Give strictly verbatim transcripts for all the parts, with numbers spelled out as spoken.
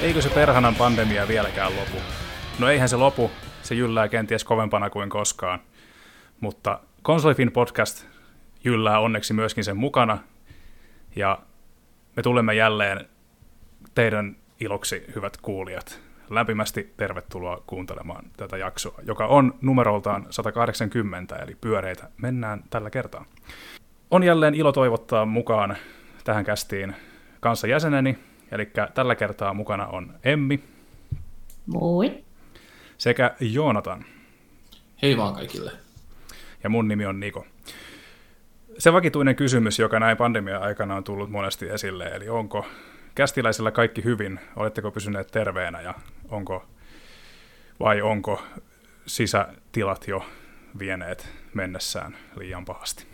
Eikö se perhanan pandemia vieläkään lopu? No eihän se lopu, se jyllää kenties kovempana kuin koskaan. Mutta Konsolifin podcast jyllää onneksi myöskin sen mukana. Ja me tulemme jälleen teidän iloksi, hyvät kuulijat. Lämpimästi tervetuloa kuuntelemaan tätä jaksoa, joka on numeroltaan sata kahdeksankymmentä, eli pyöreitä mennään tällä kertaa. On jälleen ilo toivottaa mukaan tähän kästiin kanssa jäseneni, eli tällä kertaa mukana on Emmi. Moi. Sekä Joonatan. Hei vaan kaikille. Ja mun nimi on Niko. Se vakituinen kysymys, joka näin pandemia-aikana on tullut monesti esille, eli onko kästiläisillä kaikki hyvin, oletteko pysyneet terveenä ja onko, vai onko sisätilat jo vieneet mennessään liian pahasti?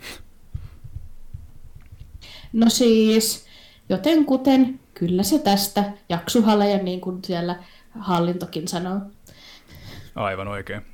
No siis, jotenkuten, kyllä se tästä jaksuhaleja, niin kuin siellä hallintokin sanoo. Aivan oikein.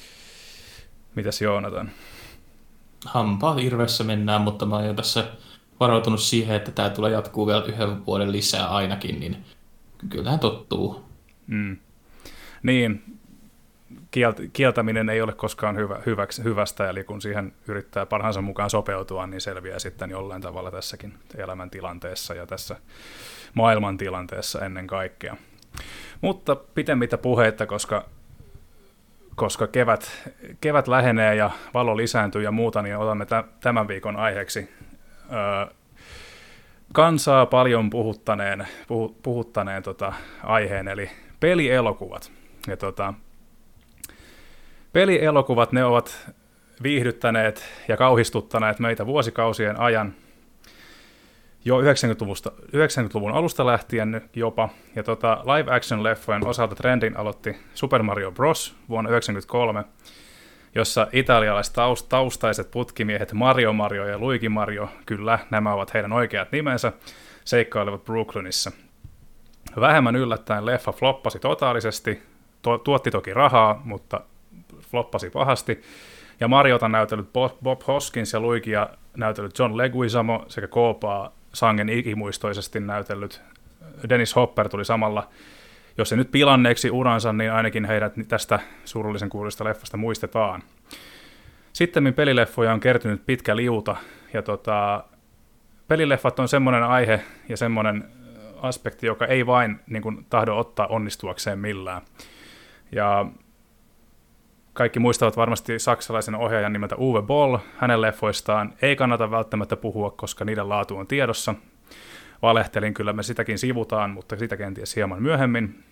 Mitäs Joonatan? Hampaat irvessä mennään, mutta mä oon jo tässä varautunut siihen, että tämä tulee jatkuu vielä yhden vuoden lisää ainakin, niin kyllähän tottuu. Mm. Niin, Kielt- kieltäminen ei ole koskaan hyvä, hyväksi, hyvästä, eli kun siihen yrittää parhaansa mukaan sopeutua, niin selviää sitten jollain tavalla tässäkin elämäntilanteessa ja tässä maailmantilanteessa ennen kaikkea. Mutta pitemmittä puheitta, koska, koska kevät, kevät lähenee ja valo lisääntyy ja muuta, niin otamme t- tämän viikon aiheeksi öö, kansaa paljon puhuttaneen, puhu, puhuttaneen tota, aiheen, eli pelielokuvat. Ja tota, pelielokuvat, ne ovat viihdyttäneet ja kauhistuttaneet meitä vuosikausien ajan, jo yhdeksänkymmentäluvun alusta lähtien jopa, ja tota, live-action-leffojen osalta trendin aloitti Super Mario Bros. Vuonna yhdeksänkymmentäkolme, jossa italialaistaustaiset putkimiehet Mario Mario ja Luigi Mario, kyllä nämä ovat heidän oikeat nimensä, seikkailevat Brooklynissa. Vähemmän yllättäen leffa floppasi totaalisesti, tu- tuotti toki rahaa, mutta floppasi pahasti, ja Mariota näytellyt Bob Hoskins ja Luigia näytellyt John Leguizamo sekä Koopaa sangen ikimuistoisesti näytellyt Dennis Hopper tuli samalla, jos ei nyt pilanneeksi uransa, niin ainakin heidät tästä surullisen kuuluisesta leffasta muistetaan. Sittemmin pelileffoja on kertynyt pitkä liuta, ja tota, pelileffat on semmoinen aihe ja semmoinen aspekti, joka ei vain niin kuin, tahdo ottaa onnistuakseen millään. Ja kaikki muistavat varmasti saksalaisen ohjaajan nimeltä Uwe Boll. Hänen leffoistaan ei kannata välttämättä puhua, koska niiden laatu on tiedossa. Valehtelin, kyllä me sitäkin sivutaan, mutta sitä kenties hieman myöhemmin.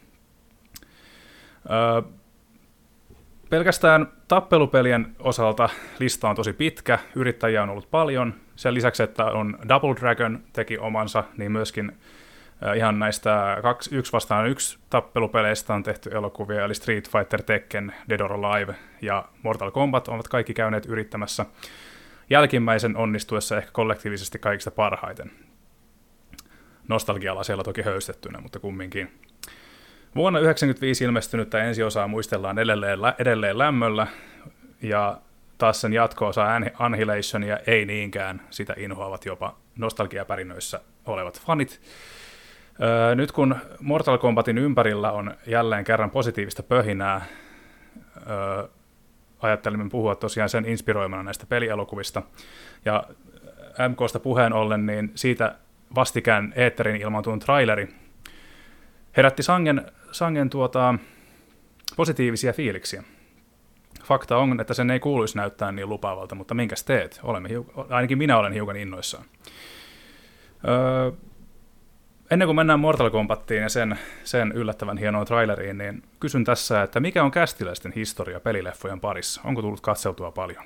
Öö, pelkästään tappelupelien osalta lista on tosi pitkä, yrittäjiä on ollut paljon. Sen lisäksi, että on Double Dragon teki omansa, niin myöskin ihan näistä kaksi, yksi vastaan yksi tappelupeleistä on tehty elokuvia, eli Street Fighter, Tekken, Dead or Alive ja Mortal Kombat ovat kaikki käyneet yrittämässä. Jälkimmäisen onnistuessa ehkä kollektiivisesti kaikista parhaiten. Nostalgialla siellä toki höystettynä, mutta kumminkin. Vuonna yhdeksänkymmentäviisi ilmestynyttä ensiosaa muistellaan edelleen, edelleen lämmöllä, ja taas sen jatko-osa Annihilationia ei niinkään, sitä inhoavat jopa nostalgiapärinöissä olevat fanit. Öö, nyt kun Mortal Kombatin ympärillä on jälleen kerran positiivista pöhinää, öö, ajattelimme puhua tosiaan sen inspiroimana näistä pelielokuvista. Ja M K:sta puheen ollen, niin siitä vastikään eetterin ilmaantunut traileri herätti sangen, sangen tuota, positiivisia fiiliksiä. Fakta on, että sen ei kuuluisi näyttää niin lupaavalta, mutta minkäs teet? Olemme hiu- ainakin minä olen hiukan innoissaan. Öö, Ennen kuin mennään Mortal Kombattiin ja sen, sen yllättävän hienoon traileriin, niin kysyn tässä, että mikä on kästiläisten historia pelileffojen parissa? Onko tullut katseltua paljon?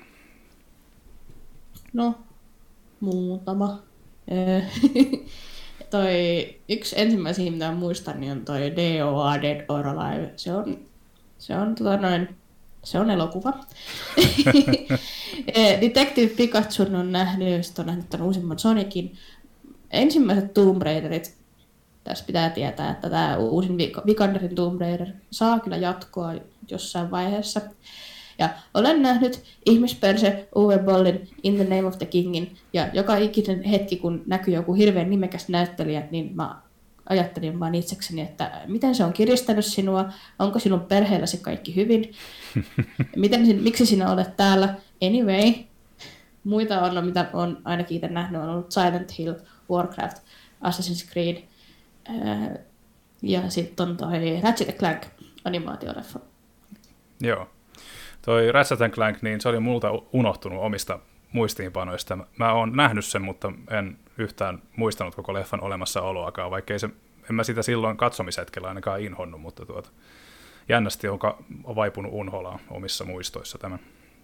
No, muutama. toi yksi ensimmäisiä, mitä muistan, niin on toi D O A, Dead or Alive. Se on, se on, tota noin, se on elokuva. Detective Pikachun on nähnyt, sitten on nähnyt tämän uusimman Sonicin. Ensimmäiset Tomb Raiderit. Tässä pitää tietää, että tämä uusin Vikanderin Tomb Raider saa kyllä jatkoa jossain vaiheessa. Ja olen nähnyt ihmisperse Uwe Bollin In the Name of the Kingin, ja joka ikinen hetki, kun näkyy joku hirveän nimekäs näyttelijä, niin mä ajattelin vaan itsekseni, että miten se on kiristänyt sinua, onko sinun perheelläsi kaikki hyvin, miten, miksi sinä olet täällä. Anyway, muita on, mitä olen ainakin itse nähnyt, on ollut Silent Hill, Warcraft, Assassin's Creed ja sitten on toi Ratchet Clank animaatioleffa. Joo. Toi Ratchet Clank, niin se oli multa unohtunut omista muistiinpanoista. Mä oon nähnyt sen, mutta en yhtään muistanut koko leffan olemassaoloakaan, vaikkei se, en mä sitä silloin katsomishetkellä ainakaan inhonnut, mutta tuota, jännästi on, on vaipunut unholaan omissa muistoissa tämän.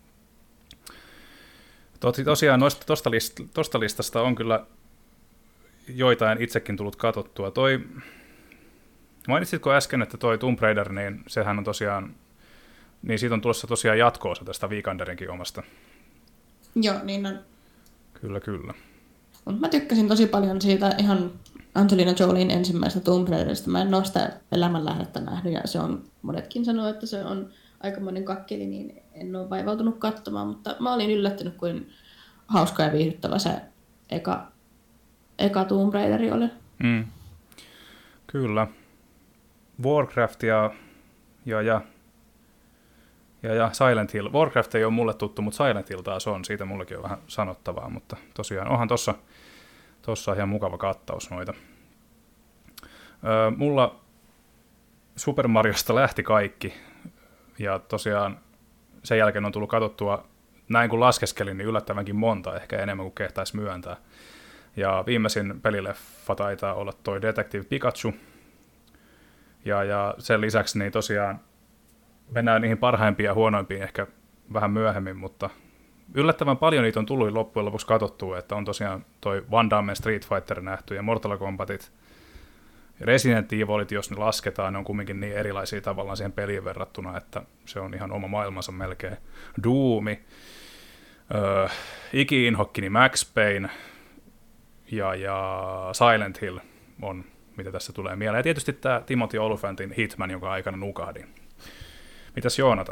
Tosiaan noista, tosta, list, tosta listasta on kyllä joitain itsekin tullut katsottua. Toi, mainitsitko äsken, että toi Tomb Raider, niin sehän on tosiaan, niin siitä on tulossa tosiaan jatko-osa tästä Vikanderinkin omasta. Joo, niin on. Kyllä, kyllä. Mut mä tykkäsin tosi paljon siitä ihan Angelina Jolien ensimmäisestä Tomb Raiderista. Mä en ole sitä elämänlähdettä nähnyt, ja se on, monetkin sanoo, että se on aikamoinen kakkeli, niin en ole vaivautunut katsomaan, mutta mä olin yllättynyt, kuin hauska ja viihdyttävä se eka, eka Tomb Raideri oli. Mm. Kyllä. Warcraft ja, ja, ja, ja, ja Silent Hill. Warcraft ei ole mulle tuttu, mutta Silent Hill taas on. Siitä mullekin on vähän sanottavaa, mutta tosiaan onhan tossa, tossa ihan mukava kattaus noita. Öö, mulla Super Mariosta lähti kaikki, ja tosiaan sen jälkeen on tullut katsottua, näin kun laskeskelin, niin yllättävänkin monta, ehkä enemmän kuin kehtaisi myöntää. Ja viimeisin pelileffa taitaa olla toi Detective Pikachu. Ja, ja sen lisäksi niin tosiaan mennään niihin parhaimpiin ja huonoimpiin ehkä vähän myöhemmin, mutta yllättävän paljon niitä on tullut loppujen lopuksi katsottua, että on tosiaan toi Van Damme Street Fighter nähty ja Mortal Kombatit. Resident Evilit, jos ne lasketaan, ne on kumminkin niin erilaisia tavallaan siihen peliin verrattuna, että se on ihan oma maailmansa melkein. Doomi, öö, iki-inhokkini Max Payne ja, ja Silent Hill on, mitä tässä tulee mieleen. Ja tietysti tämä Timothy Olyphantin Hitman, jonka aikana nukahdin. Mitäs Joonatan?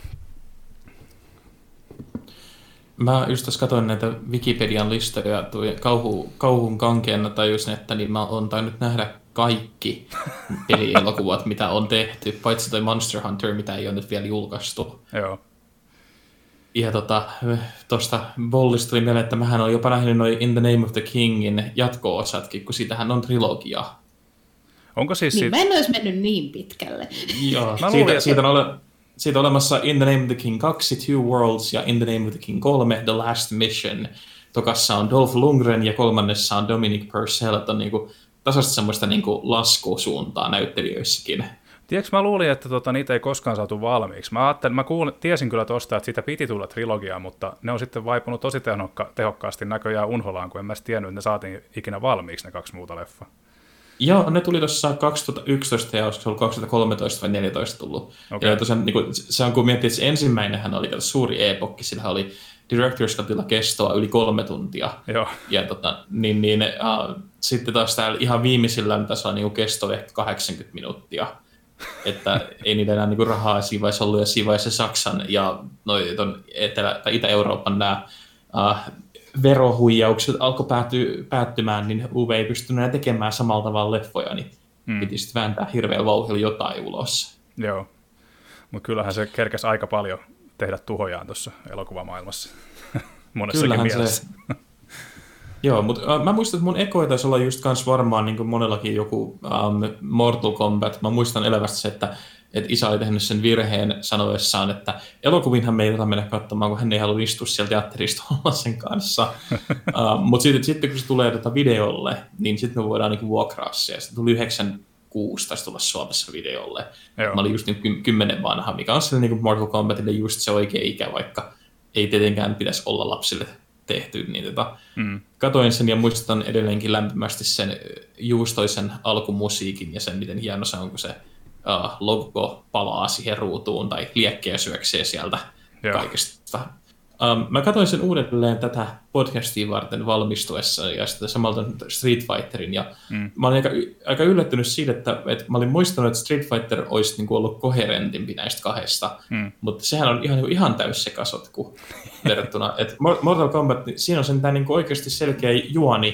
Mä just tässä katsoin näitä Wikipedian listoja ja kauhu, kauhun kankeena tajusin, että niin mä oon tainnut nähdä kaikki pelielokuvat, mitä on tehty, paitsi toi Monster Hunter, mitä ei ole nyt vielä julkaistu. Joo. Ja tota, tuosta Bollista tuli mieleen, että mähän olen jopa nähnyt noin In the Name of the Kingin jatko-osatkin, kun siitähän on trilogia. Onko siis niin, siitä... mä en olisi mennyt niin pitkälle. Joo, siitä, luulin, siitä, on ole, siitä on olemassa In the Name of the King kaksi, Two Worlds ja In the Name of the King kolme, The Last Mission. Tokassa on Dolph Lundgren ja kolmannessa on Dominic Purcell, että on niinku tasaista semmoista niinku laskusuuntaa näyttelijöissäkin. Tiedätkö, mä luulin, että tota, niitä ei koskaan saatu valmiiksi. Mä, ajattelin, mä kuulin, tiesin kyllä tosta, että siitä piti tulla trilogia, mutta ne on sitten vaipunut tosi tehokka- tehokkaasti näköjään unholaan, kun en mä tiennyt, että ne saatiin ikinä valmiiksi ne kaksi muuta leffaa. Joo, ne tuli tuossa kaksituhattayksitoista ja olisiko se ollut kaksituhattakolmetoista vai neljätoista tullut. Okay. Ja tosiaan, niin kuin, se on kun miettii, että se ensimmäinenhän oli suuri epokki, sillä oli Director's Cutilla kestoa yli kolme tuntia. Joo. Ja tota, niin, niin, uh, sitten taas täällä ihan viimeisillä tässä on niin kesto ehkä kahdeksankymmentä minuuttia. Että ei niitä enää niin kuin rahaa siinä vaiheessa ollut, ja siinä vaiheessa Saksan ja noi, ton Etelä- tai Itä-Euroopan nämä uh, verohuijaukset alkoi pääty, päättymään, niin U V ei pystynyt enää tekemään samalla tavalla leffoja, niin hmm. piti sitten vääntää hirveän vauhdilla jotain ulos. Joo, mutta kyllähän se kerkesi aika paljon tehdä tuhojaan tuossa elokuvamaailmassa monessakin kyllähän mielessä. Se... Joo, mutta uh, mä muistan, että mun ekoja taisi olla just kans varmaan niin kuin monellakin joku um, Mortal Kombat. Mä muistan elävästi se, että, että isä oli tehnyt sen virheen sanoessaan, että elokuvinhan me ei ota mennä katsomaan, kun hän ei halua istua sieltä teatterista olla sen kanssa. uh, mutta sitten, sitten kun se tulee tota videolle, niin sitten me voidaan niin vuokraa se. Ja se tuli yhdeksänkymmentäkuusi taisi tulla Suomessa videolle. Joo. Mä olin just niin kymmenen vanha, mikä on sille niin Mortal Kombatille just se oikea ikä, vaikka ei tietenkään pitäisi olla lapsille tehty, niin tota, mm. katoin sen ja muistan edelleenkin lämpimästi sen juustoisen alkumusiikin ja sen, miten hieno se on, kun se uh, logo palaa siihen ruutuun tai liekkejä syöksee sieltä Joo. kaikesta. Um, mä katoin sen uudelleen tätä podcastia varten valmistuessa ja sitten samalta Street Fighterin ja mm. mä olin aika, aika yllättynyt siitä, että, että mä olin muistanut, että Street Fighter olisi niin kuin ollut koherentimpi näistä kahdesta, mm. mutta sehän on ihan, ihan täys sekasotku verrattuna. Et Mortal Kombat, siinä on sentään niin kuin oikeasti selkeä juoni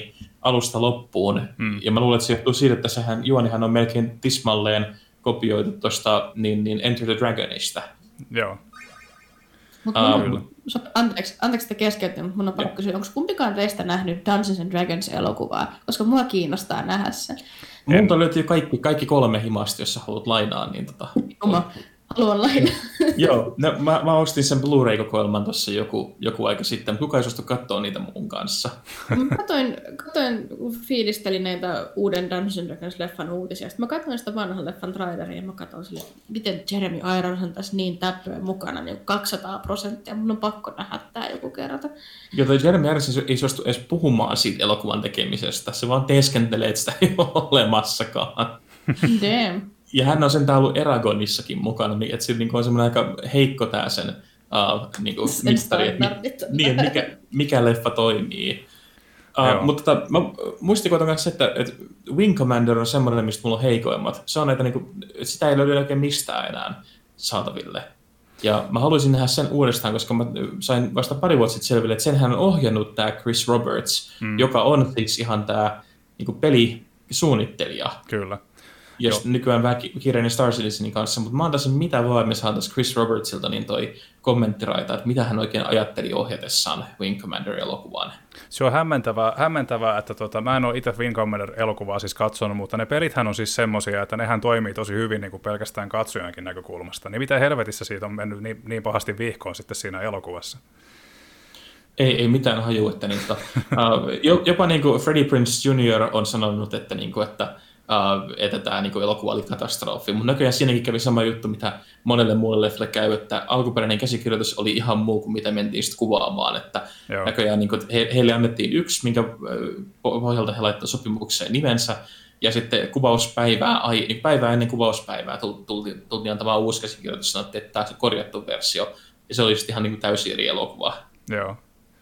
alusta loppuun. Mm. Ja mä luulen, että se johtuu siitä, että sehän, juonihan on melkein tismalleen kopioitu tuosta niin, niin Enter the Dragonista. Joo. Mut Uh, mun, so, anteeksi, anteeksi, että keskeytin, mutta mun on pakko kysyä, onko kumpikaan teistä nähnyt Dungeons and Dragons-elokuvaa? Koska mua kiinnostaa nähdä sen. Multa löytyy kaikki, kaikki kolme himasta, jos sä haluat lainaa. Niin tota... Mä haluan lainaa. Joo, no, mä, mä ostin sen Blu-ray-kokoelman tuossa joku, joku aika sitten, mutta kuka ei suostu katsoa niitä mun kanssa? Mä katoin, katoin fiilistelin näitä uuden Dungeons and Dragons-leffan uutisia. Sitten mä katsoin sitä vanhan leffan traileria ja mä katsoin sille, miten Jeremy Irons on tässä niin täppöä mukana, niin kaksisataa prosenttia. Mun on pakko nähdä tää joku kerta. Joo, toi Jeremy Irons ei suostu edes puhumaan siitä elokuvan tekemisestä. Se vaan teeskentelee, että sitä ei ole olemassakaan. Damn. Ja hän on sentään ollut Eragonissakin mukana, niin että se on semmoinen aika heikko tää sen uh, niin kuin mittari, että niin, mikä, mikä leffa toimii. Uh, mutta tota, mä muistikoitan myös, että, että Wing Commander on semmoinen, mistä mulla on heikoimmat. Se on näitä, niin kuin, sitä ei löydy oikein mistään enää saataville. Ja mä haluaisin nähdä sen uudestaan, koska mä sain vasta pari vuotta sitten selville, että senhän on ohjannut tämä Chris Roberts, mm. joka on siis ihan tämä niin kuin pelisuunnittelija. Kyllä. Jos nykyään vähän kirjainen Star Citizenin kanssa, mutta mä antaisin mitä vaan, me saataisiin Chris Robertsilta niin toi kommenttiraita, että mitä hän oikein ajatteli ohjatessaan Wing Commander-elokuvaan. Se on hämmentävää, hämmentävää että tota, mä en ole itse Wing Commander-elokuvaa siis katsonut, mutta ne pelithän on siis semmoisia, että nehän toimii tosi hyvin niin kuin pelkästään katsojankin näkökulmasta. Niin mitä helvetissä siitä on mennyt niin, niin pahasti vihkoon sitten siinä elokuvassa? Ei, ei mitään hajua, että niitä, uh, jopa niin kuin Freddie Prinze junior on sanonut, että, niin kuin, että Uh, että tämä niin kuin elokuva oli katastrofi. Mutta näköjään siinäkin kävi sama juttu, mitä monelle muulle leffalle käy, että alkuperäinen käsikirjoitus oli ihan muu kuin mitä mentiin sitten kuvaamaan. Että näköjään niin kuin, he, heille annettiin yksi, minkä pohjalta he laittavat sopimukseen nimensä, ja sitten kuvauspäivää, ai, niin päivää ennen kuvauspäivää tultiin, tultiin antamaan uusi käsikirjoitus, sanottiin, että tämä on se korjattu versio, ja se oli sitten ihan niin kuin täysin eri elokuva. Joo.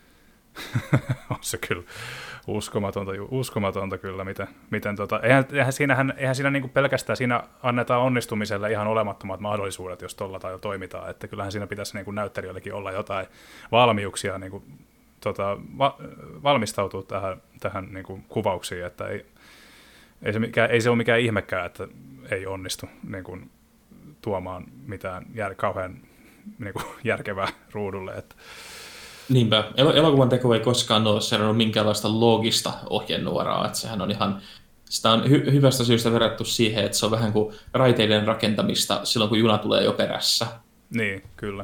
On se kyllä. Uskomatonta, uskomatonta kyllä, miten, miten tota, eihän, eihän, siinähän, eihän siinä niin kuin pelkästään, siinä annetaan onnistumiselle ihan olemattomat mahdollisuudet, jos tuolla tai toimitaan, että kyllähän siinä pitäisi niin kuin näyttelijöillekin olla jotain valmiuksia niin kuin, tota, va, valmistautua tähän, tähän niin kuin kuvauksiin, että ei, ei, se mikään, ei se ole mikään ihmekään, että ei onnistu niin kuin, tuomaan mitään jär, kauhean niin kuin, järkevää ruudulle, että Niinpä. El- elokuvan teko ei koskaan ole seurannut minkäänlaista loogista ohjenuoraa, että sehän on ihan, sitä on hy- hyvästä syystä verrattu siihen, että se on vähän kuin raiteiden rakentamista silloin, kun juna tulee jo perässä. Niin, kyllä.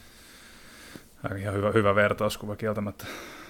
Ihan hyvä, hyvä vertauskuva kieltämättä.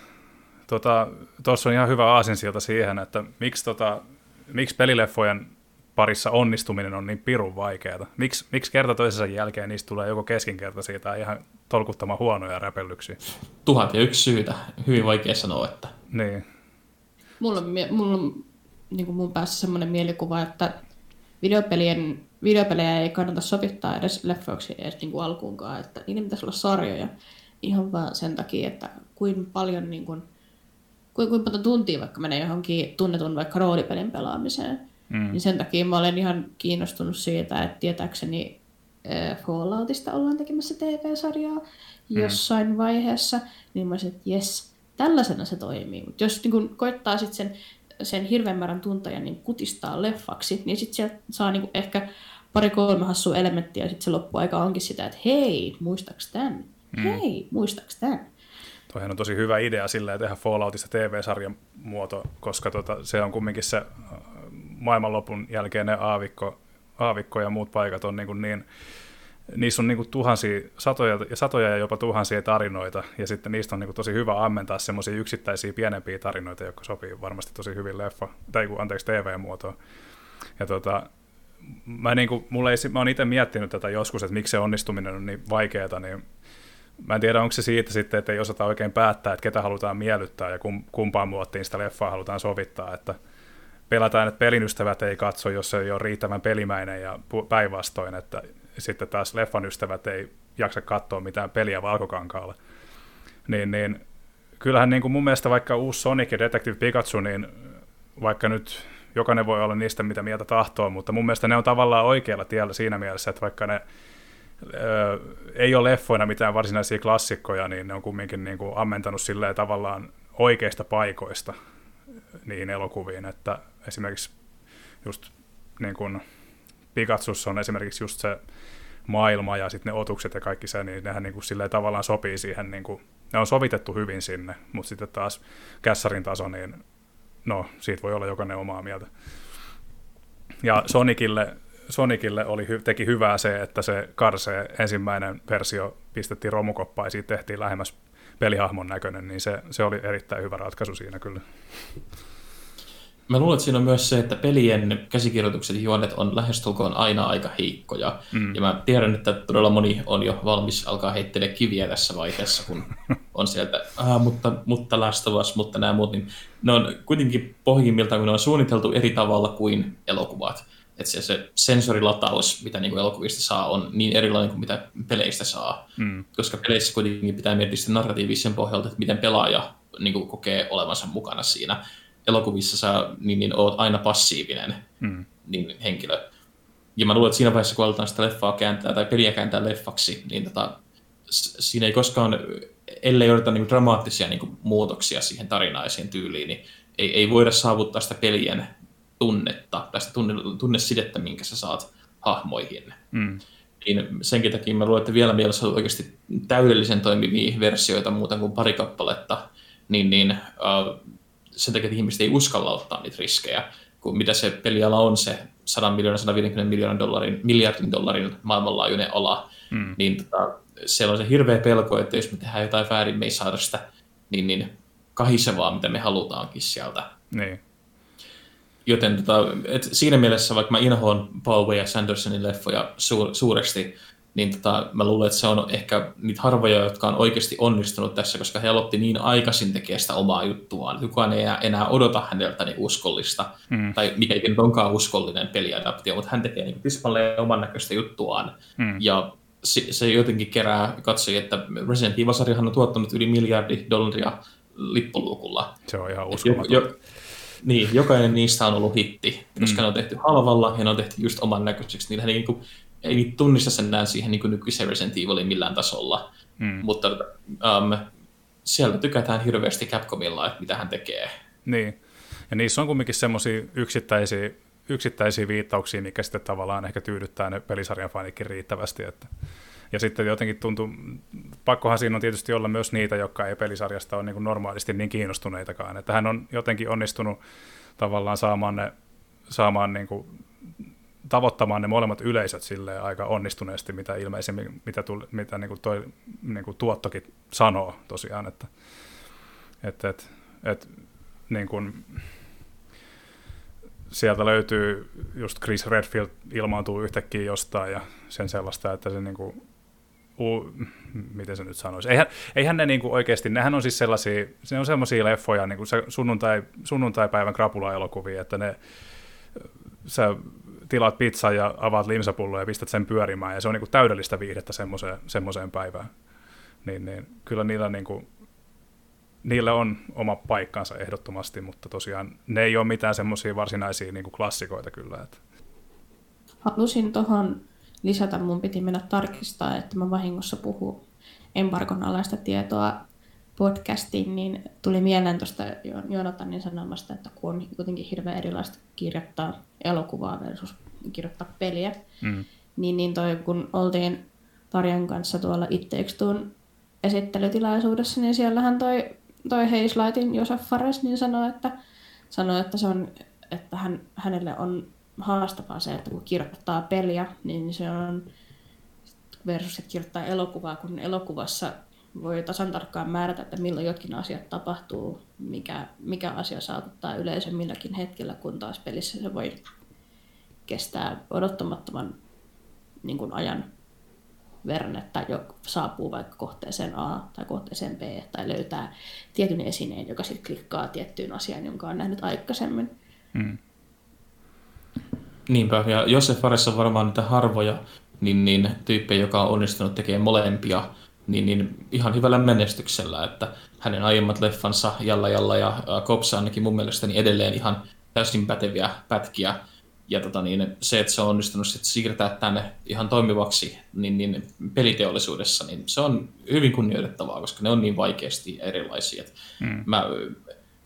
Tuossa tota, on ihan hyvä aasinsilta siihen, että miksi, tota, miksi pelileffojen parissa onnistuminen on niin pirun vaikeaa. Miks, miksi kerta toisensa jälkeen niistä tulee joko keskinkertaisia tai ihan tolkuttoman huonoja räpellyksiä? Tuhat ja yksi syytä. Hyvin vaikea sanoa, että... Niin. Mulla on, mulla on niin kuin mun päässä semmoinen mielikuva, että videopelien, videopelejä ei kannata sovittaa edes leffoiksi edes niin kuin alkuunkaan, että niiden pitäisi olla sarjoja ihan vaan sen takia, että kuinka paljon, niin kuin, kuinka paljon tuntia vaikka menee johonkin tunnetun vaikka roolipelin pelaamiseen. Mm. Niin sen takia mä olen ihan kiinnostunut siitä, että tietääkseni äh, Falloutista ollaan tekemässä T V-sarjaa mm. jossain vaiheessa, niin mä olisin, että jes, tällaisena se toimii. Mutta jos niin kun koittaa sit sen, sen hirveän määrän tunteja niin kutistaa leffaksi, niin sitten sieltä saa niin kun ehkä pari-kolme hassua elementtiä, ja sitten se loppuaika onkin sitä, että hei, muistaaks tän? Mm. Hei, muistaaks tän? Toihan on tosi hyvä idea sillä tehdä Falloutista T V-sarjan muoto, koska tota, se on kumminkin se maailmanlopun jälkeinen aavikko, aavikko ja muut paikat on niin, kuin niin niissä on niin kuin tuhansia, satoja ja satoja ja jopa tuhansia tarinoita, ja sitten niistä on niin kuin tosi hyvä ammentaa semmoisia yksittäisiä pienempiä tarinoita, jotka sopii varmasti tosi hyvin leffa, tai anteeksi T V-muotoon. Ja tota, mä, niin kuin, mulle ei, mä oon itse miettinyt tätä joskus, että miksi se onnistuminen on niin vaikeaa, niin mä en tiedä, onko se siitä sitten, että ei osata oikein päättää, että ketä halutaan miellyttää ja kumpaan muottiin sitä leffaa halutaan sovittaa, että pelataan, että pelin ystävät ei katso, jos se ei ole riittävän pelimäinen ja päinvastoin, että sitten taas leffan ystävät ei jaksa katsoa mitään peliä valkokankaalla. Niin, niin kyllähän niin kuin mun mielestä vaikka uusi Sonic ja Detective Pikachu, niin vaikka nyt jokainen voi olla niistä mitä mieltä tahtoo, mutta mun mielestä ne on tavallaan oikealla tiellä siinä mielessä, että vaikka ne ö, ei ole leffoina mitään varsinaisia klassikkoja, niin ne on kumminkin niin kuin ammentanut silleen tavallaan oikeista paikoista niihin elokuviin, että esimerkiksi just niin kuin Pikachussa on esimerkiksi just se maailma ja sitten ne otukset ja kaikki se, niin nehän niin kuin silleen tavallaan sopii siihen, niin kuin, ne on sovitettu hyvin sinne, mutta sitten taas Kässarin taso, niin no, siitä voi olla jokainen omaa mieltä. Ja Sonicille, Sonicille oli, teki hyvää se, että se Karsee ensimmäinen versio pistettiin romukoppaan ja siitä tehtiin lähemmäs pelihahmon näköinen, niin se, se oli erittäin hyvä ratkaisu siinä kyllä. Mä luulen, että siinä on myös se, että pelien käsikirjoitukset ja juonet on lähestulkoon aina aika heikkoja. Mm. Ja mä tiedän, että todella moni on jo valmis alkaa heittelemään kiviä tässä vaiheessa, kun on sieltä, ah, mutta, mutta Last of Us, mutta nämä muut, niin ne on kuitenkin pohjimmiltaan, kun ne on suunniteltu eri tavalla kuin elokuvat. Että se, se sensorilataus, mitä niin kuin elokuvista saa, on niin erilainen kuin mitä peleistä saa. Mm. Koska peleissä kuitenkin pitää miettiä sitä narratiivisen pohjalta, että miten pelaaja niin kuin kokee olevansa mukana siinä. Elokuvissa sä niin, niin oot aina passiivinen mm. niin, henkilö. Ja mä luulen, että siinä vaiheessa, kun aletaan sitä leffaa kääntää tai peliä kääntää leffaksi, niin tota, siinä ei koskaan, ellei odota niin dramaattisia niin muutoksia siihen tarinaan ja siihen tyyliin, niin ei, ei voida saavuttaa sitä pelien tunnetta, tai sitä tunne, tunnesidettä, minkä sä saat hahmoihin. Mm. Niin senkin takia mä luulen, että vielä mielessä on oikeasti täydellisen toimivia versioita muuta kuin pari kappaletta, niin, niin uh, sen takia, että ihmiset ei uskalla ottaa niitä riskejä, kun mitä se peliala on se sata miljoonan, sata viisikymmentä miljoonan dollarin, miljardin dollarin maailmanlaajuinen ala, mm. niin tota, siellä on se hirveä pelko, että jos me tehdään jotain väärin, me ei saada sitä niin, niin kahisevaa, mitä me halutaankin sieltä. Niin. Joten tota, et siinä mielessä, vaikka mä inhoan Paul W. S. Andersonin leffoja su- suuresti, niin tota, mä luulen, että se on ehkä niitä harvoja, jotka on oikeasti onnistunut tässä, koska he aloitti niin aikaisin tekemään sitä omaa juttuaan. Kukaan ei enää, enää odota häneltä niin uskollista, mm. tai mikä ei onkaan uskollinen peliadaptio, mutta hän tekee niin tismalleen oman näköistä juttuaan. Mm. Ja se, se jotenkin kerää katsojia, että Resident Evil-sarjahan on tuottanut yli miljardi dollaria lippuluukulla. Se on ihan uskomaton. Jo, jo, niin, jokainen niistä on ollut hitti, koska mm. ne on tehty halvalla ja ne on tehty just oman näköiseksi. Niillä ei niin ei niitä tunnista sen näin siihen niin nykyiseen Resident Evilin millään tasolla, mm. mutta um, siellä tykätään hirveästi Capcomilla, että mitä hän tekee. Niin, ja niissä on kumminkin semmoisia yksittäisiä, yksittäisiä viittauksia, mikä sitten tavallaan ehkä tyydyttää ne pelisarjan fanikin riittävästi. Että. Ja sitten jotenkin tuntuu, pakkohan siinä on tietysti olla myös niitä, jotka ei pelisarjasta ole niin kuin normaalisti niin kiinnostuneitakaan. Että hän on jotenkin onnistunut tavallaan saamaan ne, saamaan niin kuin tavoittamaan ne molemmat yleisöt silleen aika onnistuneesti, mitä ilmeisemmin, mitä, tuli, mitä niin kuin toi niin kuin tuottokin sanoo tosiaan, että et, et, et, niin kuin, sieltä löytyy just Chris Redfield ilmaantuu yhtäkkiä jostain ja sen sellaista, että se niin kuin, u, miten se nyt sanoisi, eihän, eihän ne niin kuin oikeasti, nehän on siis sellaisia, se on sellaisia leffoja, niin kuin se sunnuntai, sunnuntaipäivän krapula-elokuvia, että ne sä tilaat pizzaa ja avaat limsapulloa ja pistät sen pyörimään, ja se on niin kuin täydellistä viihdettä semmoiseen, semmoiseen päivään. Niin, niin, kyllä niillä, niin kuin, niillä on oma paikkansa ehdottomasti, mutta tosiaan ne ei ole mitään semmoisia varsinaisia niin kuin klassikoita kyllä. Että. Halusin tuohon lisätä, mun piti mennä tarkistaa, että mä vahingossa puhun embargon alaista tietoa podcastiin, niin tuli mieleen tuosta Joonatanin sanomasta, että kun on kuitenkin hirveän erilaista kirjoittaa elokuvaa versus kirjoittaa peliä, mm. niin, niin toi, kun oltiin Tarjan kanssa tuolla It Takes Two'n esittelytilaisuudessa, niin siellähän toi, toi Hazelightin Joseph Fares niin sanoi, että, sanoi, että, se on, että hän, hänelle on haastavaa se, että kun kirjoittaa peliä, niin se on versus että kirjoittaa elokuvaa, kun elokuvassa voi tasan tarkkaan määrätä, että milloin jotkin asiat tapahtuu, mikä, mikä asia saavuttaa yleisön milläkin hetkellä, kun taas pelissä se voi kestää odottamattoman niin kuin ajan verran, että jo saapuu vaikka kohteeseen A tai kohteeseen B tai löytää tietyn esineen, joka sitten klikkaa tiettyyn asiaan, jonka on nähnyt aikaisemmin. Hmm. Niinpä, ja Joseph Fares on varmaan niitä harvoja niin, niin, tyyppejä, joka on onnistunut tekemään molempia, Niin, niin ihan hyvällä menestyksellä, että hänen aiemmat leffansa Jalla Jalla ja Cops ainakin mun mielestäni edelleen ihan täysin päteviä pätkiä. Ja tota niin, se, että se on onnistunut sit siirtää tänne ihan toimivaksi niin, niin peliteollisuudessa, niin se on hyvin kunnioitettavaa, koska ne on niin vaikeasti erilaisia. Mm. Mä,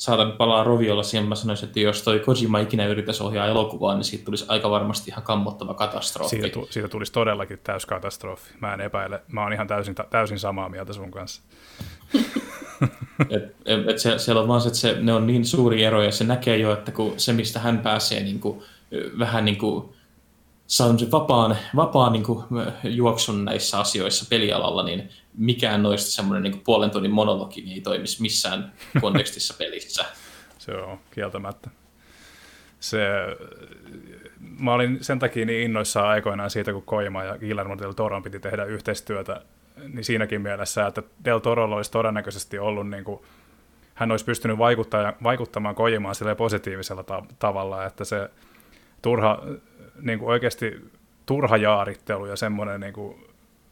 saatan palaa roviolla siihen, mä sanoisin, että jos toi Kojima ikinä yrittäisi ohjaa elokuvaa, niin siitä tulisi aika varmasti ihan kammottava katastrofi. Siitä, tu- siitä tulisi todellakin täys katastrofi. Mä en epäile. Mä oon ihan täysin, täysin samaa mieltä sun kanssa. et, et se, siellä on vaan se, että se, ne on niin suuri ero, ja se näkee jo, että kun se, mistä hän pääsee niin kuin, vähän niin kuin saa se vapaan, vapaan niin kuin, juoksun näissä asioissa pelialalla, niin mikään noista semmoinen niin kuin puolen tunnin monologi niin ei toimisi missään kontekstissa pelissä. Se on kieltämättä. Se, mä olin sen takia niin innoissaan aikoinaan siitä, kun Kojima ja Guillermo del Toron piti tehdä yhteistyötä, niin siinäkin mielessä, että del Torolla olisi todennäköisesti ollut, niin kuin, hän olisi pystynyt vaikuttamaan Kojimaan silleen positiivisella ta- tavalla, että se turha, niin kuin oikeasti turha jaarittelu ja semmoinen niin kuin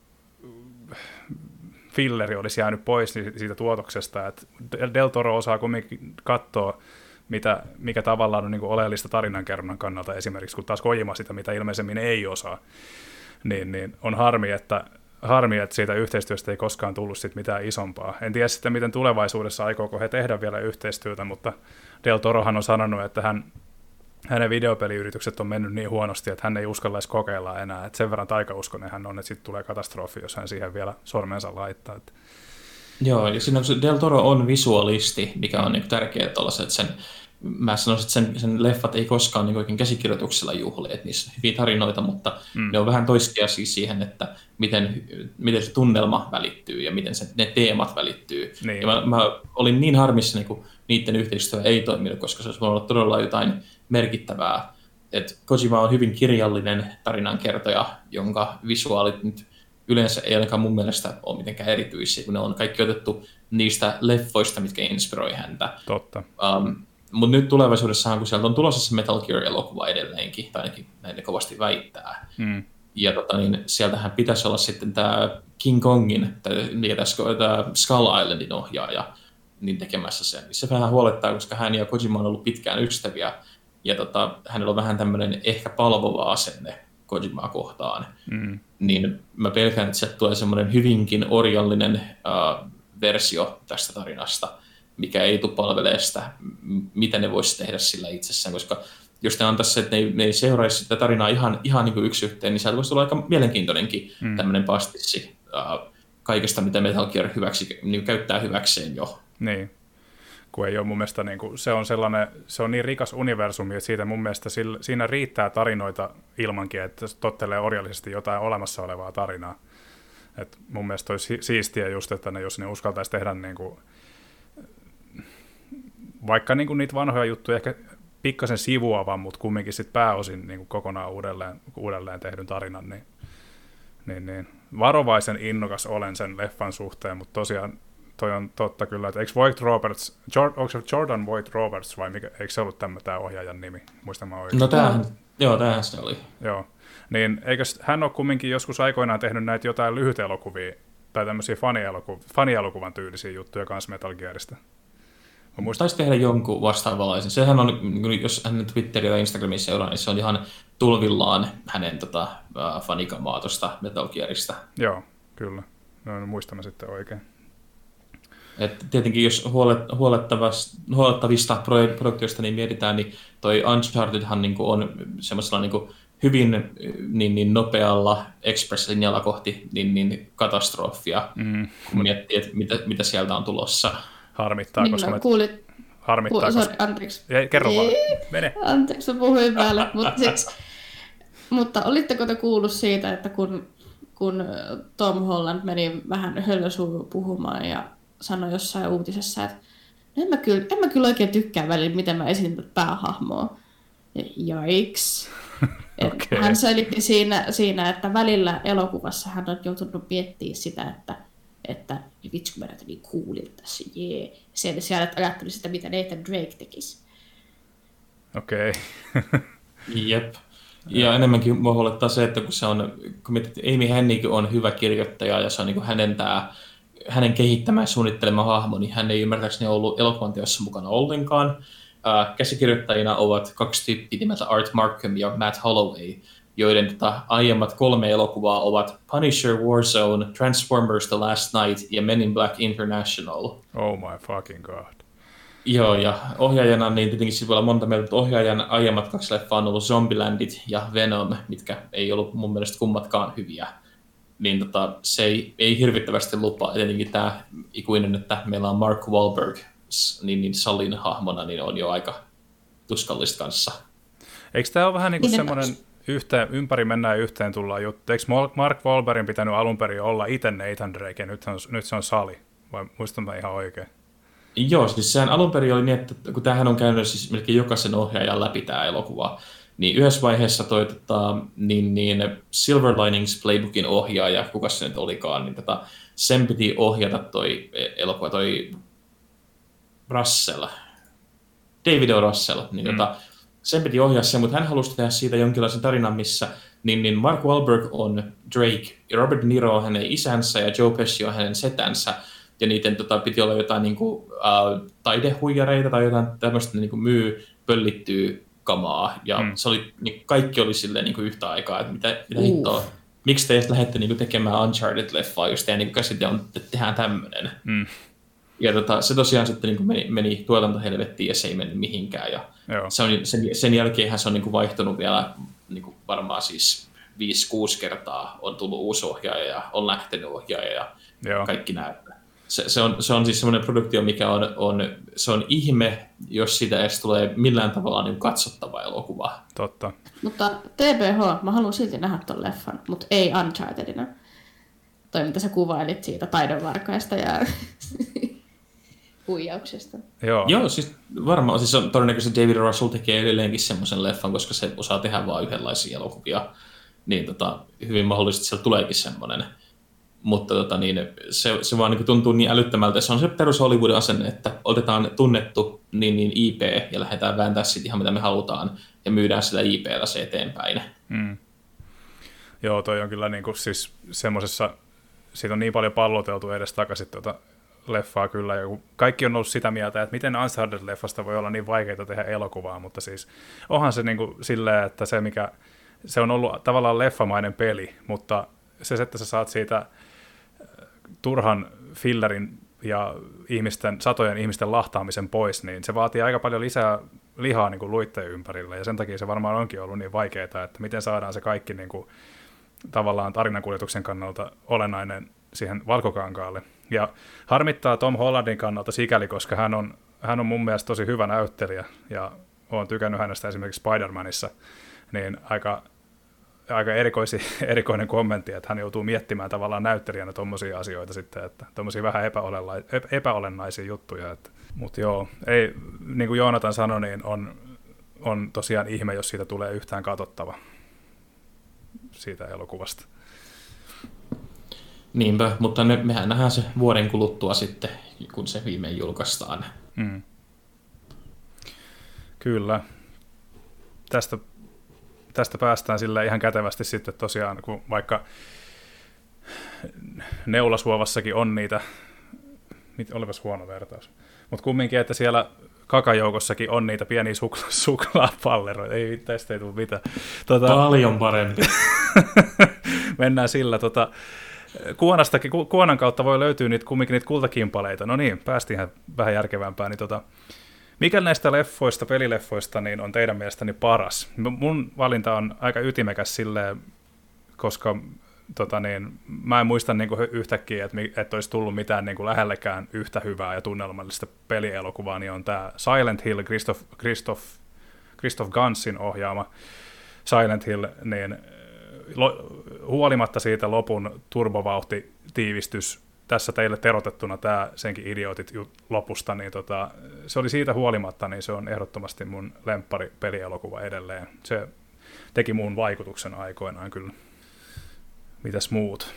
filleri olisi jäänyt pois siitä tuotoksesta, että del Toro osaa kuitenkin katsoa, mitä, mikä tavallaan on niin kuin oleellista tarinankerronnan kannalta esimerkiksi, kun taas Kojima sitä, mitä ilmeisemmin ei osaa, niin, niin on harmi, että Harmi, että siitä yhteistyöstä ei koskaan tullut sit mitään isompaa. En tiedä sitten, miten tulevaisuudessa aikooko he tehdä vielä yhteistyötä, mutta Del Torohan on sanonut, että hän, hänen videopeliyritykset on mennyt niin huonosti, että hän ei uskallaisi kokeilla enää. Et sen verran taikauskonen hän on, että sitten tulee katastrofi, jos hän siihen vielä sormensa laittaa. Et Joo, ja siinä on, Del Toro on visualisti, mikä on niin tärkeää tuollaiset sen. Mä sanoisin, että sen, sen leffat ei koskaan niin oikein käsikirjoituksella juhli, että niissä on hyviä tarinoita, mutta mm. ne on vähän toissijaisia siihen, että miten, miten se tunnelma välittyy ja miten se, ne teemat välittyy. Niin. Ja mä, mä olin niin harmissa, niin kun niiden yhteistyö ei toiminut, koska se olisi voinut olla todella jotain merkittävää. Et Kojima on hyvin kirjallinen tarinankertoja, jonka visuaalit nyt yleensä ei ainakaan mun mielestä ole mitenkään erityisiä, kun ne on kaikki otettu niistä leffoista, mitkä inspiroi häntä. Totta. Um, Mutta nyt tulevaisuudessahan, kun sieltä on tulossa se Metal Gear-elokuva edelleenkin, tai ainakin näin ne kovasti väittää, mm. ja tota, niin sieltähän pitäisi olla sitten tämä King Kongin, tai tämä Skull Islandin ohjaaja, niin tekemässä sen. Se vähän huolettaa, koska hän ja Kojima on ollut pitkään ystäviä, ja tota, hänellä on vähän tämmöinen ehkä palvova asenne Kojimaa kohtaan. Mm. Niin mä pelkään, että sieltä tulee semmoinen hyvinkin orjallinen uh, versio tästä tarinasta, mikä ei tule palvelemaan sitä, mitä ne voisi tehdä sillä itsessään, koska jos ne antaisi se, että ne ei, ne ei seuraisi sitä tarinaa ihan, ihan niin kuin yksi yhteen, niin sieltä voisi olla aika mielenkiintoinenkin mm. tämmöinen pastissi uh, kaikesta, mitä Metal Gear hyväksi, niin käyttää hyväkseen jo. Niin, kun ei ole mun mielestä, niin kuin, se on sellainen, se on niin rikas universumi, että siitä mun mielestä sillä, siinä riittää tarinoita ilmankin, että se tottelee orjallisesti jotain olemassa olevaa tarinaa. Et mun mielestä olisi siistiä just, että ne, jos ne uskaltaisi tehdä niin kuin, vaikka niin kuin niitä vanhoja juttuja ehkä pikkasen sivuavan, mutta kumminkin sit pääosin niin kuin kokonaan uudelleen, uudelleen tehdyn tarinan, niin, niin, niin varovaisen innokas olen sen leffan suhteen, mutta tosiaan toi on totta kyllä, että eikö Voight Roberts, Jord, onko se Jordan Voight Roberts vai mikä, eikö se ollut tämä ohjaajan nimi, muistan mä oikein? No tämähän, joo, tämähän se oli. Joo, niin eikö hän ole kumminkin joskus aikoinaan tehnyt näitä jotain lyhytelokuvia, tai tämmöisiä fanieloku, fanielokuvan tyylisiä juttuja kanssa Metal Gearista? Taisi tehdä jonkun vastaavanlaisen. Sehän on, jos hän Twitteriä tai Instagramin seuraa, niin se on ihan tulvillaan hänen tota, uh, fanikamaa tuosta Metal Gearista. Joo, kyllä. No, muistamme sitten oikein. Et tietenkin jos huolettavista projektioista niin mietitään, niin toi Unchartedhan niin on semmoisella niin hyvin niin, niin nopealla express-linjalla kohti niin, niin katastrofia, mm. kun miettii, että mitä, mitä sieltä on tulossa. Harmittaa, niin, koska no, me... kuulit... Harmittaa, Ku... koska... Sorry, anteeksi. Ei, kerro Ei. vaan. Mene. Anteeksi, mä puhuin päälle. Mutta, siis... Mutta olitteko te kuullut siitä, että kun, kun Tom Holland meni vähän höllösuun puhumaan ja sanoi jossain uutisessa, että en mä kyllä, en mä kyllä oikein tykkää välillä, miten mä esitän päähahmoa. Jaiks. Okay. Hän selitti siinä, siinä, että välillä elokuvassa hän on joutunut miettimään sitä, että että vitsi kun mä näytän niin coolilta tässä, jee. Siellä, siellä ajatteli sitä, mitä Nathan Drake tekisi. Okei. Okay. Jep. Ja enemmänkin mua huolettaa se, että kun se on, kun mietit, Amy Hennig on hyvä kirjoittaja ja se on niin kuin hänen, tää, hänen kehittämään suunnittelema hahmo, niin hän ei ymmärtääkseni ollut elokuvan teossa mukana ollenkaan. Äh, käsikirjoittajina ovat kaksi tyyppiä nimeltä Art Markham ja Matt Holloway, joiden tota, aiemmat kolme elokuvaa ovat Punisher, Warzone, Transformers The Last Night ja Men in Black International. Oh my fucking god. Joo, ja ohjaajana niin tietenkin siinä voi olla monta mieltä, mutta ohjaajan aiemmat kaksi leffaa on ollut Zombielandit ja Venom, mitkä ei ollut mun mielestä kummatkaan hyviä. Niin tota, se ei, ei hirvittävästi lupaa. Tietenkin tämä ikuinen, että meillä on Mark Wahlberg niin, niin Salin hahmona, niin on jo aika tuskallista kanssa. Eikö tämä ole vähän niin kuin semmoinen yhteen, ympäri mennään yhteen tullaan juttu? Eikö Mark Wahlbergin pitänyt alun perin olla itse Nathan Drake, ja nyt, on, nyt se on Sally? Vai muistan mä ihan oikein? Joo, siis sehän alun perin oli niin, että kun tämähän on käynyt siis melkein jokaisen ohjaajan läpi tämä elokuva, niin yhdessä vaiheessa toi tota, niin, niin Silver Linings Playbookin ohjaaja, kuka se nyt olikaan, niin tota, sen piti ohjata toi elokuva, toi Russell, David O. Russell, niin mm. tota, sen piti ohjaa sen, mutta hän halusi tehdä siitä jonkinlaisen tarinan, missä niin, niin Mark Wahlberg on Drake, ja Robert De Niro on hänen isänsä, ja Joe Pesci on hänen setänsä, ja niiden tota, piti olla jotain niin kuin, uh, taidehuijareita tai jotain tämmöistä niin kuin myy pöllittyä kamaa, ja mm. se oli, niin kaikki oli silleen niin kuin yhtä aikaa, että mitä, mitä uh. hittoa, miksi te edes lähdette niin kuin tekemään Uncharted-leffaa, jos teidän niin käsite on, että tehdään tämmöinen. Mm. Ja tota, se tosiaan sitten niin kuin meni, meni tuotantohelvettiin ja se ei mennyt mihinkään, ja se on, sen, sen jälkeenhän se on niin kuin vaihtunut vielä niin kuin varmaan siis viisi kuusi kertaa on tullut uusi ohjaaja ja on lähtenyt ohjaaja ja Joo. kaikki nämä. Se, se, on, se on siis semmoinen produktio, mikä on, on, se on ihme, jos siitä edes tulee millään tavalla niin katsottava elokuva. Totta. Mutta T B H, mä haluan silti nähdä ton leffan, mutta ei Unchartedina. Toi, mitä sä kuvailit siitä taidonvarkaista ja huijauksesta. Joo. Joo, siis varmaan. Siis on todennäköisesti David Russell tekee edelleenkin semmoisen leffan, koska se osaa tehdä vain yhdenlaisia elokuvia. Niin tota, hyvin mahdollisesti sieltä tuleekin semmoinen. Mutta tota, niin, se, se vaan niin tuntuu niin älyttömältä. Se on se perus Hollywoodin asenne, että otetaan tunnettu niin, niin I P ja lähdetään vääntää siitä ihan mitä me halutaan ja myydään sillä I P:llä se eteenpäin. Mm. Joo, toi on kyllä niin kuin, siis semmoisessa, siitä on niin paljon palloteltu edes takaisin tuota leffaa kyllä. Ja kaikki on ollut sitä mieltä, että miten Uncharted-leffasta voi olla niin vaikeaa tehdä elokuvaa, mutta siis onhan se niin kuin silleen, että se mikä, se on ollut tavallaan leffamainen peli, mutta se, että sä saat siitä turhan fillerin ja ihmisten, satojen ihmisten lahtaamisen pois, niin se vaatii aika paljon lisää lihaa niin kuin luitteen ympärillä, ja sen takia se varmaan onkin ollut niin vaikeaa, että miten saadaan se kaikki niin kuin, tavallaan tarinankuljetuksen kannalta olennainen siihen valkokankaalle. Ja harmittaa Tom Hollandin kannalta sikäli, koska hän on, hän on mun mielestä tosi hyvä näyttelijä, ja olen tykännyt hänestä esimerkiksi Spider-Manissa, niin aika aika erikoisi, erikoinen kommentti, että hän joutuu miettimään tavallaan näyttelijänä tommosia asioita sitten, että tommosia vähän epäolennaisia, epäolennaisia juttuja. Mutta joo, ei, niin kuin Joonatan sanoi, niin on, on tosiaan ihme, jos siitä tulee yhtään katsottava siitä elokuvasta. Niinpä, mutta ne, mehän nähdään se vuoden kuluttua sitten, kun se viimein julkaistaan. Mm. Kyllä. Tästä Tästä päästään sille ihan kätevästi sitten tosiaan, kun vaikka Neulasuovassakin on niitä, olipas huono vertaus, mutta kumminkin, että siellä kakajoukossakin on niitä pieniä sukla- suklaapalleroita, ei tästä ei tule mitään. Tuota, Paljon parempi. Mennään sillä. Tota, Kuonastakin, Ku, Kuonan kautta voi löytyä niitä, kumminkin niitä kultakimpaleita. No niin, päästiinhän vähän järkevämpään. Niin tota, mikä näistä leffoista, pelileffoista, niin on teidän mielestäni paras? Mun valinta on aika ytimekäs silleen, koska tota niin, mä en muista niin kuin yhtäkkiä, että, että olisi tullut mitään niin kuin lähellekään yhtä hyvää ja tunnelmallista pelielokuvaa, niin on tämä Silent Hill, Christoph, Christoph, Christoph Gansin ohjaama Silent Hill, niin lo, huolimatta siitä lopun turbovauhtitiivistys, tässä teille terotettuna tämä senkin idiotit lopusta, niin tota, se oli siitä huolimatta, niin se on ehdottomasti mun lemppari pelielokuva edelleen. Se teki muun vaikutuksen aikoinaan kyllä. Mitäs muut?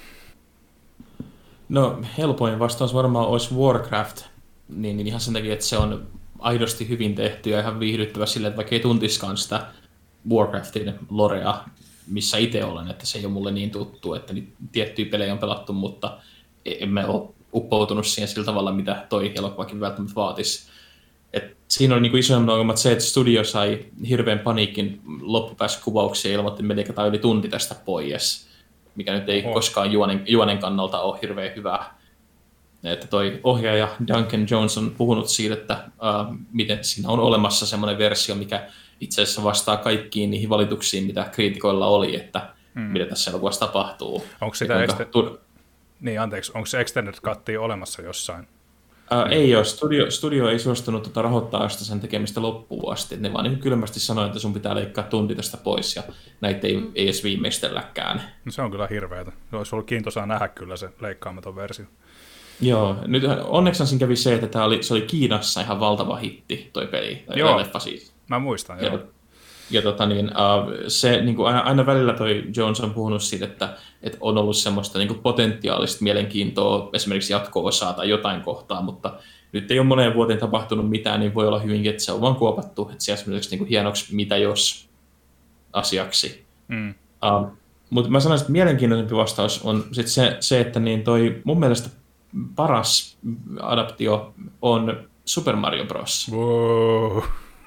No helpoin vastaus varmaan olisi Warcraft, niin, niin ihan sen takia, että se on aidosti hyvin tehty ja ihan viihdyttävä sille, että vaikka ei tuntiskaan sitä Warcraftin lorea, missä itse olen, että se ei ole mulle niin tuttu, että niitä tiettyjä pelejä on pelattu, mutta emme ole uppoutunut siihen sillä tavalla, mitä toi elokuvakin välttämättä vaatisi. Et siinä on niinku isoimman ongelmat se, että studio sai hirveän paniikin loppupäässä kuvauksia ja ilmoitti melkein yli tunti tästä pois, mikä nyt ei Oho. koskaan juonen, juonen kannalta ole hirveän hyvä. että toi ohjaaja Duncan Jones on puhunut siitä, että uh, miten siinä on olemassa semmoinen versio, mikä itse asiassa vastaa kaikkiin niihin valituksiin, mitä kriitikoilla oli, että hmm. mitä tässä elokuvassa tapahtuu. Onko sitä exte- tu- niin, anteeksi, onko se extended cuttia olemassa jossain? Uh, ei ole. Studio, studio ei suostunut tota rahoittaa sitä sen tekemistä loppuun asti. Ne vaan niin kylmästi sanoi, että sun pitää leikkaa tunti tästä pois, ja näitä ei, ei edes viimeistelläkään. No se on kyllä hirveätä. Se olisi ollut kiintoisaa nähdä kyllä se leikkaamaton versio. Joo, nyt onneksi siinä kävi se, että tää oli, se oli Kiinassa ihan valtava hitti, toi peli, tai joo, leffa siis. Mä muistan, joo. Ja, ja tota niin, uh, se, niin kuin aina, aina välillä toi Jones on puhunut siitä, että, että on ollut semmoista niin kuin potentiaalista mielenkiintoa esimerkiksi jatko-osaa tai jotain kohtaa, mutta nyt ei ole moneen vuoteen tapahtunut mitään, niin voi olla hyvinkin, että se on vaan kuopattu, että se on esimerkiksi niin kuin hienoksi mitä jos asiaksi. Mm. Uh, mutta mä sanoisin, että mielenkiintoisempi vastaus on sit se, se, että niin toi mun mielestä paras adaptio on Super Mario Bros. Wow.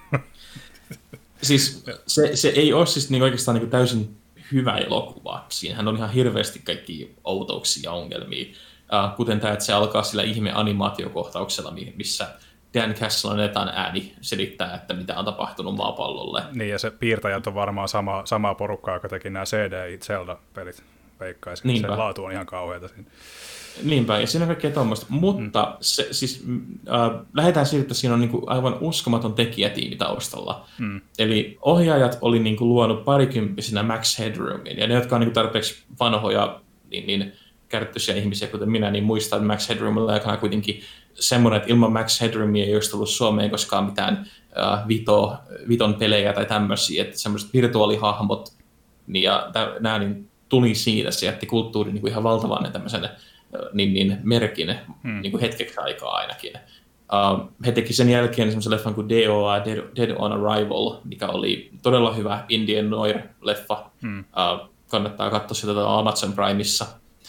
Siis se, se ei ole siis niin oikeastaan niin täysin hyvä elokuva. Siinähän on ihan hirveästi kaikki outouksia ja ongelmia. Uh, kuten tämä, että se alkaa sillä ihme animaatiokohtauksella, missä Dan Castellanetan ääni selittää, että mitä on tapahtunut maapallolle. Niin, ja se piirtäjät on varmaan sama, samaa porukkaa, joka teki nämä C D I-Zelda-pelit, veikkaisin. Niinpä. Se laatu on ihan kauheata siinä. Niinpä, ja siinä on kaikkea tuommoista. Mutta mm. se, siis, äh, lähdetään siitä, että siinä on niinku aivan uskomaton tekijätiimi taustalla. Mm. Eli ohjaajat oli niinku luonut parikymppisenä Max Headroomin, ja ne, jotka on niinku tarpeeksi vanhoja, niin, niin kärttyisiä ihmisiä, kuten minä, niin muistaa, että Max Headroom oli aikana kuitenkin semmoinen, että ilman Max Headroomia ei olisi tullut Suomeen koskaan mitään äh, Vito, Viton pelejä tai tämmöisiä, että semmoiset virtuaalihahmot, niin, ja nämä niin tuli siitä, se jätti kulttuurin niin kuin ihan valtavan tämmöisen niin, niin merkin hmm. niin kuin hetkeksi aikaa ainakin. Uh, he teki sen jälkeen semmoisen leffan kuin D O A, Dead, Dead on Arrival, mikä oli todella hyvä Indian noir-leffa. Hmm. Uh, kannattaa katsoa sitä Amazon Primeissa.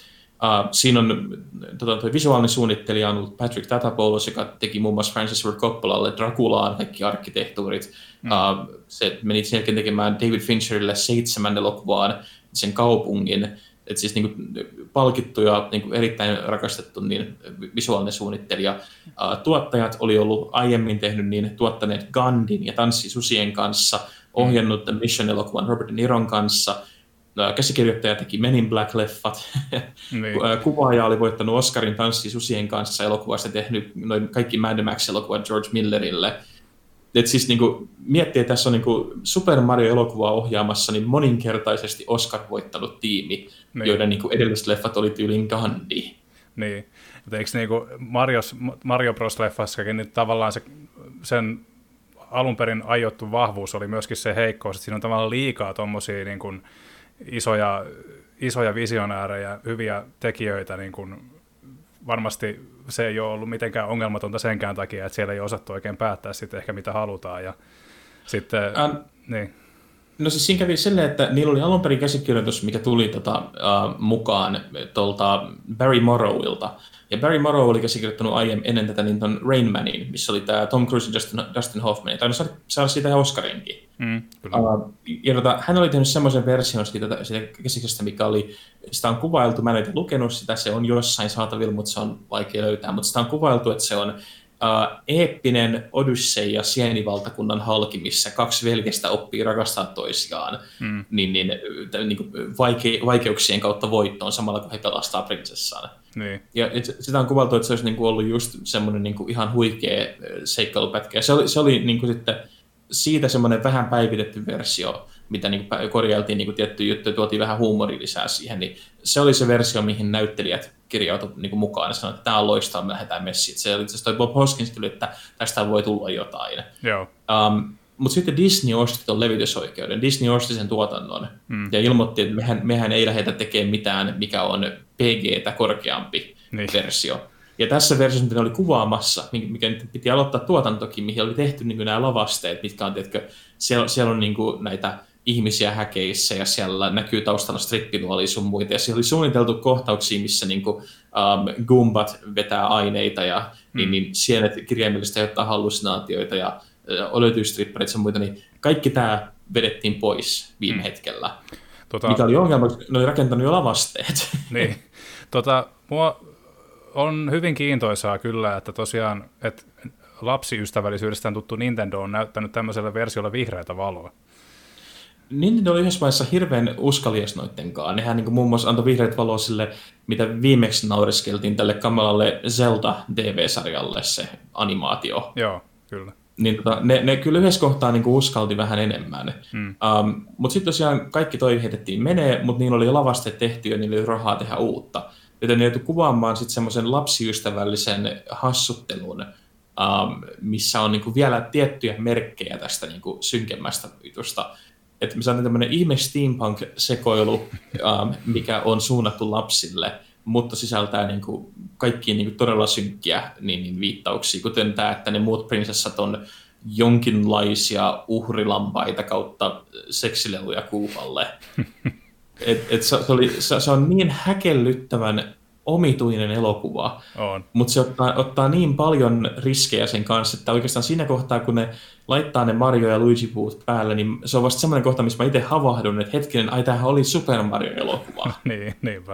Uh, siinä on tota, toi visuaalinen suunnittelija on ollut Patrick Tatapoulos, joka teki muun muassa Francis Ford Coppolalle Draculaan kaikki arkkitehtuurit. Mm. Uh, se meni sen jälkeen tekemään David Fincherille seitsemän elokuvaan sen kaupungin. Et siis niinku, palkittu ja niinku, erittäin rakastettu niin, visuaalinen suunnittelija. Uh, tuottajat oli ollut aiemmin tehnyt niin, tuottaneet Gandhin ja Tanssi susien kanssa, ohjannut The Mission-elokuvan Robert De Niron kanssa. Käsikirjoittaja teki Men in Black-leffat. Niin. Kuvaaja oli voittanut Oscarin Tanssi susien kanssa elokuvasta, tehnyt noin kaikki Mad Max-elokuvat George Millerille. Et siis niinku, miettii, että tässä on niinku Super Mario-elokuvaa ohjaamassa niin moninkertaisesti Oscar voittanut tiimi, niin. Joiden niinku edelliset leffat oli tyylin Gandhi. Niin, mutta eikö niinku Marios, Mario Bros-leffassakin niin tavallaan se, sen alun perin aiottu vahvuus oli myöskin se heikkous, että siinä on tavallaan liikaa tommosia niin kuin isoja, isoja visionäärejä, hyviä tekijöitä, niin kuin varmasti se ei ole ollut mitenkään ongelmatonta senkään takia, että siellä ei osattu oikein päättää sitten ehkä mitä halutaan. Ja sitten, ähm, niin. No siis siinä kävi silleen, että niillä oli alun perin käsikirjoitus, mikä tuli tota, uh, mukaan tuolta Barry Morrowilta. Ja Barry Morrow oli käsikirjoittanut aiemmin ennen tätä niin ton Rain Manin, missä oli tämä Tom Cruise ja Justin, Dustin Hoffman. Tai saada, saada siitä ihan Oscarinkin. Mm, uh, ja tota, hän oli tehnyt semmoisen version siitä, siitä käsikirjoitusta, mikä oli, sitä on kuvailtu, mä en ole lukenut sitä, se on jossain saatavilla, mutta se on vaikea löytää. Mutta sitä on kuvailtu, että se on Uh, eeppinen Odysseia sienivaltakunnan halki, missä kaksi veljestä oppii rakastaa toisiaan mm. niin, niin, niin kuin vaike- vaikeuksien kautta voittoon samalla, kun he pelastaa prinsessaan. Niin. Ja et, sitä on kuvaltu, että se olisi niin kuin ollut just semmoinen niin kuin ihan huikea seikkailupätkä. Ja se oli, se oli niin kuin sitten siitä semmoinen vähän päivitetty versio, mitä niin kuin korjailtiin niin kuin tiettyjä juttuja, tuotiin vähän huumoria lisää siihen, niin se oli se versio, mihin näyttelijät kirjautuivat niin kuin mukaan ja sanoivat, että tämä on loistava, me lähdetään messiin. Se oli toi Bob Hoskins tuli, että tästä voi tulla jotain. Um, mutta sitten Disney osti tuon levitysoikeuden. Disney osti sen tuotannon hmm. ja ilmoitti, että mehän, mehän ei lähdetä tekemään mitään, mikä on P G:tä korkeampi niin. versio. Ja tässä versiossa, mitä ne oli kuvaamassa, mikä nyt piti aloittaa tuotantokin, mihin oli tehty niin kuin nämä lavasteet, mitkä on, tiedätkö, siellä, siellä on niin kuin näitä ihmisiä häkeissä ja siellä näkyy taustalla strippinuolia sun muita. Ja siellä oli suunniteltu kohtauksia, missä niin kuin, um, Goombat vetää aineita ja mm. niin, niin sienet kirjaimellisesti aiheuttaa hallusinaatioita ja uh, löytyy stripparit ja muita. Niin kaikki tämä vedettiin pois viime mm. hetkellä. Tota... Mikä oli ongelma, ne oli rakentanut jo lavasteet. Niin. Tota, mua on hyvin kiintoisaa kyllä, että tosiaan että lapsiystävällisyydestään tuttu Nintendo on näyttänyt tämmöiselle versiolle vihreätä valoa. Nintendo oli yhdessä vaiheessa hirveän uskalias noittenkaan. Nehän niin muun muassa antoi vihreät valoa sille, mitä viimeksi naureskeltiin tälle kamalalle Zelda-D V-sarjalle, se animaatio. Joo, kyllä. Niin tota, ne, ne kyllä yhdessä kohtaa niin uskalti vähän enemmän. Mm. Um, mutta sitten tosiaan kaikki toi heitettiin menee, mutta niillä oli lavaste tehty ja niillä oli rahaa tehdä uutta. Joten ne joutui kuvaamaan sitten semmoisen lapsiystävällisen hassuttelun, um, missä on niinku vielä tiettyjä merkkejä tästä niinku synkemmästä jutusta. Että me saatiin tämmöinen ihme steampunk-sekoilu, um, mikä on suunnattu lapsille, mutta sisältää niinku kaikkia niinku todella synkkiä niin, niin viittauksia, kuten tämä, että ne muut prinsessat on jonkinlaisia uhrilampaita kautta seksileluja Koopalle. Et, et se, se, oli, se, se on niin häkellyttävän omituinen elokuva, mutta se ottaa, ottaa niin paljon riskejä sen kanssa, että oikeastaan siinä kohtaa, kun ne laittaa ne Mario ja Luigi-puut päälle, niin se on vasta semmoinen kohta, missä mä itse havahdun, että hetkinen, ai tämähän oli Super Mario-elokuva. niin, niinpä.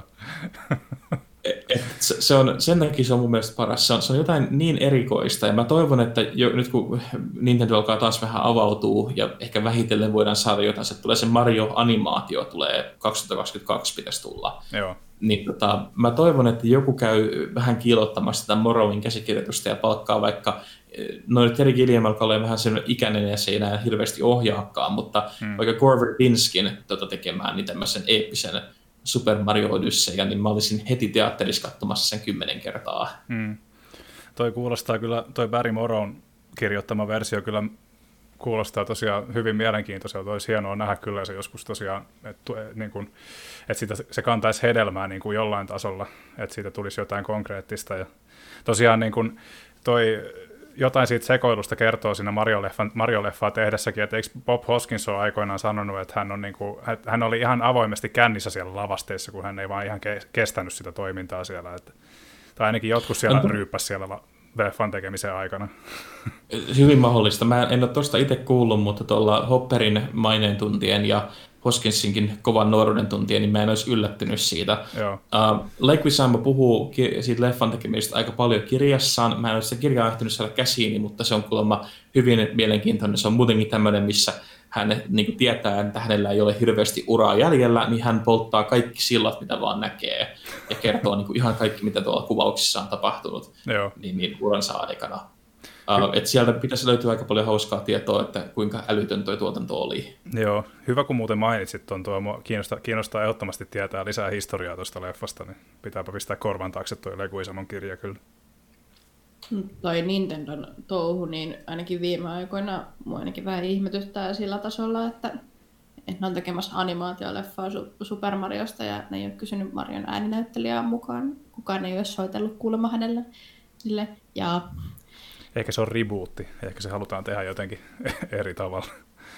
Et, et se, se on, sen takia se on mun mielestä paras. Se on, se on jotain niin erikoista, ja mä toivon, että jo, nyt kun Nintendo alkaa taas vähän avautua, ja ehkä vähitellen voidaan saada jotain, se tulee se Mario-animaatio, tulee kaksituhattakaksikymmentäkaksi pitäisi tulla. Joo. Niin tota, mä toivon, että joku käy vähän kiilottamassa tätä Morrowin käsikirjoitusta ja palkkaa vaikka, no Terry Gilliam alkaa olla vähän sen ikäinen ja se ei enää hirveästi ohjaakaan, mutta hmm. vaikka Gore Verbinskin tota, tekemään niin tämmöisen eeppisen Super Mario Odyssey, niin mä olisin heti teatterissa katsomassa sen kymmenen kertaa. Hmm. Toi kuulostaa kyllä, toi Barry Morrown kirjoittama versio kyllä kuulostaa tosiaan hyvin mielenkiintoiselta. Olisi hienoa nähdä kyllä se joskus tosiaan, että, niin kuin, että siitä, se kantaisi hedelmää niin kuin jollain tasolla, että siitä tulisi jotain konkreettista. Ja tosiaan niin kuin toi, jotain siitä sekoilusta kertoo siinä Mario-leffan, Mario-leffaa tehdessäkin, että eikö Bob Hoskins ole aikoinaan sanonut, että hän, on niin kuin, että hän oli ihan avoimesti kännissä siellä lavasteessa, kun hän ei vaan ihan kestänyt sitä toimintaa siellä. Että, tai ainakin jotkut siellä ryyppäsi siellä leffan tekemisen aikana. Hyvin mahdollista. Mä en ole tuosta itse kuullut, mutta tuolla Hopperin maineen tuntien ja Hoskinsinkin kovan nuoruuden tuntien, niin mä en olisi yllättynyt siitä. Uh, Lake Wisamba puhuu ki- siitä leffan tekemisestä aika paljon kirjassaan. Mä en ole sitä kirjaa ehtinyt saada käsiini, mutta se on kuulemma hyvin mielenkiintoinen. Se on muutenkin tämmöinen, missä hän niin kuin tietää, että hänellä ei ole hirveästi uraa jäljellä, niin hän polttaa kaikki sillat, mitä vaan näkee, ja kertoo niin kuin ihan kaikki, mitä tuolla kuvauksissa on tapahtunut niin, niin uransa aikana. Uh, et sieltä pitäisi löytyä aika paljon hauskaa tietoa, että kuinka älytön tuo tuotanto oli. Joo, hyvä kun muuten mainitsit tuon, tuo mua kiinnostaa, kiinnostaa ehdottomasti tietää lisää historiaa tuosta leffasta, niin pitääpä pistää korvan taakse tuo Lake Wisamon kirja kyllä. Toi Nintendon touhu, niin ainakin viime aikoina mua ainakin vähän ihmetyttää sillä tasolla, että, että ne on tekemässä animaatioleffaa Super Mariosta ja ne ei ole kysynyt Marion ääninäyttelijää mukaan. Kukaan ei ole soitellut kuulemma hänelle. Sille. Ja ehkä se on rebootti, ehkä se halutaan tehdä jotenkin eri tavalla.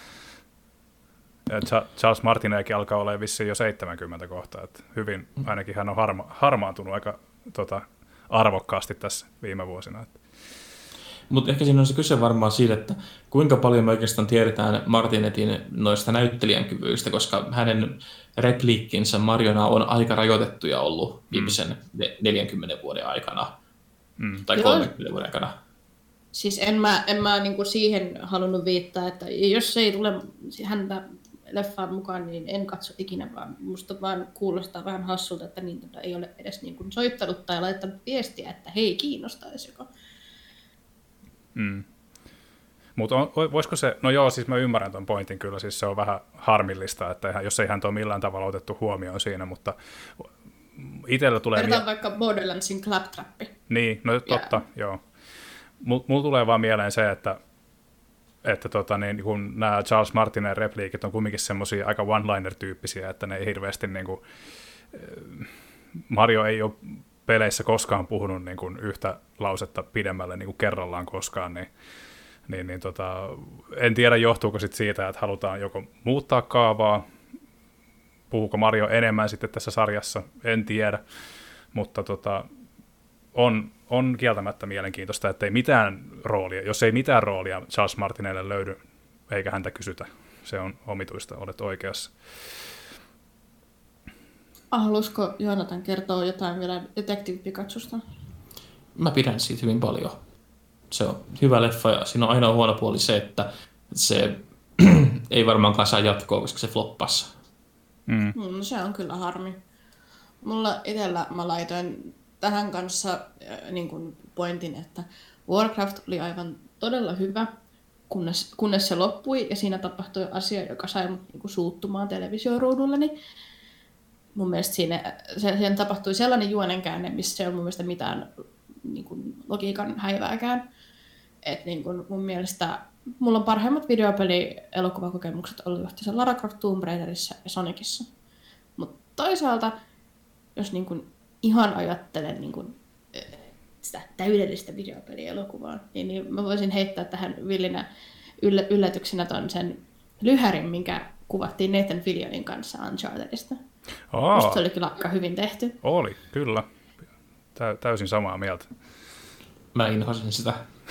Ja Charles Martinetkin alkaa olla vissiin jo seitsemänkymmentä kohtaa, että hyvin ainakin hän on harma, harmaantunut aika tota, arvokkaasti tässä viime vuosina. Mutta ehkä siinä on se kyse varmaan siitä, että kuinka paljon me oikeastaan tiedetään Martinetin noista näyttelijän kyvyistä, koska hänen repliikkinsä Mariona on aika rajoitettuja ollut viimeisen mm. neljänkymmenen vuoden aikana, mm. tai kolmekymmentä vuoden aikana. Siis en mä, en mä niinku siihen halunnut viittaa, että jos ei tule häntä leffaan mukaan, niin en katso ikinä, vaan musta vaan kuulostaa vähän hassulta, että Nintendo ei ole edes niinku soittanut tai laittanut viestiä, että hei, kiinnostaisiko. Mm. Mutta voisiko se, no joo, siis mä ymmärrän ton pointin kyllä, siis se on vähän harmillista, että jos ei häntä ole millään tavalla otettu huomioon siinä, mutta itsellä tulee... Vertaan mie- vaikka Borderlandsin Claptrappi. Niin, no totta, yeah. Joo. Mulla tulee vaan mieleen se, että, että tota, niin, kun nämä Charles Martinen repliikit on kumminkin semmoisia aika one-liner-tyyppisiä, että ne ei hirveästi, niin kuin, Mario ei ole peleissä koskaan puhunut niin kuin yhtä lausetta pidemmälle niin kuin kerrallaan koskaan, niin, niin, niin tota, en tiedä johtuuko sit siitä, että halutaan joko muuttaa kaavaa, puhuuko Mario enemmän sitten tässä sarjassa, en tiedä, mutta tota, on... On kieltämättä mielenkiintoista, että ei mitään roolia, jos ei mitään roolia Charles Martinelle löydy, eikä häntä kysytä. Se on omituista, olet oikeassa. Haluaisiko Joonatan kertoa jotain vielä Detective Pikachusta? mä pidän siitä hyvin paljon. Se on hyvä leffa ja siinä on ainoa huono puoli se, että se ei varmaankaan saa jatkoa, koska se floppasi. Mm. Mm, se on kyllä harmi. Mulla itsellä mä laitoin tähän kanssa äh, niin kuin pointin, että Warcraft oli aivan todella hyvä, kunnes, kunnes se loppui ja siinä tapahtui asia, joka sai mut niin kuin suuttumaan televisioruudulleni. Mun mielestä siinä, se, siinä tapahtui sellainen juonenkäänne, missä ei ole mun mielestä mitään niin kuin logiikan häivääkään. Et niin kuin mun mielestä mulla on parhaimmat videopeli-elokuvakokemukset ollut johtaisen Lara Croft Tomb Raiderissa ja Sonicissa. Mutta toisaalta, jos niin kuin ihan ajattelen niin kuin sitä täydellistä videopelielokuvaa, niin, niin mä voisin heittää tähän villinä yllä, yllätyksenä ton sen lyhärin, minkä kuvattiin Nathan Fillionin kanssa Unchartedista. Oh. Se oli kyllä aika hyvin tehty. Oli, kyllä. Tä, täysin samaa mieltä. Mä inhosin sitä.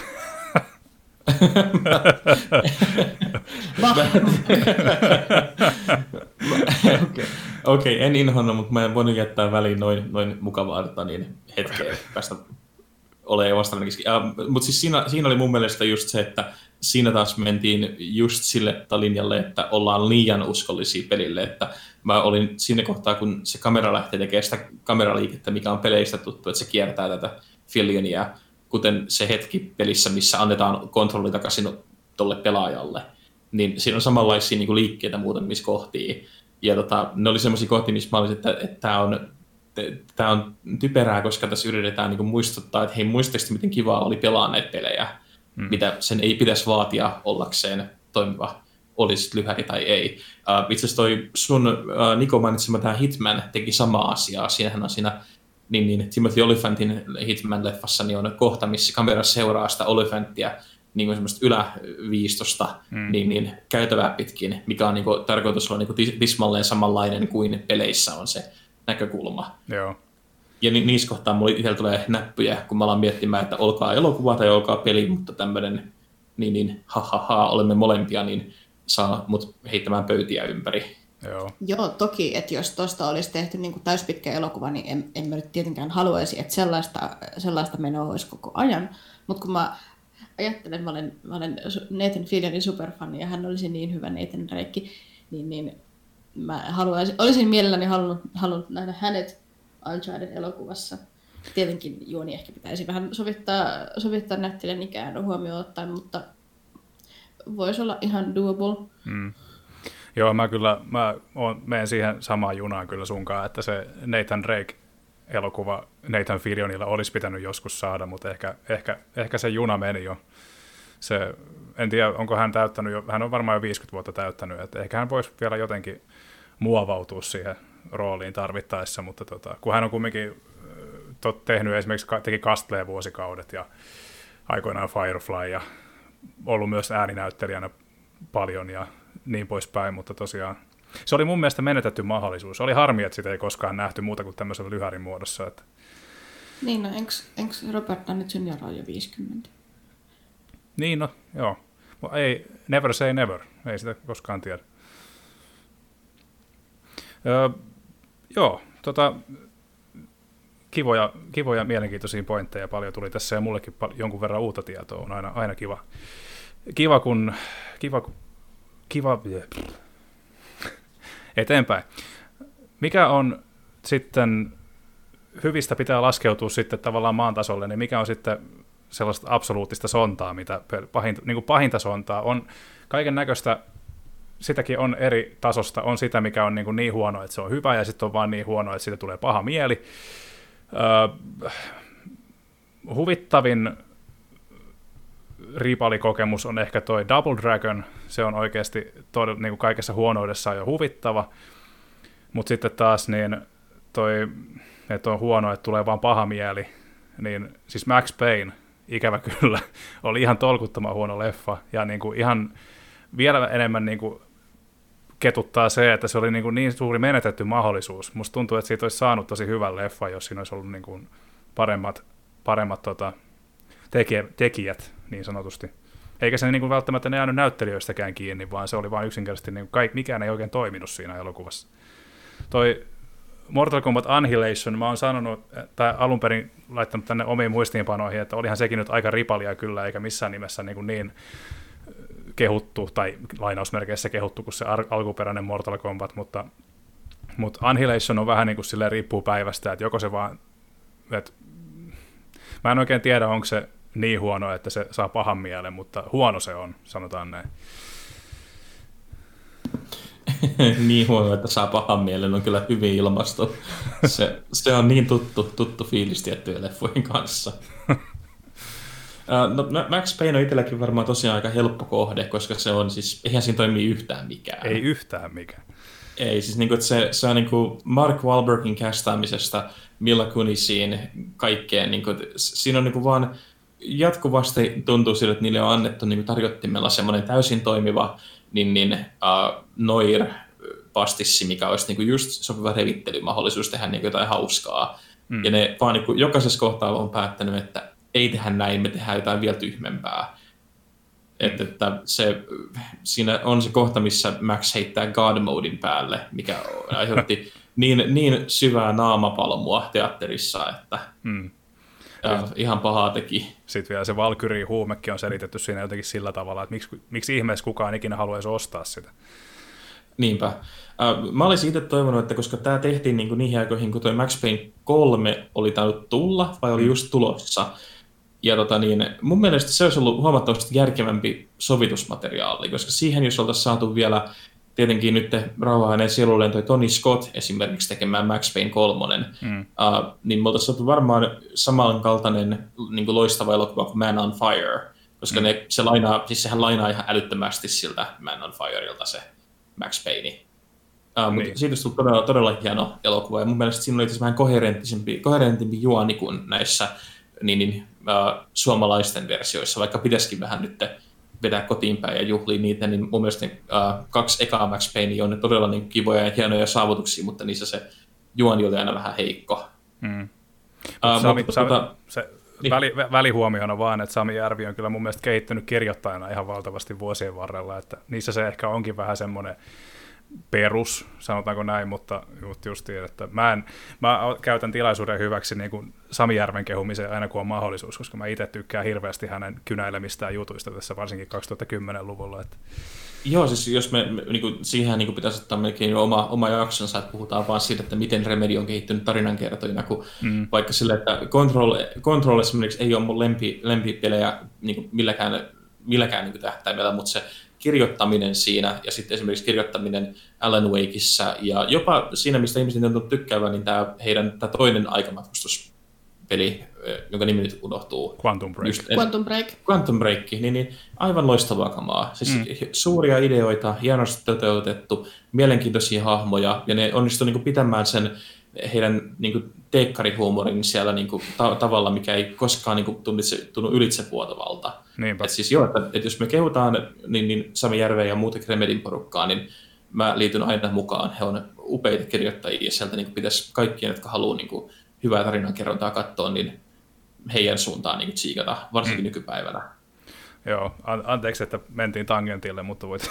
Okei, okay, en inhonnut, mutta mä en voinut jättää väliin noin, noin mukavaa niin hetkeä päästä olemaan vastaavana. Uh, mutta siis siinä, siinä oli mun mielestä just se, että siinä taas mentiin just sille linjalle, että ollaan liian uskollisia pelille. Että mä olin siinä kohtaa, kun se kamera lähtee tekemään sitä kameraliikettä, mikä on peleistä tuttu, että se kiertää tätä Fillionia, kuten se hetki pelissä, missä annetaan kontrolli takaisin tolle pelaajalle. Niin siinä on samanlaisia niin kuin liikkeitä muutamissa kohtia. Ja tota, ne oli semmoisia kohtia, missä mä olisin, että, että tämä on, tämä on typerää, koska tässä yritetään niin kuin muistuttaa, että hei, muistaisi, miten kivaa oli pelaa näitä pelejä, hmm. mitä sen ei pitäisi vaatia ollakseen toimiva, olisi lyhäri tai ei. Uh, itse asiassa toi sun uh, Niko mainitsema tämä Hitman teki samaa asiaa. Siinähän on siinä niin, niin, Timothy Olyphantin Hitman-leffassa niin on kohta, missä kamera seuraa sitä Olyphanttia niin kuin semmoista yläviistosta mm. niin, niin, käytävää pitkin, mikä on niin kuin, tarkoitus olla niin kuin tismalleen samanlainen kuin peleissä on se näkökulma. Joo. Ja ni, niissä kohtaa mulla itsellä tulee näppyjä, kun mä alan miettimään, että olkaa elokuva tai olkaa peli, mutta tämmöinen, niin, niin ha, ha, ha, olemme molempia, niin saa mut heittämään pöytiä ympäri. Joo. Joo, toki, että jos tuosta olisi tehty niin kuin täyspitkä elokuva, niin en, en mä nyt tietenkään haluaisi, että sellaista, sellaista menoa olisi koko ajan. Mutta kun mä ajattelen, mä olen, mä olen Nathan Fillionin superfani ja hän olisi niin hyvä Nathan Drake, niin, niin mä haluaisin, olisin mielelläni halunnut, halunnut nähdä hänet Uncharted-elokuvassa. Tietenkin juoni ehkä pitäisi vähän sovittaa, sovittaa näyttelijän ikään huomioon ottaen, mutta voisi olla ihan doable. Mm. Joo, mä kyllä mä oon, menen siihen samaan junaan kyllä sunkaan, että se Nathan Drake-elokuva Nathan Fillionilla olisi pitänyt joskus saada, mutta ehkä, ehkä, ehkä se juna meni jo. Se, en tiedä, onko hän täyttänyt jo, hän on varmaan jo viisikymmentä vuotta täyttänyt, että ehkä hän voisi vielä jotenkin muovautua siihen rooliin tarvittaessa, mutta tota, kun hän on kumminkin tot, tehnyt esimerkiksi, teki Castle-vuosikaudet ja aikoinaan Firefly ja ollut myös ääninäyttelijänä paljon ja niin poispäin, mutta tosiaan se oli mun mielestä menetetty mahdollisuus. Oli harmi, että sitä ei koskaan nähty muuta kuin tämmöisellä lyhärin muodossa. Että... Niin, no enkö Robert Downey junior ole jo viisikymmentä? Niin, no joo. Ei, never say never. Ei sitä koskaan tiedä. Öö, joo, tota, kivoja, kivoja mielenkiintoisia pointteja paljon tuli tässä ja mullekin pal- jonkun verran uutta tietoa. On aina, aina kiva. Kiva, kun... Kiva, kun Kiva. Eteenpäin. Mikä on sitten, hyvistä pitää laskeutua sitten tavallaan maan tasolle, niin mikä on sitten sellaista absoluuttista sontaa, mitä pahinta, niin kuin pahinta sontaa on kaiken näköistä, sitäkin on eri tasosta, on sitä, mikä on niin, kuin niin huono, että se on hyvä, ja sitten on vaan niin huono, että siitä tulee paha mieli. Öö, huvittavin ripalikokemus on ehkä toi Double Dragon, se on oikeasti todella, niin kuin kaikessa huonoudessaan jo huvittava, mutta sitten taas niin toi, että on huono, että tulee vaan paha mieli, niin siis Max Payne, ikävä kyllä, oli ihan tolkuttoman huono leffa, ja niin kuin ihan vielä enemmän niin kuin ketuttaa se, että se oli niin, kuin niin suuri menetetty mahdollisuus. Musta tuntuu, että siitä olisi saanut tosi hyvän leffa, jos siinä olisi ollut niin kuin paremmat, paremmat tota, tekijät, niin sanotusti. Eikä se niin kuin välttämättä ne jäänyt näyttelijöistäkään kiinni, vaan se oli vain yksinkertaisesti, niin kuin kaikki, mikään ei oikein toiminut siinä elokuvassa. Toi Mortal Kombat Annihilation, mä oon sanonut, tai alun perin laittanut tänne omiin muistiinpanoihin, että olihan sekin nyt aika ripalia kyllä, eikä missään nimessä niin, kuin niin kehuttu, tai lainausmerkeissä kehuttu kuin se alkuperäinen Mortal Kombat, mutta, mutta Annihilation on vähän niin kuin silleen riippuu päivästä, että joko se vaan, että mä en oikein tiedä, onko se niin huono, että se saa pahan mielen, mutta huono se on, sanotaan näin. Niin huono, että saa pahan mielen, on kyllä hyvin ilmasto. Se, se on niin tuttu, tuttu fiilis tiettyjen leffojen kanssa. No, Max Payne on itselläkin varmaan tosiaan aika helppo kohde, koska se on siis, eihän siinä toimi yhtään mikään. Ei yhtään mikään. Ei, siis niin kuin, että se, se on niin kuin Mark Wahlbergin castaamisesta Mila Kunisiin kaikkeen. Niin kuin, siinä on niin kuin vaan jatkuvasti tuntuu sille, että niille on annettu niin kuin tarjottimella semmoinen täysin toimiva niin, niin, uh, noir-pastissi, mikä olisi niin kuin just sopiva revittelymahdollisuus tehdä niin kuin jotain hauskaa. Mm. Ja ne vaan niin kuin, jokaisessa kohtaa on päättänyt, että ei tehdä näin, me tehdään jotain vielä tyhmempää. Että, että se, siinä on se kohta, missä Max heittää God Modin päälle, mikä aiheutti niin, niin syvää naamapalmua teatterissa, että mm. ja, ihan pahaa teki. Sitten vielä se Valkyrie-huumekin on selitetty siinä jotenkin sillä tavalla, että miksi, miksi ihmeessä kukaan ikinä haluaisi ostaa sitä. Niinpä. Mä olisin itse toivonut, että koska tämä tehtiin niin kuin niihin aikoihin, kun tuo Max Payne kolme oli tainnut tulla, vai oli just tulossa, ja tota niin, mun mielestä se olisi ollut huomattavasti järkevämpi sovitusmateriaali, koska siihen, jos oltaisiin saatu vielä tietenkin nyt rauhainen sielulleen toi Tony Scott esimerkiksi tekemään Max Payne kolmonen, mm. uh, niin me oltaisiin saatu varmaan samankaltainen niin kuin loistava elokuva kuin Man on Fire, koska mm. ne, se lainaa, siis sehän lainaa ihan älyttömästi siltä Man on Fireilta se Max Payne. Uh, mutta niin. Siitä olisi tullut todella, todella hieno elokuva, ja mun mielestä siinä oli vähän koherenttisempi, koherentimpi juoni kuin näissä niin, niin, uh, suomalaisten versioissa, vaikka pitäisikin vähän nyt vetää kotiin päin ja juhlia niitä, niin mun mielestä uh, kaksi ekaa Max Payne on ne todella niin kivoja ja hienoja saavutuksia, mutta niissä se juoni oli aina vähän heikko. Mm. Uh, Sami, mutta, Sami, tota, se niin. väli, välihuomiona vaan, että Sami Järvi on kyllä mun mielestä kehittynyt kirjoittajana ihan valtavasti vuosien varrella, että niissä se ehkä onkin vähän semmoinen perus, sanotaanko näin, mutta just että mä, en, mä käytän tilaisuuden hyväksi niin kuin Sami Järven kehumiseen aina kun on mahdollisuus, koska mä itse tykkään hirveästi hänen kynäilemistään jutuista tässä varsinkin kaksituhattakymmenen-luvulla. Että joo, siis jos me, me niin kuin, siihen niin kuin pitäisi ottaa melkein jo oma, oma jaksonsa, että puhutaan vaan siitä, että miten Remedy on kehittynyt tarinankertojina, kun mm. vaikka sille, että Control, Control esimerkiksi ei ole mun lempi, lempipelejä niin kuin milläkään, milläkään niin kuin tähtäimellä, mutta se kirjoittaminen siinä ja sitten esimerkiksi kirjoittaminen Alan Wakeissa ja jopa siinä, mistä ihmiset on tykkäävän, niin tämä heidän tämä toinen aikamatkustuspeli, jonka nimi nyt unohtuu. Quantum Break. Just, Quantum Break. Quantum Break, niin, niin aivan loistavaa kamaa. Siis mm. suuria ideoita, hienosti toteutettu, mielenkiintoisia hahmoja ja ne onnistuivat niin pitämään sen heidän niin kuin, teekkarihuumorin siellä niin kuin, ta- tavalla, mikä ei koskaan niin kuin, tunnu ylitsevuotavalta. Et siis joo, että, että jos me kehutaan niin, niin Sami Järveä ja muuta Remedin porukkaa, niin mä liityn aina mukaan. He on upeita kirjoittajia ja sieltä niin kuin, pitäisi kaikkien, jotka haluaa niin kuin, hyvää tarinankerrontaa katsoa, niin heidän suuntaan niin kuin, tsiikata, varsinkin mm. nykypäivänä. Joo, an- anteeksi, että mentiin tangentille, mutta voit...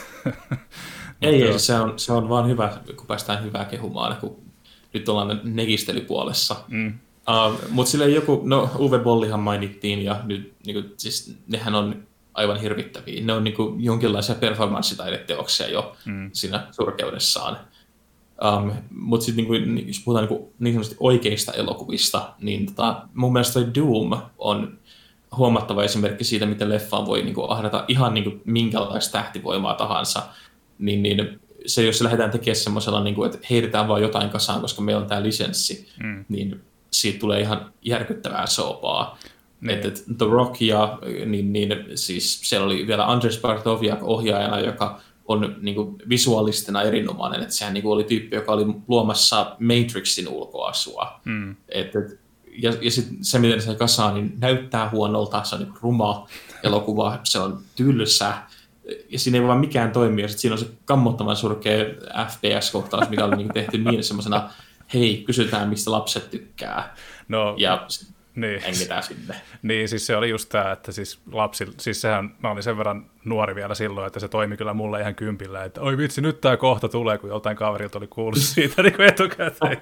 ei, ei se, on, se on vaan hyvä, kun päästään hyvää kehumaan, kun nyt ollaan negistelypuolessa. Mm. Uh, mutta silleen joku, no Uwe Bollihan mainittiin, ja nyt niinku, siis nehän on aivan hirvittäviä. Ne on niinku jonkinlaisia performanssitaideteoksia jo mm. siinä surkeudessaan. Um, mutta sitten niinku, jos puhutaan niinku, niin sanotusti oikeista elokuvista, niin tota, mun mielestä toi Doom on huomattava esimerkki siitä, miten leffaan voi niinku, ahdata ihan niinku, minkälaista tähtivoimaa tahansa. Niin, niin se, jos lähdetään tekemään semmoisella, niin kuin, että heitetään vaan jotain kasaan, koska meillä on tämä lisenssi, mm. niin siitä tulee ihan järkyttävää soopaa. Niin. Että The Rock ja niin, niin, siis siellä oli vielä Andrzej Bartowiak ohjaajana, joka on niin kuin, visuaalistena erinomainen. Että sehän niin kuin, oli tyyppi, joka oli luomassa Matrixin ulkoasua. Mm. Et, et, ja ja sitten se, miten se kasaan, niin näyttää huonolta, se on niin kuin, ruma elokuva, se on tylsä. Ja siinä ei vaan mikään toimi, ja siinä on se kammottavan surkea F P S-kohtaus, mikä oli niin tehty niin semmoisena, hei, kysytään, mistä lapset tykkää. No, ja, niin. Hengitään sinne. Niin, siis se oli just tämä, että siis lapsi, siis sehän, mä olin sen verran nuori vielä silloin, että se toimi kyllä mulle ihan kympillä, että oi vitsi, nyt tää kohta tulee, kun joltain kaverilta oli kuullut siitä niin kuin etukäteen.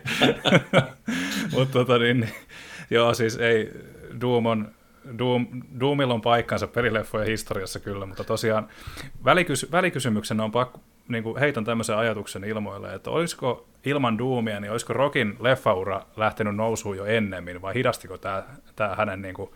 Mutta tota niin, niin, joo, siis ei, Doom on, Doom, Doomilla on paikkansa pelileffojen historiassa kyllä, mutta tosiaan välikys, välikysymyksen on pakko, niin kuin heitän tämmöisen ajatuksen ilmoille, että olisiko ilman Doomia, niin olisiko Rockin leffaura lähtenyt nousuun jo ennemmin, vai hidastiko tämä, tämä hänen, niin kuin,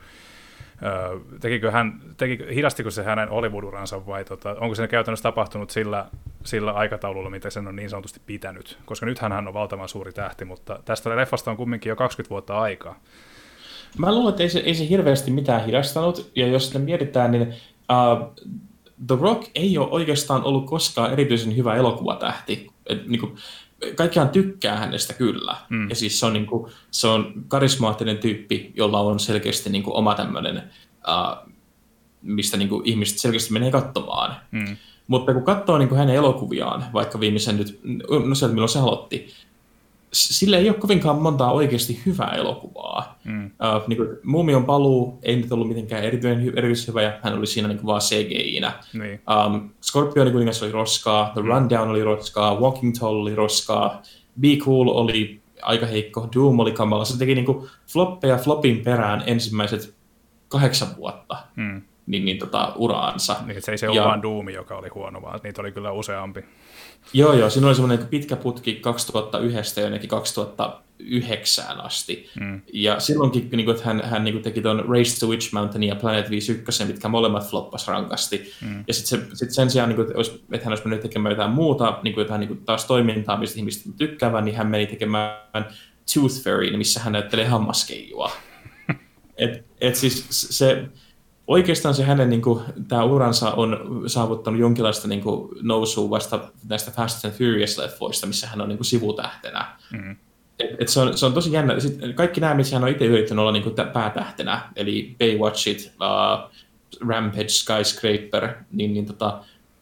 ö, tekikö hän, tekikö, hidastiko se hänen Hollywood-uransa, vai tota, onko se käytännössä tapahtunut sillä, sillä aikataululla, mitä sen on niin sanotusti pitänyt, koska nythän hän on valtavan suuri tähti, mutta tästä leffasta on kumminkin jo kaksikymmentä vuotta aikaa. Mä luulen, että ei se, ei se hirveästi mitään hidastanut, ja jos sitä mietitään, niin uh, The Rock ei ole oikeastaan ollut koskaan erityisen hyvä elokuvatähti. Et, niin kuin, kaikkiaan tykkää hänestä kyllä. Mm. Ja siis se on, niin kuin, se on karismaattinen tyyppi, jolla on selkeästi niin kuin, oma tämmöinen, uh, mistä niin kuin, ihmiset selkeästi menee katsomaan. Mm. Mutta kun katsoo niin kuin, hänen elokuviaan, vaikka viimeisen nyt, no sieltä milloin se aloitti, sillä ei ole kovinkaan montaa oikeasti hyvää elokuvaa. Mm. Uh, niin kuin, Muumion paluu ei nyt ollut mitenkään erityisen, erityisen hyvä, ja hän oli siinä niin kuin vaan C G I-nä. Niin. Um, Scorpionin kuningas oli roskaa, The mm. Rundown oli roskaa, Walking Tall oli roskaa, Be Cool oli aika heikko, Doom oli kamala. Se teki niin kuin floppeja flopin perään ensimmäiset kahdeksan vuotta mm. niin, niin, tota, uraansa. Niin, se ei se ole vaan Doom, joka oli huono, vaan niitä oli kyllä useampi. Joo, joo, siinä oli semmoinen pitkä putki kaksituhattayksi jonnekin kaksituhattayhdeksän asti. Mm. Ja silloinkin, niin kuin, että hän, hän niin kuin teki tuon Race to Witch Mountain ja Planet viisikymmentäyksi, mitkä molemmat floppas rankasti. Mm. Ja sitten se, sit sen sijaan, niin kuin, että hän olisi mennyt tekemään jotain muuta, niin kuin jotain niin kuin taas toimintaa, mistä ihmiset tykkäävät, niin hän meni tekemään Tooth Fairy, missä hän näyttelee hammaskeijua. et, et siis se... Oikeastaan se hänen niin kuin, tämä uransa on saavuttanut jonkinlaista niin kuin, nousua vasta näistä Fast and Furious-leffoista, missä hän on niin kuin, sivutähtenä. Mm. Et, et se, on, se on tosi jännä. Sitten kaikki nämä, missä hän on itse yrittänyt olla niin kuin, päätähtenä, eli Baywatchit, uh, Rampage, Skyscraper, niin, niin tota,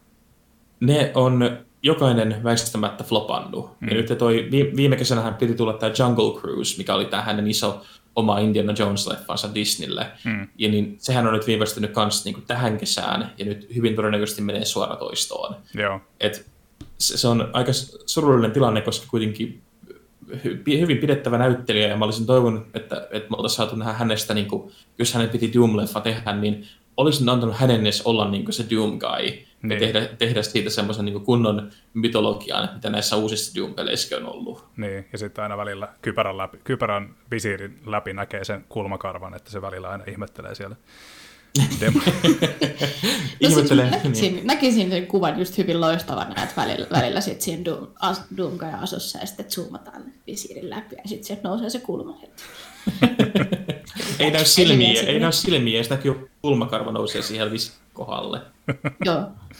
ne on jokainen väistämättä flopannut. Mm. Ja nyt toi, viime kesänä hän piti tulla tämä Jungle Cruise, mikä oli tämä hänen iso oma Indiana Jones-leffansa Disneylle. Mm. Ja niin, sehän on nyt viivästynyt kans niin kuin tähän kesään, ja nyt hyvin todennäköisesti menee suoratoistoon. Joo. Et se, se on aika surullinen tilanne, koska kuitenkin hy, hyvin pidettävä näyttelijä, ja mä olisin toivonut, että, että me oltaisiin saatu nähdä hänestä, niin kuin, jos hänen piti Doom-leffa tehdä, niin olisin antanut hänen edes olla niin kuin se Doom guy, niin. ja tehdä, tehdä siitä semmoisen niin kuin kunnon mytologian, mitä näissä uusissa Doom-peleissä on ollut. Niin, ja sitten aina välillä kypärän, läpi, kypärän visiirin läpi näkee sen kulmakarvan, että se välillä aina ihmettelee siellä. Ihmettelee. Näkisin, niin. näkisin sen kuvan just hyvin loistavana, että välillä, välillä sitten siinä Doom, as, Doom guy asussa ja sitten zoomataan visiirin läpi ja sitten sieltä nousee se kulma. ei näy silmiä, ei näy silmiä, ja sitä kyllä kulmakarva nousee siihen kohdalle. Joo.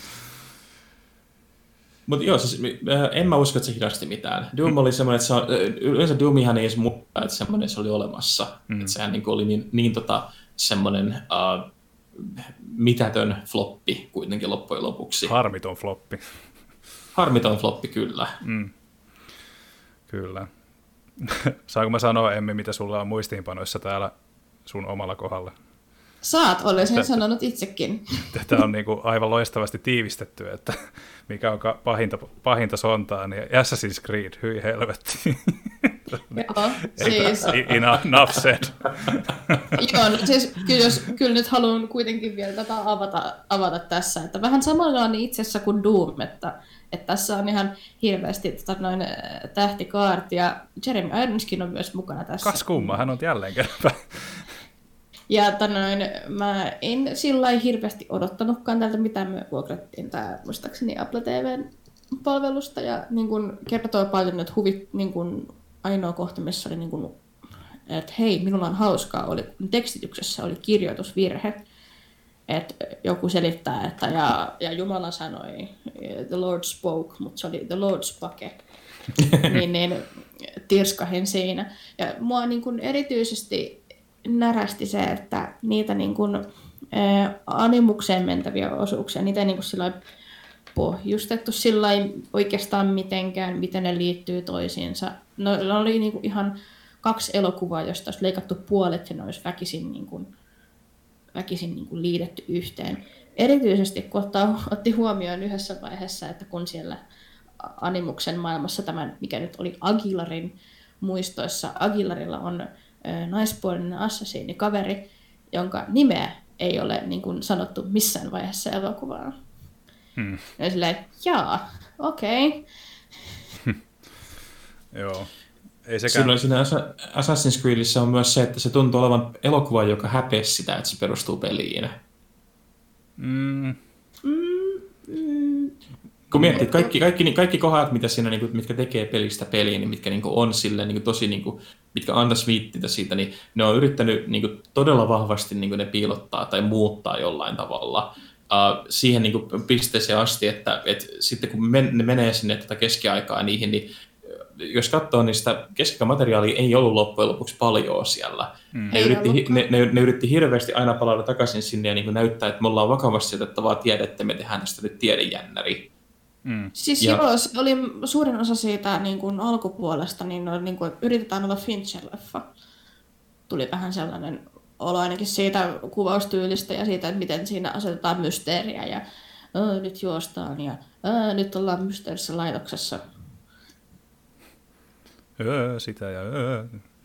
Mutta joo, siis en mä usko, että se hidasti mitään. Doom oli semmoinen, että se on, yleensä Doomihan ei edes muuttaa, että semmoinen se oli olemassa. Mm. Että sehän niin oli niin, niin tota, semmoinen uh, mitätön floppi kuitenkin loppujen lopuksi. Harmiton floppi. Harmiton floppi, kyllä. Mm. Kyllä. Saanko mä sanoa, Emmi, mitä sulla on muistiinpanoissa täällä sun omalla kohdalla? Saat, olen sen sanonut itsekin. Tätä on niin kuin aivan loistavasti tiivistetty, että mikä on pahinta, pahinta sontaa, niin Assassin's Creed, hyi helvetti. Joo, siis... Enough said. Joo, no siis kyllä, jos, kyllä nyt haluan kuitenkin vielä tätä avata, avata tässä, että vähän samalla on itse asiassa kuin Doom, että, että tässä on ihan hirveästi tota, noin tähtikaarti, ja Jeremy Ironskin on myös mukana tässä. Kas kumma, hän on jälleen kerran. Ja tanoin, mä en sillä lailla hirveästi odottanutkaan tältä, mitä me vuokrattiin tää muistaakseni Apple T V:n palvelusta. Ja niin kun kertoo paljon, että huvit, niin kun ainoa kohta, missä oli, niin kun, että hei, minulla on hauskaa, oli, tekstityksessä oli kirjoitusvirhe. Että joku selittää, että ja, ja Jumala sanoi, the Lord spoke, mutta se oli the Lord spake. niin, niin tirskahin siinä. Ja mua niin kun erityisesti närästi se, että niitä niin kuin, ä, animukseen mentäviä osuuksia, niitä ei niin kuin sillä pohjustettu sillä oikeastaan mitenkään, miten ne liittyy toisiinsa. No, ne oli niin kuin ihan kaksi elokuvaa, josta olisi leikattu puolet ja ne olisi väkisin, niin kuin, väkisin niin kuin liitetty yhteen. Erityisesti kun ottaa, otti huomioon yhdessä vaiheessa, että kun siellä Animuksen maailmassa tämän, mikä nyt oli Aguilarin muistoissa, Aguilarilla on ö, naispuolinen assasiinikaveri, jonka nimeä ei ole niin kuin sanottu missään vaiheessa elokuvaa. Hmm. Ja silleen, jaa, okei. Okay. Joo. Ei sekään... Silloin siinä Assassin's Creedissä on myös se, että se tuntuu olevan elokuva, joka häpesi sitä, että se perustuu peliin. Mm. Mm, mm. Kun miettii, kaikki, kaikki, kaikki kohdat, mitä siinä, niin kuin, mitkä tekee pelistä peliin, niin mitkä niin kuin, on silleen, niin kuin, tosi, niin kuin, mitkä antaisi viittintä siitä, niin ne on yrittänyt niin kuin, todella vahvasti niin kuin, ne piilottaa tai muuttaa jollain tavalla uh, siihen niin kuin, pisteeseen asti, että et, sitten kun men, ne menee sinne tätä keskiaikaa niihin, niin jos katsoo, niin sitä keskiaikamateriaalia ei ollut loppujen lopuksi paljon siellä. Mm. Ne, yritti, ne, ne, ne yritti hirveästi aina palata takaisin sinne ja niin kuin näyttää, että me ollaan vakavasti otettavaa tiedettä, me tehdään tästä nyt tiedejännäri. Mm. Siis ja... joo, se oli suurin osa siitä niin kuin alkupuolesta, niin, oli, niin kuin, yritetään olla Fincher-leffa. Tuli vähän sellainen olo ainakin siitä kuvaustyylistä ja siitä, että miten siinä asetetaan mysteeriä ja nyt juostaan ja nyt ollaan mysteerissä laitoksessa. Öö, sitä ja öö.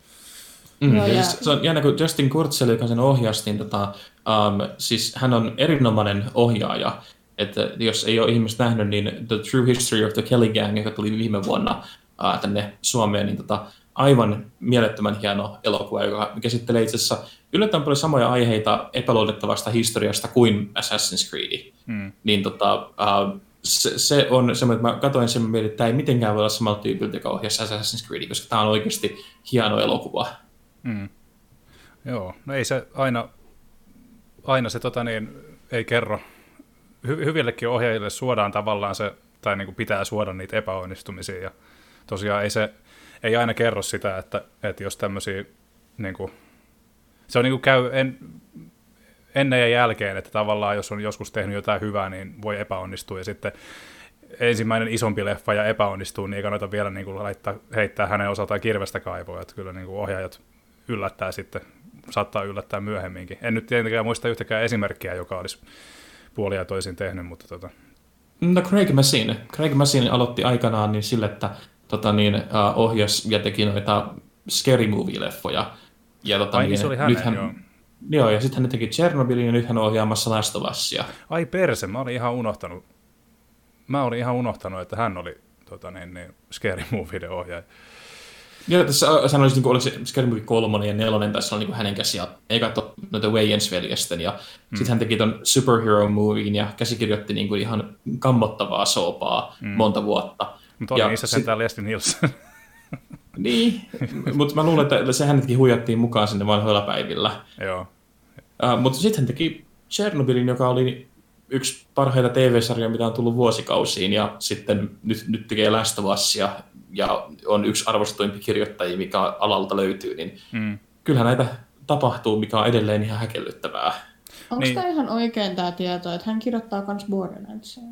Mm, ja ja... Se on jännä, kun Justin Kurzel, joka sen ohjasi, niin tota, um, siis hän on erinomainen ohjaaja. Että jos ei ole ihmiset nähnyt, niin The True History of the Kelly Gang, joka tuli viime vuonna uh, tänne Suomeen, niin tota, aivan mielettömän hieno elokuva, joka käsittelee itse asiassa yllättävän paljon samoja aiheita epäluotettavasta historiasta kuin Assassin's Creed. Mm. Niin tota, uh, se, se on semmoinen, että mä katsoin sen mieleen, että tämä ei mitenkään voi olla samalla tyypiltä, joka ohjasi Assassin's Creed, koska tämä on oikeasti hieno elokuva. Mm. Joo, no ei se aina, aina se tota niin, ei kerro. Hy- hyvillekin ohjaajille suodaan tavallaan se, tai niin kuin pitää suoda niitä epäonnistumisia, ja tosiaan ei se ei aina kerro sitä, että, että jos tämmöisiä, niin kuin, se on niin kuin käy en, ennen ja jälkeen, että tavallaan jos on joskus tehnyt jotain hyvää, niin voi epäonnistua, ja sitten ensimmäinen isompi leffa ja epäonnistuu, niin ei kannata vielä niin kuin laittaa, heittää hänen osaltaan kirvestä kaivoa, että kyllä niin kuin ohjaajat yllättää sitten, saattaa yllättää myöhemminkin. En nyt tietenkään muista yhtäkään esimerkkiä, joka olisi puolia ja toisin tehnyt, mutta tota... No Craig Mazin. Craig Mazin aloitti aikanaan niin sille, että tota, niin, uh, ohjasi ja teki noita Scary Movie-leffoja. Ja, tota, Ai niin, se oli hänen, hän, joo. Joo, ja sitten hän teki Chernobylin ja nyt hän on ohjaamassa Last of Usia. Ai perse, mä olin ihan unohtanut. Mä olin ihan unohtanut, että hän oli tota, niin, niin, Scary Movieiden ohjaaja. Ja tässä hän olisi, niin kuin, oliko se Scary Movie kolmonen ja nelonen, tässä oli niin hänen käsiä. Ei katso noita Wayans-veljesten. Ja mm. sitten hän teki ton Superhero Movien ja käsikirjoitti niin kuin ihan kammottavaa soopaa mm. monta vuotta. Mutta oli niissä sentään Leslie Nielsen. Niin, mutta mä luulen, että se hänetkin huijattiin mukaan sinne vanhoilla päivillä. Joo. Uh, mutta sitten hän teki Chernobylin, joka oli yksi parhaita T V-sarjoja, mitä on tullut vuosikausiin, ja sitten nyt, nyt tekee Last of Usia, ja on yksi arvostetuimpi kirjoittajia, mikä alalta löytyy, niin mm. kyllähän näitä tapahtuu, mikä on edelleen ihan häkellyttävää. Onko niin. tämä ihan oikein tämä tieto, että hän kirjoittaa myös Borderlandsia?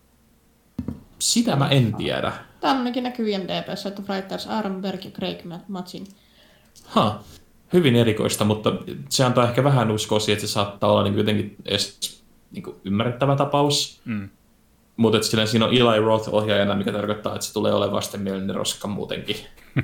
Sitä mä en tiedä. Tämä ainakin näkyy I M D B:ssä, että Writers Aronberg ja Craig Mazin. Ha, hyvin erikoista, mutta se antaa ehkä vähän uskoa siihen, että se saattaa olla niin jotenkin edes niin kuin ymmärrettävä tapaus. Mm. Mutta siinä on Eli Roth ohjaajana, mikä tarkoittaa, että se tulee olemaan vastenmielinen roska muutenkin.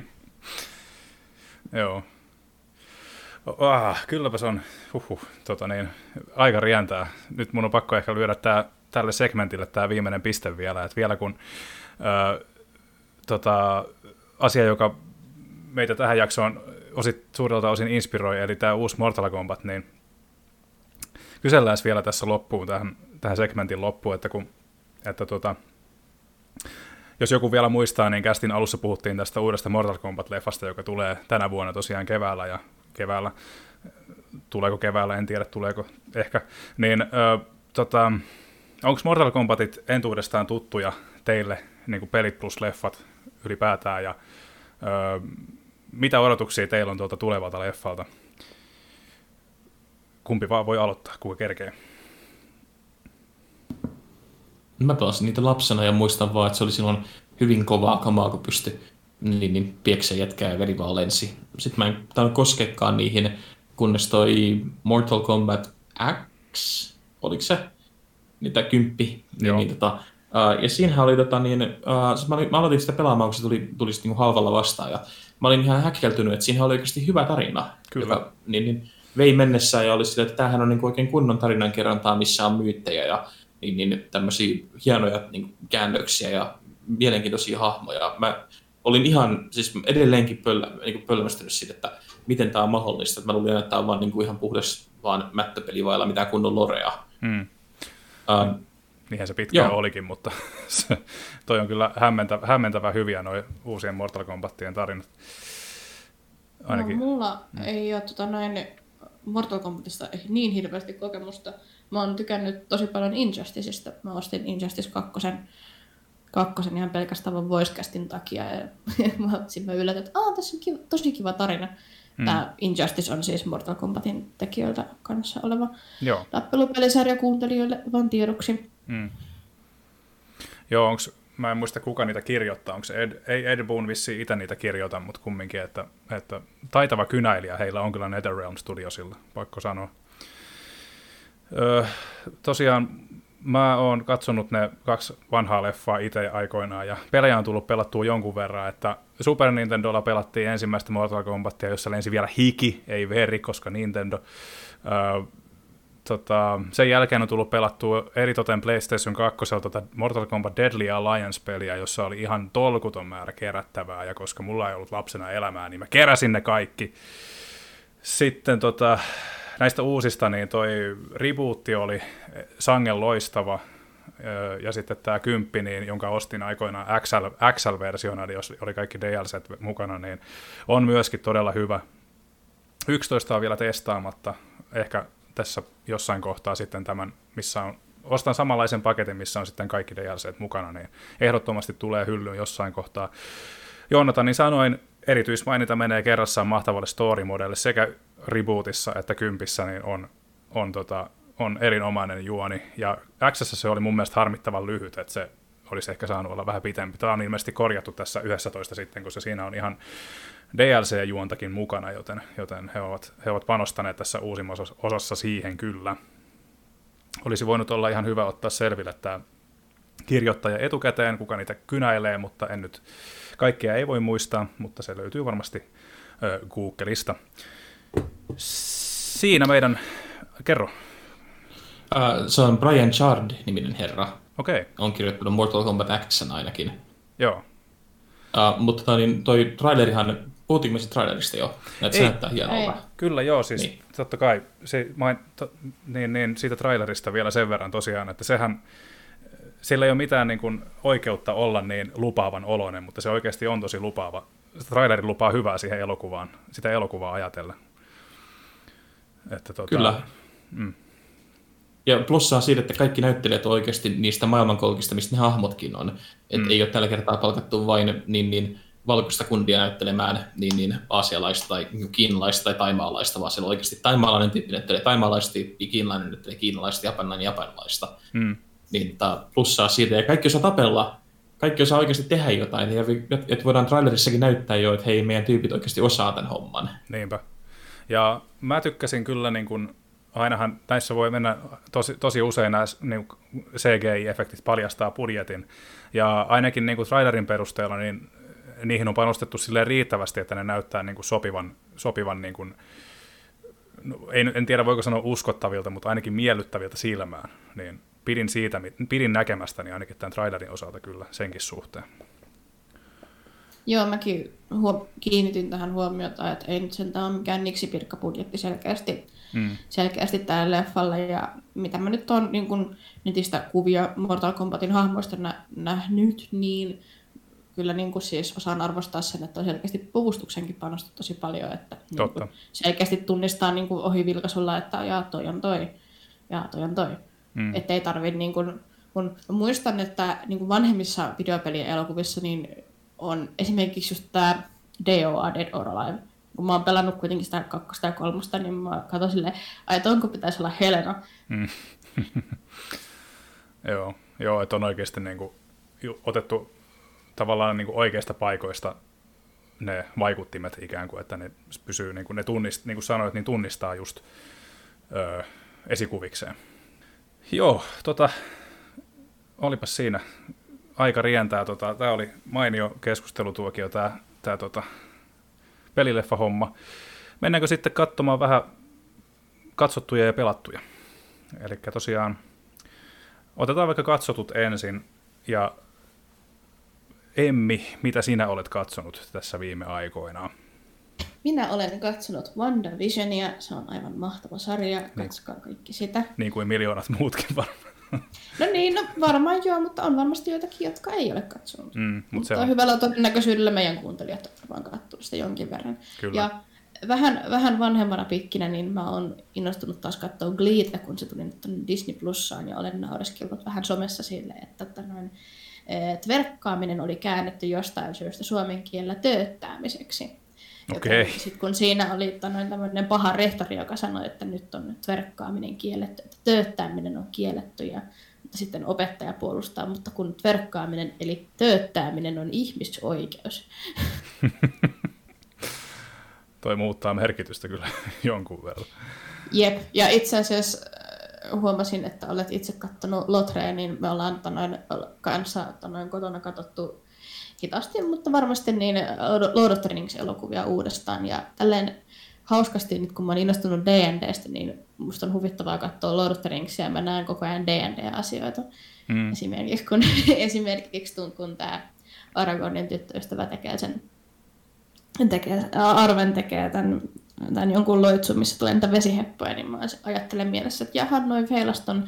Joo. Ah, kylläpä se on huhhuh, tota niin, aika rientää. Nyt mun on pakko ehkä lyödä tää, tälle segmentille tämä viimeinen piste vielä. Et vielä kun ää, tota, asia, joka meitä tähän jaksoon osit, suurelta osin inspiroi, eli tämä uusi Mortal Kombat, niin kysellään vielä tässä loppuun, tähän, tähän segmentin loppuun, että kun että tota, jos joku vielä muistaa, niin kästin alussa puhuttiin tästä uudesta Mortal Kombat-leffasta, joka tulee tänä vuonna tosiaan keväällä, ja keväällä, tuleeko keväällä, en tiedä, tuleeko ehkä, niin ö, tota, onko Mortal Kombatit entuudestaan tuttuja teille, niin kuin pelit plus leffat ylipäätään, ja ö, mitä odotuksia teillä on tuolta tulevalta leffalta? Kumpi vaan voi aloittaa, kuka kerkee? Mä pelasin niitä lapsena ja muistan vaan, että se oli silloin hyvin kovaa kamaa, kun pystyi niin, niin piekse jätkää ja veri vaan lensi. Sitten mä en tainnut koskekaan niihin, kunnes toi Mortal Kombat X, oliko se? Niitä kymppi. Niin, niin, tota, uh, ja siinähän oli, tota, niin, uh, mä, olin, mä aloitin sitä pelaamaan, kun se tuli, tuli sitten niin halvalla vastaan. Ja mä olin ihan häkeltynyt, että siinä oli oikeasti hyvä tarina. Kyllä. Joka, niin, niin, vei mennessään ja oli sille, että tämähän on niin oikein kunnon tarinankerrontaa, missä on myyttejä ja niin, niin, tämmöisiä hienoja niin, käännöksiä ja mielenkiintoisia hahmoja. Mä olin ihan, siis edelleenkin pöllä, niin pölmästynyt siitä, että miten tämä on mahdollista. Että mä luulin, että tämä on vaan niin kuin ihan puhdas vaan mättöpeli vailla mitään kunnon lorea. Hmm. Uh, Niinhän se pitkään joo. olikin, mutta se, toi on kyllä hämmentä, hämmentävän hyviä nuo uusien Mortal Kombatien tarinat. Ainakin. No, mulla hmm. ei ole tota, noin Mortal Kombatista niin hirveästi kokemusta. Mä oon tykännyt tosi paljon Injusticeista. Mä ostin Injustice kakkosen, kakkosen ihan pelkästään vaan voicecastin takia. Ja mä, sit mä yllätyin, että Aa, tässä on kiva, tosi kiva tarina. Hmm. Tämä Injustice on siis Mortal Kombatin tekijöiltä kanssa oleva Joo. tappelupelisarja kuuntelijoille vaan tiedoksi. Hmm. Joo, onks, mä en muista kuka niitä kirjoittaa. Onko se Ed, ei Ed Boon vissiin itse niitä kirjoita, mutta kumminkin, että, että taitava kynäilijä heillä on kyllä NetherRealm Studiosilla, pakko sanoa. Öö, tosiaan mä oon katsonut ne kaksi vanhaa leffaa itse aikoinaan, ja pelejä on tullut pelattua jonkun verran, että Super Nintendolla pelattiin ensimmäistä Mortal Kombatia, jossa lensi vielä hiki, ei veri, koska Nintendo. Öö, tota, sen jälkeen on tullut pelattua eritoten PlayStation kaksi tota Mortal Kombat Deadly Alliance-peliä, jossa oli ihan tolkuton määrä kerättävää, ja koska mulla ei ollut lapsena elämää, niin mä keräsin ne kaikki. Sitten tota... Näistä uusista, niin toi rebootti oli sangen loistava, ja sitten tämä kymppi, niin, jonka ostin aikoinaan X L, X L-versiona, eli jos oli kaikki D L C:t mukana, niin on myöskin todella hyvä. yksitoista on vielä testaamatta, ehkä tässä jossain kohtaa sitten tämän, missä on, ostan samanlaisen paketin, missä on sitten kaikki D L C:t mukana, niin ehdottomasti tulee hyllyyn jossain kohtaa. Joonatanin sanoin, erityismaininta menee kerrassaan mahtavalle story-modelle sekä rebootissa että kympissä, niin on, on, tota, on erinomainen juoni. Ja X:ssä se oli mun mielestä harmittavan lyhyt, että se olisi ehkä saanut olla vähän pitempi. Tämä on ilmeisesti korjattu tässä yksitoista sitten, koska siinä on ihan D L C-juontakin mukana, joten, joten he, ovat, he ovat panostaneet tässä uusimmassa osassa siihen kyllä. Olisi voinut olla ihan hyvä ottaa selville tämä kirjoittaja etukäteen, kuka niitä kynäilee, mutta en nyt kaikkea ei voi muistaa, mutta se löytyy varmasti ö, Googlesta. Siinä meidän, kerro. Uh, se on Brian Chard-niminen herra. Okei. Okay. On kirjoittanut Mortal Kombat X:n ainakin. Joo. Uh, mutta toi, niin, toi trailerihan, puhuttiinko me siitä trailerista jo? Että se näyttää hienolta. Kyllä joo, siis niin. Totta kai. Se, main, to, niin, niin, siitä trailerista vielä sen verran tosiaan, että sehän, sillä ei ole mitään niin kuin oikeutta olla niin lupaavan oloinen, mutta se oikeasti on tosi lupaava. Traileri lupaa hyvää siihen elokuvaan, sitä elokuvaa ajatellen. Että, tuota, Kyllä. Mm. Ja plussaa siitä, että kaikki näyttelijät on oikeasti niistä maailmankolkista, mistä ne hahmotkin on. Että mm. ei ole tällä kertaa palkattu vain niin, niin valkoista kundia näyttelemään niin, niin aasialaista tai kiinalaista tai taimaalaista, vaan siellä on oikeasti taimaalainen tyyppi näyttelee taimaalaista, tyyppi kiinalainen näyttelee kiinalaista, japanilainen japanilaista. Mm. Niin plussaa siitä. Ja kaikki osaa tapella, kaikki osaa oikeasti tehdä jotain. Ja että voidaan trailerissakin näyttää jo, että hei, meidän tyypit oikeasti osaa tämän homman. Niinpä. Ja mä tykkäsin kyllä, niin kun, ainahan näissä voi mennä tosi, tosi usein nämä niin C G I-efektit paljastaa budjetin. Ja ainakin niin trailerin perusteella niin niihin on panostettu silleen riittävästi, että ne näyttää niin sopivan, sopivan niin kuin, no, en, en tiedä voiko sanoa uskottavilta, mutta ainakin miellyttäviltä silmään. Niin pidin, siitä, pidin näkemästäni ainakin tämän trailerin osalta kyllä senkin suhteen. Joo, mäkin huom- kiinnitin tähän huomiota, että ei nyt sentään ole mikään niksipirkkabudjetti selkeästi, mm. selkeästi tälle leffalle. Ja mitä mä nyt oon niin kun netistä kuvia Mortal Kombatin hahmoista nä- nähnyt, niin kyllä niin kun siis osaan arvostaa sen, että on selkeästi puvustuksenkin panostettu tosi paljon. Että Totta. Niin selkeästi tunnistaa niin kun ohi vilkaisulla, että jaa, toi on toi, jaa, toi on toi. Mm. Että ei tarvitse, niin kun, kun muistan, että niin kun vanhemmissa videopelien elokuvissa, niin on esimerkiksi just tämä D O A, Dead or Alive. Kun mä oon pelannut kuitenkin sitä kakkosta ja kolmosta, niin mä katson silleen, että onko pitäisi olla Helena. Mm. joo, joo, että on oikeasti niinku otettu tavallaan niinku oikeista paikoista ne vaikuttimet ikään kuin, että ne pysyy, niin kuin ne tunnist, niin kuin sanoit, niin tunnistaa just ö, esikuvikseen. Joo, tota, olipas siinä. Aika rientää. Tota, tämä oli mainio keskustelutuokio, tämä, tämä tota, pelileffa-homma. Mennäänkö sitten katsomaan vähän katsottuja ja pelattuja? Eli tosiaan otetaan vaikka katsotut ensin. Ja Emmi, mitä sinä olet katsonut tässä viime aikoina? Minä olen katsonut WandaVisionia, se on aivan mahtava sarja, katsokaa niin, kaikki sitä. Niin kuin miljoonat muutkin varmaan. No niin, no varmaan joo, mutta on varmasti joitakin, jotka ei ole katsonut. Mm, mutta mutta on hyvällä todennäköisyydellä meidän kuuntelijat ovat varmaan katsonut sitä jonkin verran. Kyllä. Ja vähän, vähän vanhemmana pikkinä, niin mä oon innostunut taas katsoa Gleetä, kun se tuli nyt Disney Plussaan, ja olen naureskellut vähän somessa sille, että, että noin, että verkkaaminen oli käännetty jostain syystä suomen kielellä tööttäämiseksi. Okay. Sitten kun siinä oli tämmöinen paha rehtori, joka sanoi, että nyt on nyt verkkaaminen kielletty, että tööttääminen on kielletty, ja mutta sitten opettaja puolustaa, mutta kun verkkaaminen eli tööttääminen on ihmisoikeus. Toi muuttaa merkitystä kyllä jonkun verran. Jep, ja itse asiassa huomasin, että olet itse katsonut Lotrea, niin me ollaan tanoin, kanssa tanoin, kotona katsottu hitaasti, mutta varmasti niin Lord of the Rings-elokuvia uudestaan. Ja tälleen hauskasti, nyt kun mä oon innostunut D and D:stä, niin musta on huvittavaa katsoa Lord of the Ringsia, ja mä näen koko ajan D and D-asioita. Mm. Esimerkiksi kun, esimerkiksi kun tämä Aragornin tyttöystävä tekee sen, tekee, Arwen tekee tämän, tämän jonkun loitsun, missä tulee niitä vesiheppoja, niin mä ajattelen mielessä, että jaha, noin feilas ton,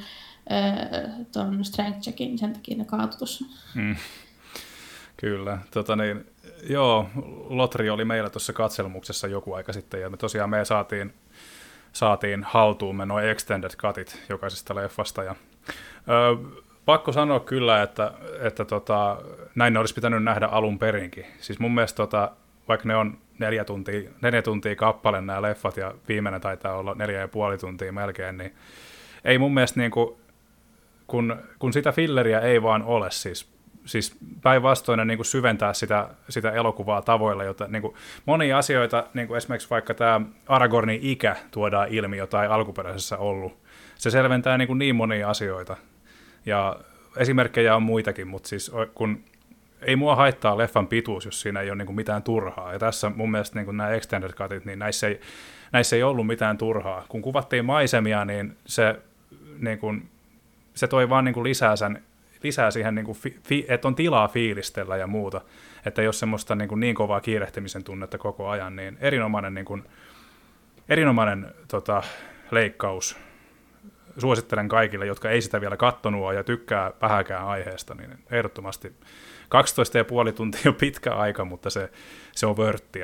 ton strength checkin, sen takia ne kaatui tuossa. Mm. Kyllä. Tota niin, joo, Lotri oli meillä tuossa katselmuksessa joku aika sitten, ja me tosiaan me saatiin, saatiin haltuumme nuo extended cutit jokaisesta leffasta. Ja, ö, pakko sanoa kyllä, että, että tota, näin ne olisi pitänyt nähdä alun perinkin. Siis mun mielestä, tota, vaikka ne on neljä tuntia, neljä tuntia kappale nämä leffat, ja viimeinen taitaa olla neljä ja puoli tuntia melkein, niin ei mun mielestä, niin kuin, kun, kun sitä filleriä ei vaan ole, siis Siis päinvastoin niin kuin syventää sitä, sitä elokuvaa tavoilla, jota niin kuin monia asioita, niin kuin esimerkiksi vaikka tämä Aragornin ikä tuodaan ilmi, jota ei alkuperäisessä ollut. Se selventää niin, kuin niin monia asioita. Ja esimerkkejä on muitakin, mutta siis kun ei mua haittaa leffan pituus, jos siinä ei ole niin kuin mitään turhaa. Ja tässä mun mielestä niin kuin nämä extended cutit, niin näissä ei, näissä ei ollut mitään turhaa. Kun kuvattiin maisemia, niin se, niin kuin, se toi vaan niin kuin lisää sen lisää siihen, niin kuin fi, että on tilaa fiilistellä ja muuta, että jos semmoista niin, kuin niin kovaa kiirehtimisen tunnetta koko ajan, niin erinomainen, niin kuin, erinomainen tota, leikkaus. Suosittelen kaikille, jotka ei sitä vielä kattonut ja tykkää vähäkään aiheesta, niin ehdottomasti kaksitoista ja puoli tuntia on pitkä aika, mutta se, se on vörttiä.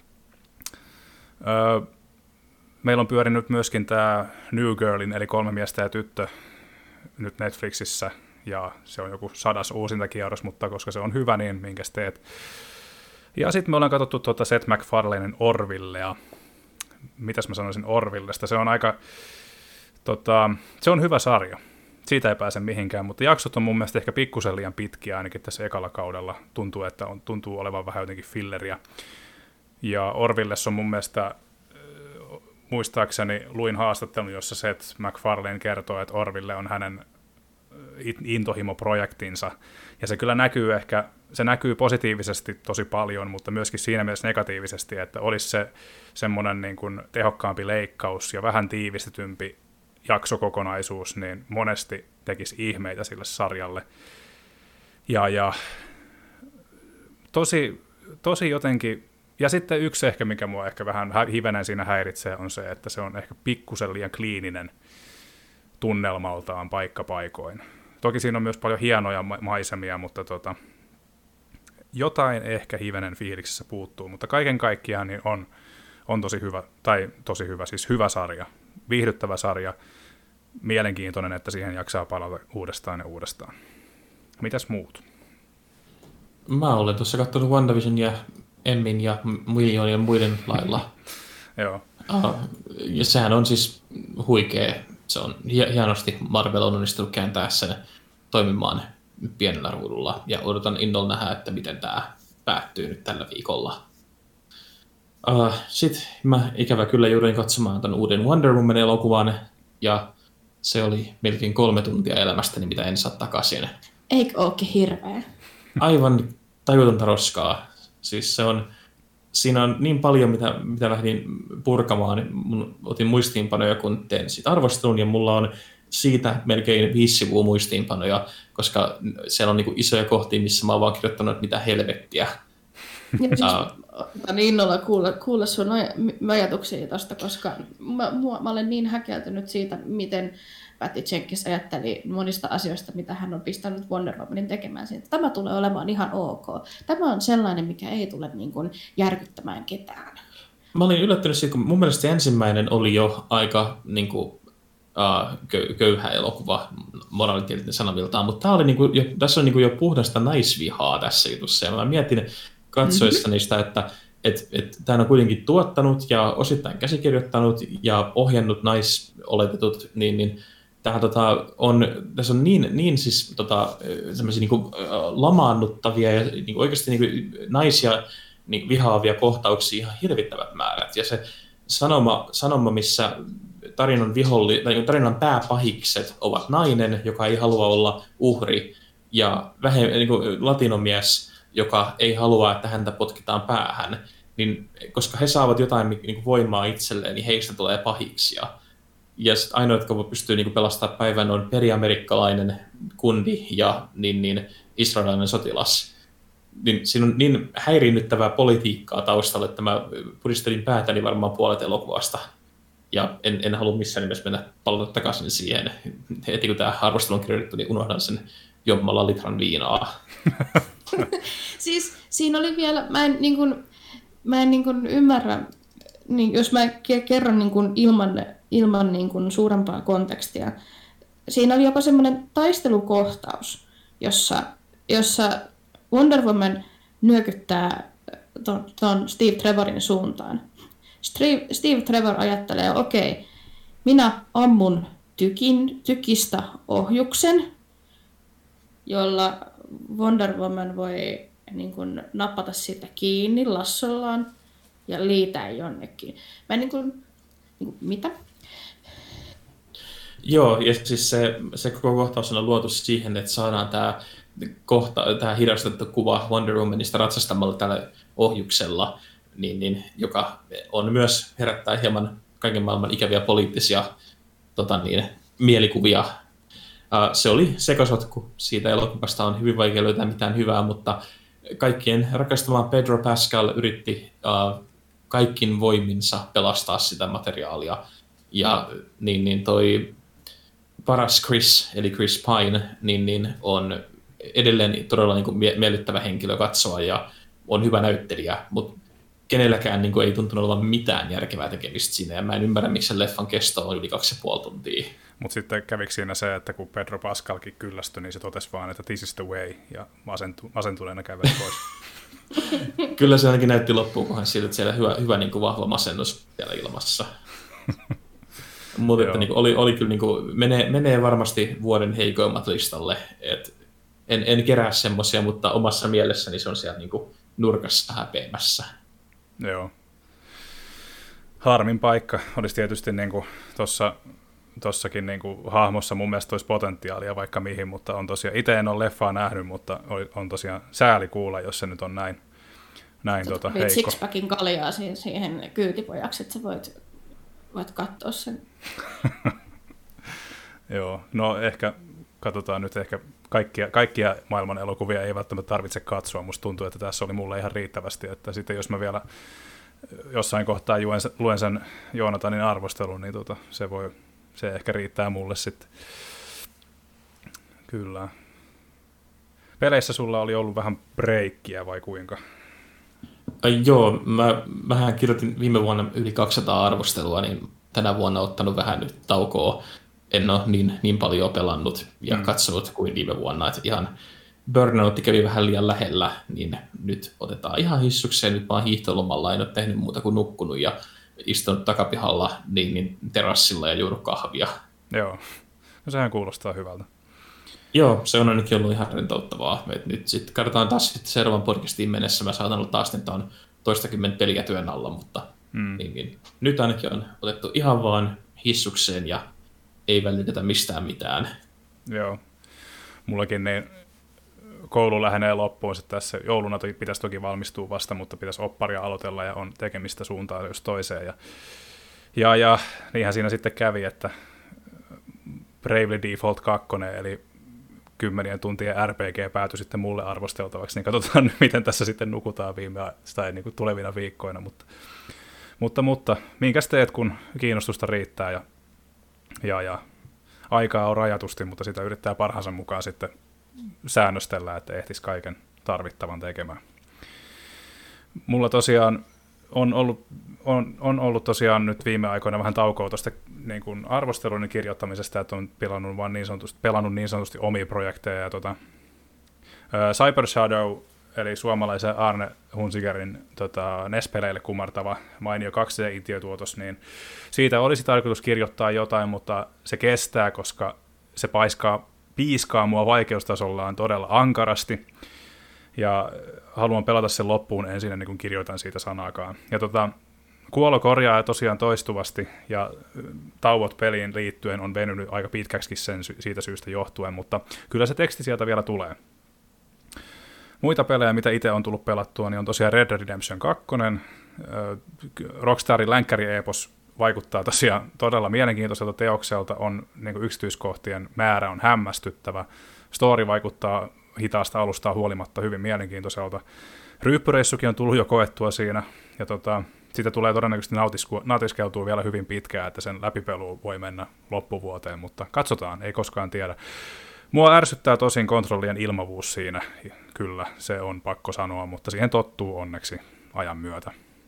Öö, meillä on pyörinyt myöskin tämä New Girlin, eli Kolme miestä ja tyttö, nyt Netflixissä, ja se on joku sadas uusintakierros, mutta koska se on hyvä, niin minkäs teet. Ja sitten me ollaan katsottu tuota Seth MacFarlanen Orvillea. Mitäs mä sanoisin Orvillesta? Se on aika, tota, se on hyvä sarja. Siitä ei pääse mihinkään, mutta jaksot on mun mielestä ehkä pikkusen liian pitkiä, ainakin tässä ekalla kaudella. Tuntuu, että on, tuntuu olevan vähän jotenkin filleriä. Ja Orvillessa on mun mielestä, muistaakseni luin haastattelun, jossa Seth MacFarlane kertoo, että Orville on hänen intohimoprojektinsa, ja se kyllä näkyy ehkä, se näkyy positiivisesti tosi paljon, mutta myöskin siinä mielessä negatiivisesti, että olisi se semmoinen niin kuin tehokkaampi leikkaus ja vähän tiivistetympi jaksokokonaisuus, niin monesti tekisi ihmeitä sille sarjalle. Ja, ja tosi, tosi jotenkin, ja sitten yksi ehkä, mikä mua ehkä vähän hivenen siinä häiritsee, on se, että se on ehkä pikkusen liian kliininen tunnelmaltaan paikkapaikoin. Toki siinä on myös paljon hienoja maisemia, mutta tota, jotain ehkä hivenen fiiliksessä puuttuu, mutta kaiken kaikkiaan niin on, on tosi hyvä, tai tosi hyvä, siis hyvä sarja, viihdyttävä sarja, mielenkiintoinen, että siihen jaksaa palata uudestaan ja uudestaan. Mitäs muut? Mä olen tuossa katsonut WandaVision ja Emmin ja miljoonien muiden lailla. Joo. Ah, ja sehän on siis huikea. Se on hienosti Marvel on onnistunut kääntää sen toimimaan pienellä ruudulla. Ja odotan innolla nähdä, että miten tämä päättyy nyt tällä viikolla. Uh, Sitten mä ikävä kyllä joudun katsomaan tämän uuden Wonder Woman-elokuvan, ja se oli melkein kolme tuntia elämästäni, mitä en saa takaisin. Eikö ookin hirveä? Aivan tajutonta roskaa. Siis se on, siinä on niin paljon, mitä, mitä lähdin purkamaan. Mun, otin muistiinpanoja, kun tein siitä arvostelun, ja mulla on siitä melkein viisi sivua muistiinpanoja, koska siellä on niinku isoja kohtia, missä mä oon vaan kirjoittanut, että mitä helvettiä. Ja siis, otan innolla kuulla, kuulla sun ajatuksia tosta, koska mä, mä, mä olen niin häkeltynyt siitä, miten Patty Jenkins ajatteli monista asioista, mitä hän on pistänyt Wonder Womanin tekemään siitä. Tämä tulee olemaan ihan ok. Tämä on sellainen, mikä ei tule niin kuin järkyttämään ketään. Mä olin yllättynyt siitä, kun mun mielestä se ensimmäinen oli jo aika niin kuin, uh, köyhä elokuva moraalitieteiden sanamiltaan, mutta tää oli, niin kuin, jo, tässä on niin kuin jo puhdasta naisvihaa tässä jutussa. Ja mä mietin katsoessani sitä, että et, et, tämä on kuitenkin tuottanut ja osittain käsikirjoittanut ja ohjannut naisoletetut, niin, niin Tähän, tota, on, tässä on niin, niin siis, tota, niinku, lamaannuttavia ja niinku, oikeasti niinku, naisia niinku, vihaavia kohtauksia ihan hirvittävät määrät. Ja se sanoma, sanoma missä tarinan, viholli, tai tarinan pääpahikset ovat nainen, joka ei halua olla uhri, ja vähem, niinku, latinomies, joka ei halua, että häntä potkitaan päähän, niin koska he saavat jotain niinku, voimaa itselleen, niin heistä tulee pahiksia. Ja sitten ainoa, jotka pystyy niinku pelastamaan päivän, on periamerikkalainen kundi ja niin, niin, israelilainen sotilas. Niin siinä on niin häiriinnyttävää politiikkaa taustalla, että mä pudistelin päätäni varmaan puolet elokuvasta. Ja en, en halua missään nimessä mennä palata takaisin siihen. Heti kun tämä arvostelu on kirjoitettu, niin unohdan sen jommalla litran viinaa. Siis siinä oli vielä, mä en, niin kuin, mä en niin kuin ymmärrä, niin jos mä kerron niin kuin ilman, ilman niin kuin suurempaa kontekstia. Siinä oli jopa semmoinen taistelukohtaus, jossa, jossa Wonder Woman nyökyttää ton, ton Steve Trevorin suuntaan. Steve, Steve Trevor ajattelee, okei, okay, minä ammun tykin, tykistä ohjuksen, jolla Wonder Woman voi niin kuin napata siitä kiinni lassollaan ja liitää jonnekin. Mä niin kuin, niin kuin mitä? Joo, ja siis se, se koko kohtaus on luotu siihen, että saadaan tämä kohta, tämä hidastettu kuva Wonder Womanista ratsastamalla tällä ohjuksella, niin, niin, joka on myös herättää hieman kaiken maailman ikäviä poliittisia tota niin, mielikuvia. Uh, se oli sekasotku. Siitä elokuvasta on hyvin vaikea löytää mitään hyvää, mutta kaikkien rakastama Pedro Pascal yritti uh, kaikkin voiminsa pelastaa sitä materiaalia. Ja niin, niin toi paras Chris, eli Chris Pine, niin, niin on edelleen todella niin kuin miellyttävä henkilö katsoa ja on hyvä näyttelijä, mutta kenelläkään niin kuin ei tuntunut olevan mitään järkevää tekemistä siinä, ja mä en ymmärrä, miksi sen leffan kesto on yli kaksi ja puoli tuntia. Mutta sitten kävikö siinä se, että kun Pedro Pascalkin kyllästyi, niin se totesi vaan, että this is the way, ja asentu, asentuneena käveli pois. Kyllä se ainakin näytti loppuun, kunhan siitä, että siellä hyvä, hyvä niin kuin vahva masennus siellä ilmassa. Mutta niin oli, oli kyllä, niin kuin, menee, menee varmasti vuoden heikoimmat listalle. Et en, en kerää semmoisia, mutta omassa mielessäni se on siellä niin kuin nurkassa häpeämässä. Joo. Harmin paikka olisi tietysti niin kuin tuossa tossakin niin kuin hahmossa mun mielestä olisi potentiaalia vaikka mihin, mutta on tosiaan, itse en ole leffaa nähnyt, mutta on tosiaan sääli kuulla, jos se nyt on näin, näin tota, heikko. Sixpackin kaljaa siihen, siihen kyytipojaksi, että sä voit, voit katsoa sen. Joo, no ehkä katsotaan nyt ehkä kaikkia, kaikkia maailman elokuvia ei välttämättä tarvitse katsoa. Musta tuntuu, että tässä oli mulle ihan riittävästi, että sitten jos mä vielä jossain kohtaa luen, luen sen Joonatanin arvostelun, niin tota, se, voi, se ehkä riittää mulle sitten. Kyllä. Peleissä sulla oli ollut vähän breikkiä vai kuinka? Ai joo, mä vähän kirjoitin viime vuonna yli kaksisataa arvostelua, niin tänä vuonna ottanut vähän nyt taukoa. En ole niin, niin paljon pelannut ja mm. katsonut kuin viime vuonna, että ihan burnout kävi vähän liian lähellä, niin nyt otetaan ihan hissukseen. Nyt mä oon hiihtolomalla, en ole tehnyt muuta kuin nukkunut ja istunut takapihalla niin, niin terassilla ja juonut kahvia. Joo, no sehän kuulostaa hyvältä. Joo, se on ainakin ollut ihan rentouttavaa. Et nyt sitten katsotaan taas sitten seuraavan podcastiin mennessä. Mä saatan olla taas tuon toistakymmentä peliä työn alla, mutta mm. niin, niin. Nyt ainakin on otettu ihan vaan hissukseen ja ei välitetä mistään mitään. Joo. Mullakin niin koulu lähenee loppuun, että tässä jouluna pitäisi toki valmistua vasta, mutta pitäisi opparia aloitella ja on tekemistä suuntaan jos toiseen. Ja, ja, ja niinhän siinä sitten kävi, että Bravely Default kaksi, eli kymmenien tuntien R P G päätyi sitten mulle arvosteltavaksi, niin katsotaan miten tässä sitten nukutaan viime tai niin kuin tulevina viikkoina, mutta, mutta, mutta minkäs teet, kun kiinnostusta riittää ja, ja, ja aikaa on rajatusti, mutta sitä yrittää parhaansa mukaan sitten säännöstellä, että ehtisi kaiken tarvittavan tekemään. Mulla tosiaan on ollut, on, on ollut tosiaan nyt viime aikoina vähän taukoa tuosta niin kuin arvostelun kirjoittamisesta, että on pelannut, vaan niin sanotusti, pelannut niin sanotusti omia projekteja. Ja tota, Cyber Shadow, eli suomalaisen Arne Hunzigerin tota, N E S-peleille kumartava mainio kaksi D-itiötuotos, niin siitä olisi tarkoitus kirjoittaa jotain, mutta se kestää, koska se paiskaa, piiskaa mua vaikeustasollaan todella ankarasti. Ja haluan pelata sen loppuun ensin ennen kuin kirjoitan siitä sanaakaan. Ja tota, kuolo korjaa tosiaan toistuvasti, ja tauot peliin liittyen on venynyt aika pitkäksi sen siitä syystä johtuen, mutta kyllä se teksti sieltä vielä tulee. Muita pelejä, mitä itse on tullut pelattua, niin on tosiaan Red Dead Redemption kaksi. Rockstarin länkkäri-epos vaikuttaa tosiaan todella mielenkiintoiselta teokselta, on niin kuin yksityiskohtien määrä on hämmästyttävä. Story vaikuttaa hitaasta alustaa huolimatta hyvin mielenkiintoiselta. Ryyppyreissukin on tullut jo koettua siinä, ja tota, siitä tulee todennäköisesti nautiskeltua vielä hyvin pitkään, että sen läpipelu voi mennä loppuvuoteen, mutta katsotaan, ei koskaan tiedä. Mua ärsyttää tosin kontrollien ilmavuus siinä, kyllä, se on pakko sanoa, mutta siihen tottuu onneksi ajan myötä.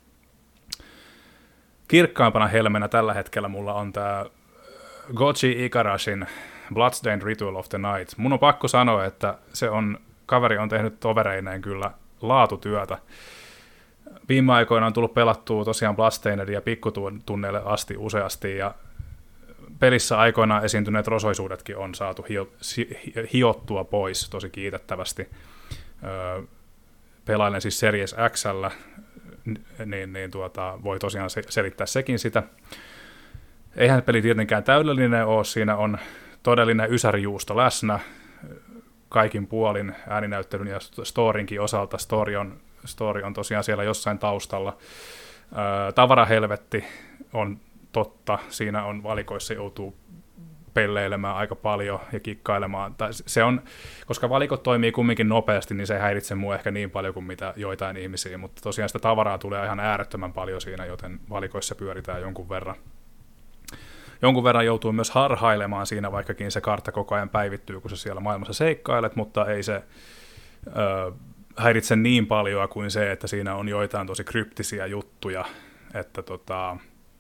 Kirkkaampana helmenä tällä hetkellä mulla on tämä Goji Igarashin Bloodstained Ritual of the Night. Mun on pakko sanoa, että se on, kaveri on tehnyt tovereineen kyllä laatutyötä. Viime aikoina on tullut pelattua tosiaan Bloodstainedia pikkutunneille asti useasti, ja pelissä aikoinaan esiintyneet rosoisuudetkin on saatu hio, hiottua pois tosi kiitettävästi. Öö, pelailen siis Series X:llä, niin, niin tuota, voi tosiaan selittää sekin sitä. Eihän peli tietenkään täydellinen ole, siinä on todellinen ysärijuusto läsnä kaikin puolin ääninäyttelyn ja storinkin osalta. Story on, story on tosiaan siellä jossain taustalla. Öö, tavarahelvetti on totta, siinä on valikoissa joutuu pelleilemään aika paljon ja kikkailemaan. Tai se on, koska valikot toimii kumminkin nopeasti, niin se ei häiritse mua ehkä niin paljon kuin mitä joitain ihmisiä, mutta tosiaan sitä tavaraa tulee ihan äärettömän paljon siinä, joten valikoissa pyöritään jonkun verran. Jonkun verran joutuu myös harhailemaan siinä, vaikkakin se kartta koko ajan päivittyy, kun sä siellä maailmassa seikkailet, mutta ei se ö, häiritse niin paljon kuin se, että siinä on joitain tosi kryptisiä juttuja, että tota,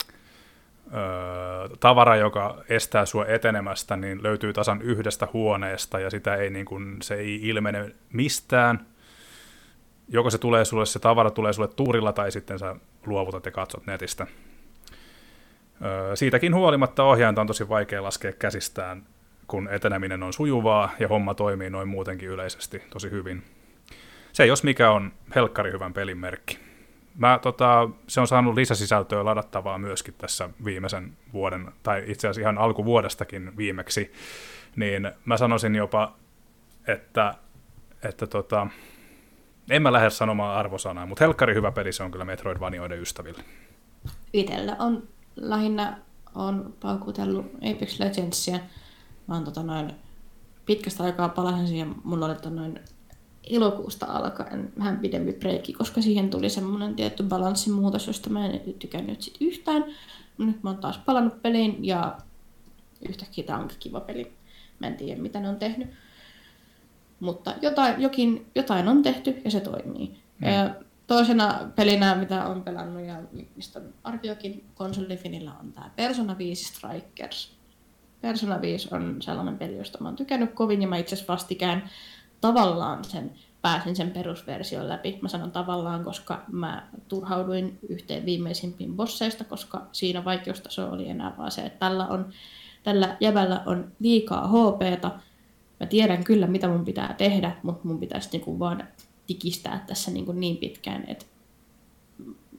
ö, tavara, joka estää sua etenemästä, niin löytyy tasan yhdestä huoneesta, ja sitä ei, niin kuin, se ei ilmene mistään. Joko se, tulee sulle, se tavara tulee sulle tuurilla, tai sitten sä luovutat ja katsot netistä. Siitäkin huolimatta ohjainta on tosi vaikea laskea käsistään, kun eteneminen on sujuvaa ja homma toimii noin muutenkin yleisesti tosi hyvin. Se jos mikä on helkkari hyvän pelin merkki. Mä, tota, se on saanut lisäsisältöä ladattavaa myöskin tässä viimeisen vuoden, tai itse asiassa ihan alkuvuodestakin viimeksi, niin mä sanoisin jopa, että, että tota, en mä lähde sanomaan arvosanaa, mutta helkkari hyvä peli se on kyllä Metroidvanioiden ystäville. Itellä on lähinnä on paukutellut Apex Legendsia. Mä oon tota noin pitkästä aikaa palasin siihen, mulla oli tota noin elokuusta alkaen vähän pidempi breikki, koska siihen tuli semmoinen tietty balanssimuutos, josta mä en tykännyt sit yhtään. Nyt mä oon taas palannut peliin ja yhtäkkiä tää onkin kiva peli. Mä en tiedä mitä ne on tehnyt. Mutta jotain, jokin, jotain on tehty ja se toimii. Mm. Ja toisena pelinä, mitä olen pelannut ja mistä on arviokin konsolifinilla, on tämä Persona viisi Strikers. Persona viisi on sellainen peli, josta mä oon tykännyt kovin, ja mä itse asiassa vastikään tavallaan sen, pääsin sen perusversion läpi. Mä sanon tavallaan, koska mä turhauduin yhteen viimeisimpiin bosseista, koska siinä vaikeustaso oli enää vaan se, että tällä, on, tällä jävällä on liikaa H P:tä. Mä tiedän kyllä, mitä mun pitää tehdä, mutta mun pitäisi niinku vaan tikistää tässä niin, niin pitkään, että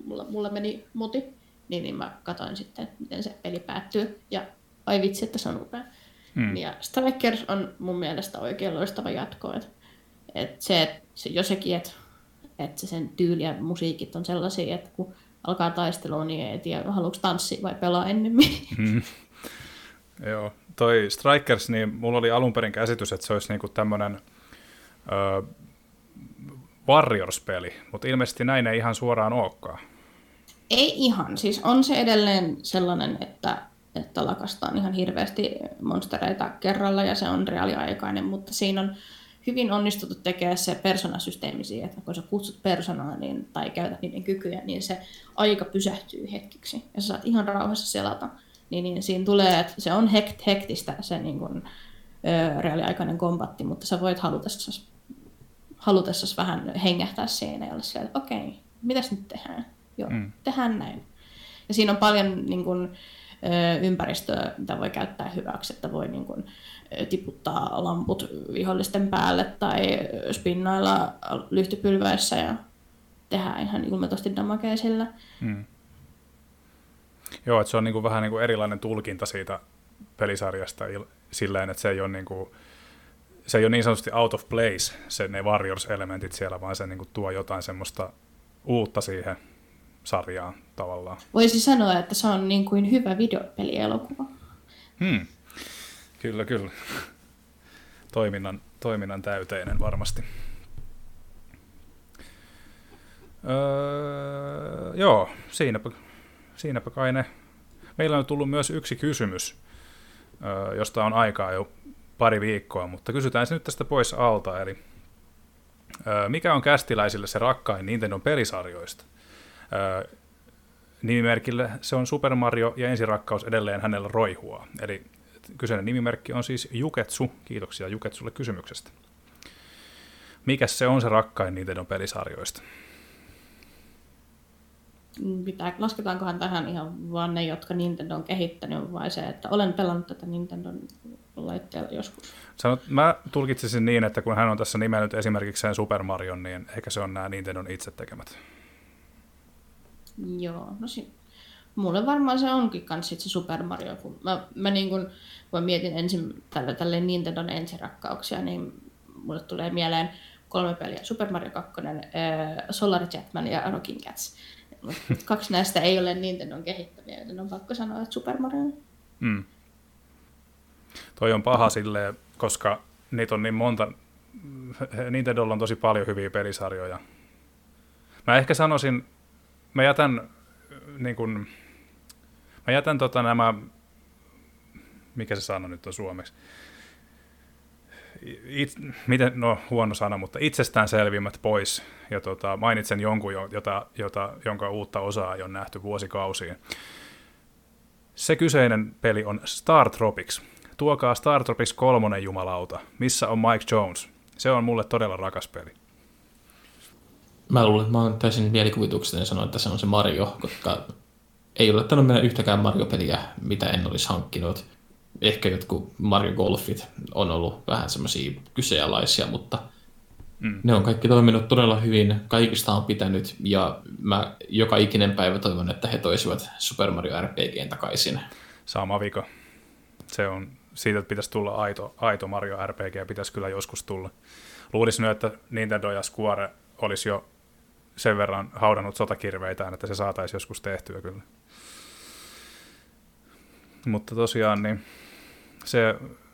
mulla, mulla meni moti, niin, niin mä katsoin sitten, että miten se peli päättyy, ja ai vitsi, että se on upea. Mm. Ja Strikers on mun mielestä oikein loistava jatko, että et se, et se, jo sekin, että et se sen tyyli ja musiikit on sellaisia, että kun alkaa taistelua, niin ei tiedä, haluatko tanssia vai pelaa ennemmin. Mm. Joo, toi Strikers, niin mulla oli alun perin käsitys, että se olisi niinku tämmöinen ö, Warriors-peli, mutta ilmeisesti näin ei ihan suoraan olekaan. Ei ihan, siis on se edelleen sellainen, että, että lakastaan ihan hirveästi monstereita kerralla ja se on reaaliaikainen, mutta siinä on hyvin onnistuttu tekemään se persoonasysteemi siihen, että kun sä kutsut personaa niin, tai käytät niiden kykyjä, niin se aika pysähtyy hetkiksi ja sä saat ihan rauhassa selata. Niin, niin siinä tulee, että se on hekt, hektistä se niin kuin, ö, reaaliaikainen kombatti, mutta sä voit halutessasi, halutessasi vähän hengähtää siinä ja olla siellä, että okei, mitäs nyt tehdään? Joo, mm. tehdään näin. Ja siinä on paljon niin kuin, ö, ympäristöä, mitä voi käyttää hyväksi, että voi niin kuin, tiputtaa lamput vihollisten päälle tai spinnailla lyhtypylväissä ja tehdä ihan ilmeisesti damagea sillä. Mm. Joo, että se on niin kuin vähän niin kuin erilainen tulkinta siitä pelisarjasta silleen, että se ei ole niin, kuin, se ei ole niin sanotusti out of place, se, ne Warriors-elementit siellä, vaan se niin kuin tuo jotain semmoista uutta siihen sarjaan tavallaan. Voisi sanoa, että se on niin kuin hyvä videopelielokuva. Hmm. Kyllä, kyllä. Toiminnan, toiminnan täyteinen varmasti. Öö, joo, siinäpä, siinäpä kai ne. Meillä on tullut myös yksi kysymys, öö, josta on aikaa jo pari viikkoa, mutta kysytään se nyt tästä pois alta. Eli öö, mikä on kästiläisille se rakkain Nintendon pelisarjoista? Öö, nimimerkille se on Super Mario ja ensirakkaus edelleen hänellä roihuaa. Eli kyseinen nimimerkki on siis Juketsu. Kiitoksia Juketsulle kysymyksestä. Mikäs se on se rakkain Nintendon pelisarjoista? Pitää, lasketaankohan tähän ihan vaan ne, jotka Nintendo on kehittänyt, vai se, että olen pelannut tätä Nintendon laitteella joskus? Sanot, mä tulkitsisin niin, että kun hän on tässä nimennyt esimerkiksi sen Super Marion, niin ehkä se on nämä Nintendon itse tekemät. Joo, no si- mulle varmaan se onkin kans sit se Super Mario, kun mä, mä niin kun, kun mä mietin ensin tälle, tälle Nintendon ensirakkauksia, niin mulle tulee mieleen kolme peliä, Super Mario kaksi, äh, Solar Jetman ja Rockin Cats. Kaksi näistä ei ole Nintendon kehittämiä, joten on pakko sanoa, että Super Mario. Mm. Toi on paha silleen, koska niitä on niin monta, Nintendolla on tosi paljon hyviä pelisarjoja. Mä ehkä sanoisin, mä jätän niin kun, mä jätän tota nämä, mikä se sana nyt on suomeksi, It, miten, no huono sana, mutta itsestäänselvimmät pois, ja tota, mainitsen jonkun, jota, jota, jonka uutta osaa ei ole nähty vuosikausiin. Se kyseinen peli on Star Tropics. Tuokaa Star Tropics kolmonen jumalauta. Missä on Mike Jones? Se on mulle todella rakas peli. Mä luulen, että mä oon täysin mielikuvituksesta sanoa, että se on se Mario, koska ei ole tainnut mennä yhtäkään Mario-peliä, mitä en olisi hankkinut. Ehkä jotkut Mario Golfit on ollut vähän semmoisia kyseenalaisia, mutta mm. ne on kaikki toiminut todella hyvin. Kaikista on pitänyt ja mä joka ikinen päivä toivon, että he toisivat Super Mario R P G:n takaisin. Sama vika. Se on, siitä pitäisi tulla aito, aito Mario R P G, pitäisi kyllä joskus tulla. Luulisin nyt, että Nintendo ja Square olisi jo sen verran haudannut sotakirveitään, että se saataisiin joskus tehtyä kyllä. Mutta tosiaan niin se,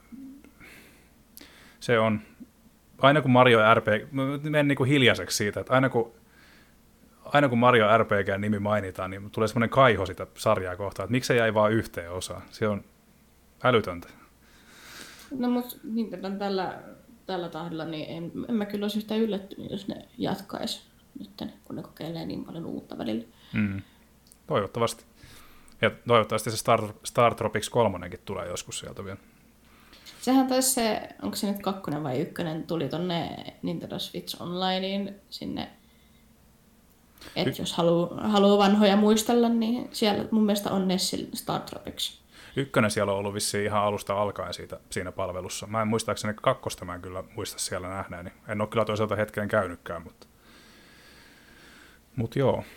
se on, aina kun Mario R P G, menen niin kuin hiljaiseksi siitä, että aina kun, aina kun Mario R P G:n nimi mainitaan, niin tulee semmoinen kaiho sitä sarjaa kohtaan, että miksi se jäi vaan yhteen osaan. Se on älytöntä. No mutta Nintendon tällä, tällä tahdilla, niin en, en mä kyllä olisi yhtään yllättynyt, jos ne jatkaisi nyt, kun ne kokeilee niin paljon uutta välillä. Mm. Toivottavasti. Ja toivottavasti se Star, Star Tropics kolmonenkin tulee joskus sieltä vielä. Sehän taisi se, onko se nyt kakkonen vai ykkönen, tuli tonne Nintendo Switch Onlineen sinne. Että y- jos haluaa haluu vanhoja muistella, niin siellä mun mielestä on Nessil Star Tropics. Ykkönen siellä on ollut vissiin ihan alusta alkaen siitä, siinä palvelussa. Mä en muistaakseni kakkosta, mä en kyllä muista siellä nähneeni. En ole kyllä toisaalta hetken käynytkään, mutta, mutta joo.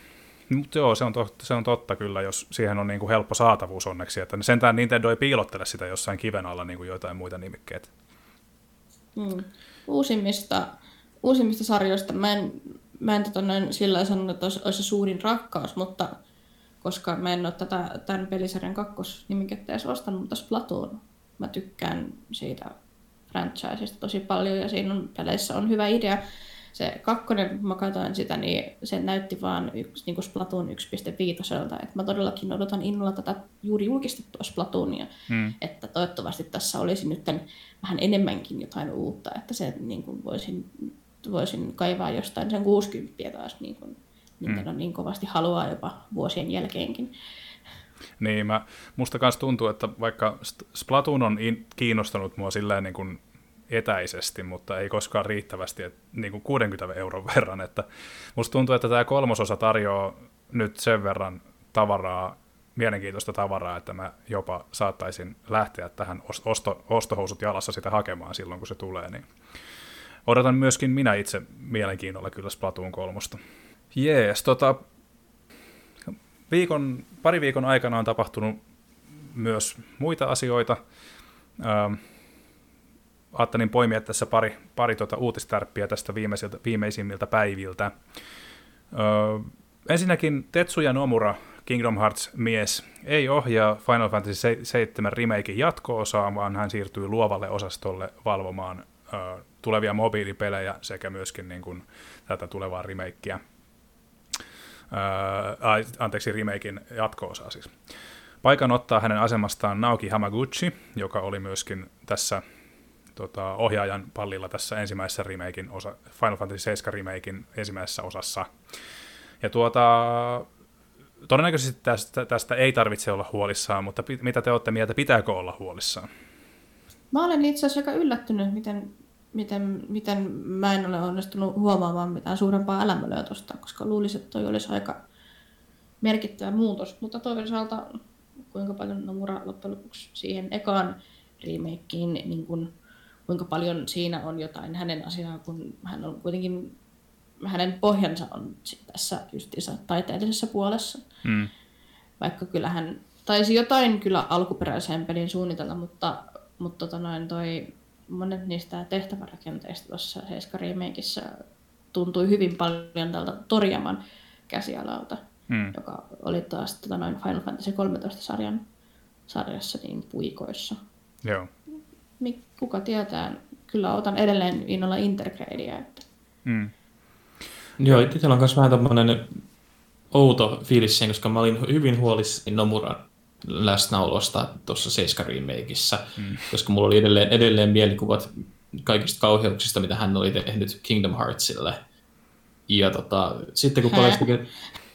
Mutta joo, se on, totta, se on totta kyllä, jos siihen on niin kuin helppo saatavuus onneksi, että sentään Nintendo ei piilottele sitä jossain kiven alla niin kuin joitain muita nimikkeitä. Mm. Uusimmista, uusimmista sarjoista mä en, mä en tota noin sillä sanonut, että olisi, olisi se suurin rakkaus, mutta koska mä en ole tätä, tämän pelisarjan kakkosnimikettä edes ostanut, mutta Splatoon. Mä tykkään siitä franchisesta tosi paljon ja siinä on, peleissä on hyvä idea. Se kakkonen, kun mä katsoin sitä, niin se näytti vaan yksi, niin kuin Splatoon yksi piste viisi. Että mä todellakin odotan innolla tätä juuri julkistettua Splatoonia, hmm. että toivottavasti tässä olisi nyt vähän enemmänkin jotain uutta, että se niin kuin voisin, voisin kaivaa jostain sen kuusikymmentä taas, niin kuin Nintendo hmm. niin kovasti haluaa jopa vuosien jälkeenkin. Niin, mä, musta kanssa tuntuu, että vaikka Splatoon on in, kiinnostanut mua silleen niin kuin etäisesti, mutta ei koskaan riittävästi, että niin kuin kuudenkymmenen euron verran. Että musta tuntuu, että tämä kolmososa tarjoaa nyt sen verran tavaraa, mielenkiintoista tavaraa, että mä jopa saattaisin lähteä tähän osto, ostohousut jalassa sitä hakemaan silloin, kun se tulee. Niin odotan myöskin minä itse mielenkiinnolla kyllä Splatoon kolmosta. Jees, tota, viikon, pari viikon aikana on tapahtunut myös muita asioita. Ähm, Ajattelin poimia tässä pari, pari tuota uutistärppiä tästä viimeisimmiltä päiviltä. Öö, ensinnäkin Tetsuya Nomura, Kingdom Hearts-mies, ei ohjaa Final Fantasy seitsemän remaken jatko-osaa, vaan hän siirtyy luovalle osastolle valvomaan öö, tulevia mobiilipelejä sekä myöskin niin kuin, tätä tulevaa remakea. Öö, anteeksi, remaken jatko-osaa siis. Paikan ottaa hänen asemastaan Naoki Hamaguchi, joka oli myöskin tässä Tota, ohjaajan pallilla tässä ensimmäisessä remakein osa, Final Fantasy seitsemän remakein ensimmäisessä osassa. Ja tuota, todennäköisesti tästä, tästä ei tarvitse olla huolissaan, mutta pi, mitä te olette mieltä, pitääkö olla huolissaan? Mä olen itse asiassa aika yllättynyt, miten, miten, miten mä en ole onnistunut huomaamaan mitään suurempaa älämölöä tuosta, koska luulisin, että toi olisi aika merkittävä muutos. Mutta toisaalta, kuinka paljon Nomura loppujen lopuksi siihen ekaan remakeen, niin kun kuinka paljon siinä on jotain hänen asiaa, kun hän on kuitenkin, hänen pohjansa on tässä justiinsa taiteellisessa puolessa. Mm. Vaikka kyllä hän taisi jotain kyllä alkuperäiseen pelin suunnitella, mutta, mutta tota noin toi, monet niistä tehtävärakenteista tuossa seitsemän remakeissa tuntui hyvin paljon tältä Toriyaman käsialalta, mm. joka oli taas tota noin Final Fantasy kolmetoista-sarjan sarjassa niin puikoissa. Joo. Kuka tietää, kyllä otan edelleen innolla Intergradea. Että. Mm. Joo, itsellä on myös vähän tämmöinen outo fiilis sen, koska mä olin hyvin huolissani Nomuran läsnäolosta tuossa seitsemän remakeissa, mm. koska mulla oli edelleen, edelleen mielikuvat kaikista kauheuksista, mitä hän oli tehnyt Kingdom Heartsille. Ja tota, sitten kun paljastikin...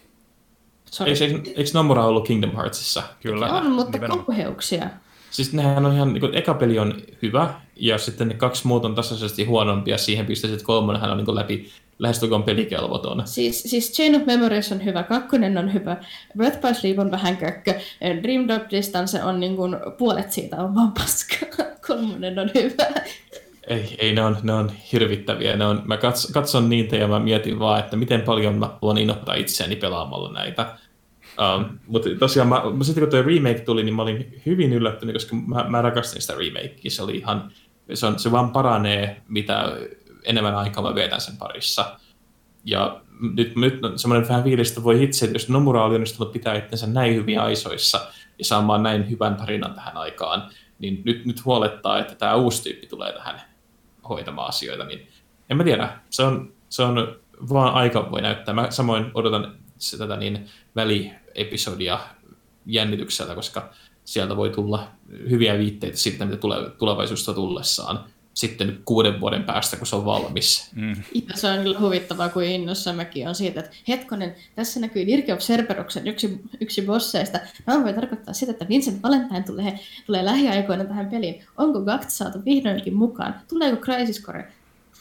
Eikö, eikö Nomura ollut Kingdom Heartsissa? Kyllä. On, mutta kauheuksia. Siis nehän on ihan, niin kuin, eka peli on hyvä, ja sitten ne kaksi muut on tasaisesti huonompia, siihen pisteessä, että kolmonenhan on niin kuin läpi lähestulkoon pelikelvoton. Siis, siis Chain of Memories on hyvä, kakkonen on hyvä, Breath by Sleep on vähän kökkö, Dream Drop Distance on niin kuin, puolet siitä on vaan paskaa, kolmonen on hyvä. Ei, ei ne, on, ne on hirvittäviä. Ne on, mä katson, katson niitä ja mä mietin vaan, että miten paljon mä voin innoittaa itseäni pelaamalla näitä. Um, mutta tosiaan, mä, sitten kun tuo remake tuli, niin mä olin hyvin yllättynyt, koska mä, mä rakastin sitä remakea. Se oli ihan, se, on, se vaan paranee, mitä enemmän aikaa mä vietän sen parissa. Ja nyt, nyt on semmoinen vähän fiilis, että voi itse, että jos Nomura oli onnistunut pitää itsensä näin hyvin aisoissa ja saamaan näin hyvän tarinan tähän aikaan, niin nyt, nyt huolettaa, että tämä uusi tyyppi tulee tähän hoitamaan asioita. Niin en mä tiedä, se on, se on vaan aika voi näyttää. Mä samoin odotan tätä niin väliepisodia jännityksellä, koska sieltä voi tulla hyviä viitteitä siitä, mitä tulee tulevaisuudesta tullessaan sitten kuuden vuoden päästä, kun se on valmis. Mm. Se on kyllä huvittavaa, kuin innossa mäkin on siitä, että hetkonen, tässä näkyy Dirge of Cerberuksen yksi, yksi bosseista. Tämä voi tarkoittaa sitä, että Vincent Valentine tulee, tulee lähiaikoina tähän peliin. Onko Gact saatu vihdoinkin mukaan? Tuleeko Crisis Core?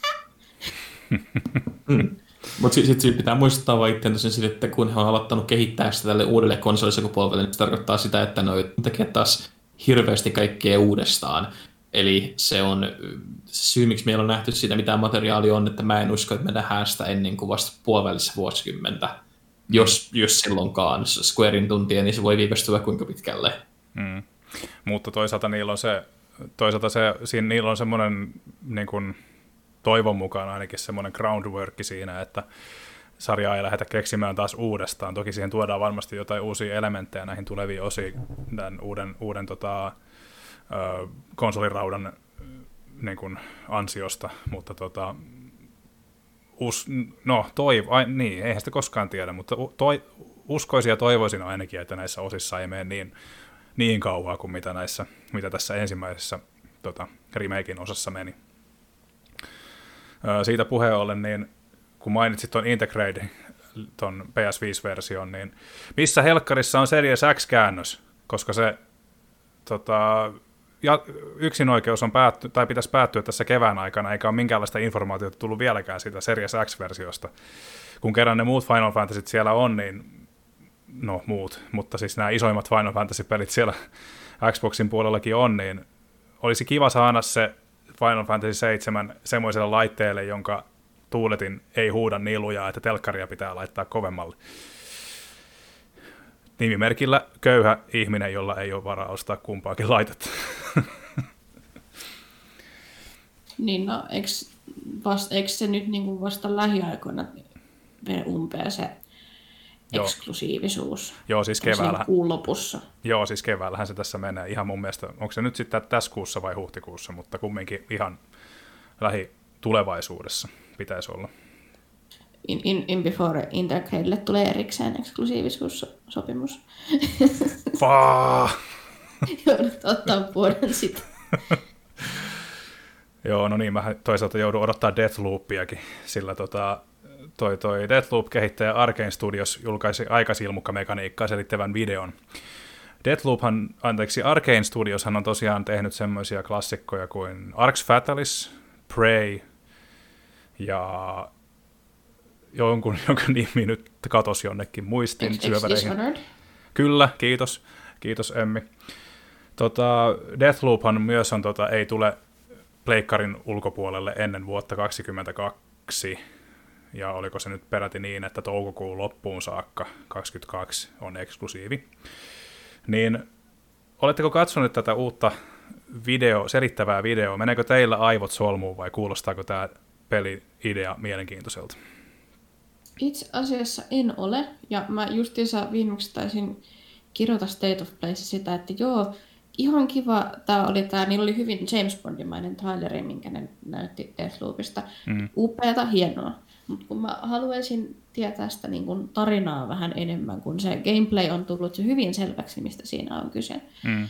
mm. Mutta sitten sit pitää muistuttaa vaan itseään tosiaan, että kun he on aloittanut kehittää sitä tälle uudelle konsolisukupolvelle, niin se tarkoittaa sitä, että ne tekee taas hirveästi kaikkea uudestaan. Eli se on se syy, miksi meillä on nähty siitä, mitä materiaalia on, että mä en usko, että me nähdään sitä ennen kuin vasta puolivälissä vuosikymmentä. jos, jos silloinkaan Squarein tuntia, niin se voi viivästyä kuinka pitkälle. Mm. Mutta toisaalta niillä on se, toisaalta se, siinä niillä on semmoinen niin kuin toivon mukaan ainakin semmoinen groundwork siinä, että sarjaa ei lähdetä keksimään taas uudestaan. Toki siihen tuodaan varmasti jotain uusia elementtejä näihin tuleviin osiin tämän uuden, uuden tota, ö, konsoliraudan niin kuin ansiosta, mutta tota, us, no toivo, ai, niin, eihän sitä koskaan tiedä, mutta toi, uskoisin ja toivoisin ainakin, että näissä osissa ei mene niin, niin kauaa kuin mitä, näissä, mitä tässä ensimmäisessä tota, remakein osassa meni. Ö, siitä puheen ollen, niin kun mainitsit tuon Integrate, tuon P S viisi-version, niin missä helkkarissa on Series X-käännös, koska se tota, ja yksinoikeus on päätty, tai pitäisi päättyä tässä kevään aikana, eikä ole minkäänlaista informaatiota tullut vieläkään siitä Series X-versiosta. Kun kerran ne muut Final Fantasyt siellä on, niin no muut, mutta siis nämä isoimmat Final Fantasy-pelit siellä Xboxin puolellakin on, niin olisi kiva saada se Final Fantasy seitsemän semmoiselle laitteelle, jonka tuuletin ei huuda niin lujaa, että telkkaria pitää laittaa kovemmalle. Nimimerkillä köyhä ihminen, jolla ei ole varaa ostaa kumpaakin laitetta. Niin, no, eikö, vast, eikö se nyt niin kuin vasta lähiaikoina mene umpeen se Joo. eksklusiivisuus? Joo, siis keväällä. Kuun lopussa. Joo, siis keväällähän se tässä menee. Ihan mun mielestä, onko se nyt sitten tässä kuussa vai huhtikuussa, mutta kumminkin ihan lähitulevaisuudessa pitäisi olla. In, in, in Before Intergradelle tulee erikseen eksklusiivisuussopimus. Paa! Joudut ottaa vuoden sitten. Joo, no niin, mä toisaalta joudun odottaa Deathloopiakin, sillä tota, toi, toi Deathloop-kehittäjä Arkane Studios julkaisi aikasilmukkamekaniikkaa selittävän videon. Deathloophan, anteeksi, Arkane Studioshan on tosiaan tehnyt semmoisia klassikkoja kuin Arx Fatalis, Prey ja jonkun, jonka nimi nyt katosi jonnekin muistin syöväreihin. Kyllä, kiitos. Kiitos Emmi. Tota, Deathloophan myös on, tota, ei tule pleikkarin ulkopuolelle ennen vuotta kaksikymmentäkaksi, ja oliko se nyt peräti niin, että toukokuun loppuun saakka kaksikymmentäkaksi on eksklusiivi. Niin oletteko katsoneet tätä uutta video, selittävää videoa? Meneekö teillä aivot solmuun vai kuulostaako tämä peli-idea mielenkiintoiselta? Itse asiassa en ole, ja mä justiinsa viimeksi taisin kirjoita State of Playssa sitä, että joo, ihan kiva, tää oli tää, niillä oli hyvin James Bondimainen traileri, minkä ne näytti Deathloopista. Mm. Upeata, hienoa. Mutta kun mä haluaisin tietää sitä niin kun tarinaa vähän enemmän, kun se gameplay on tullut jo hyvin selväksi, mistä siinä on kyse. Mm.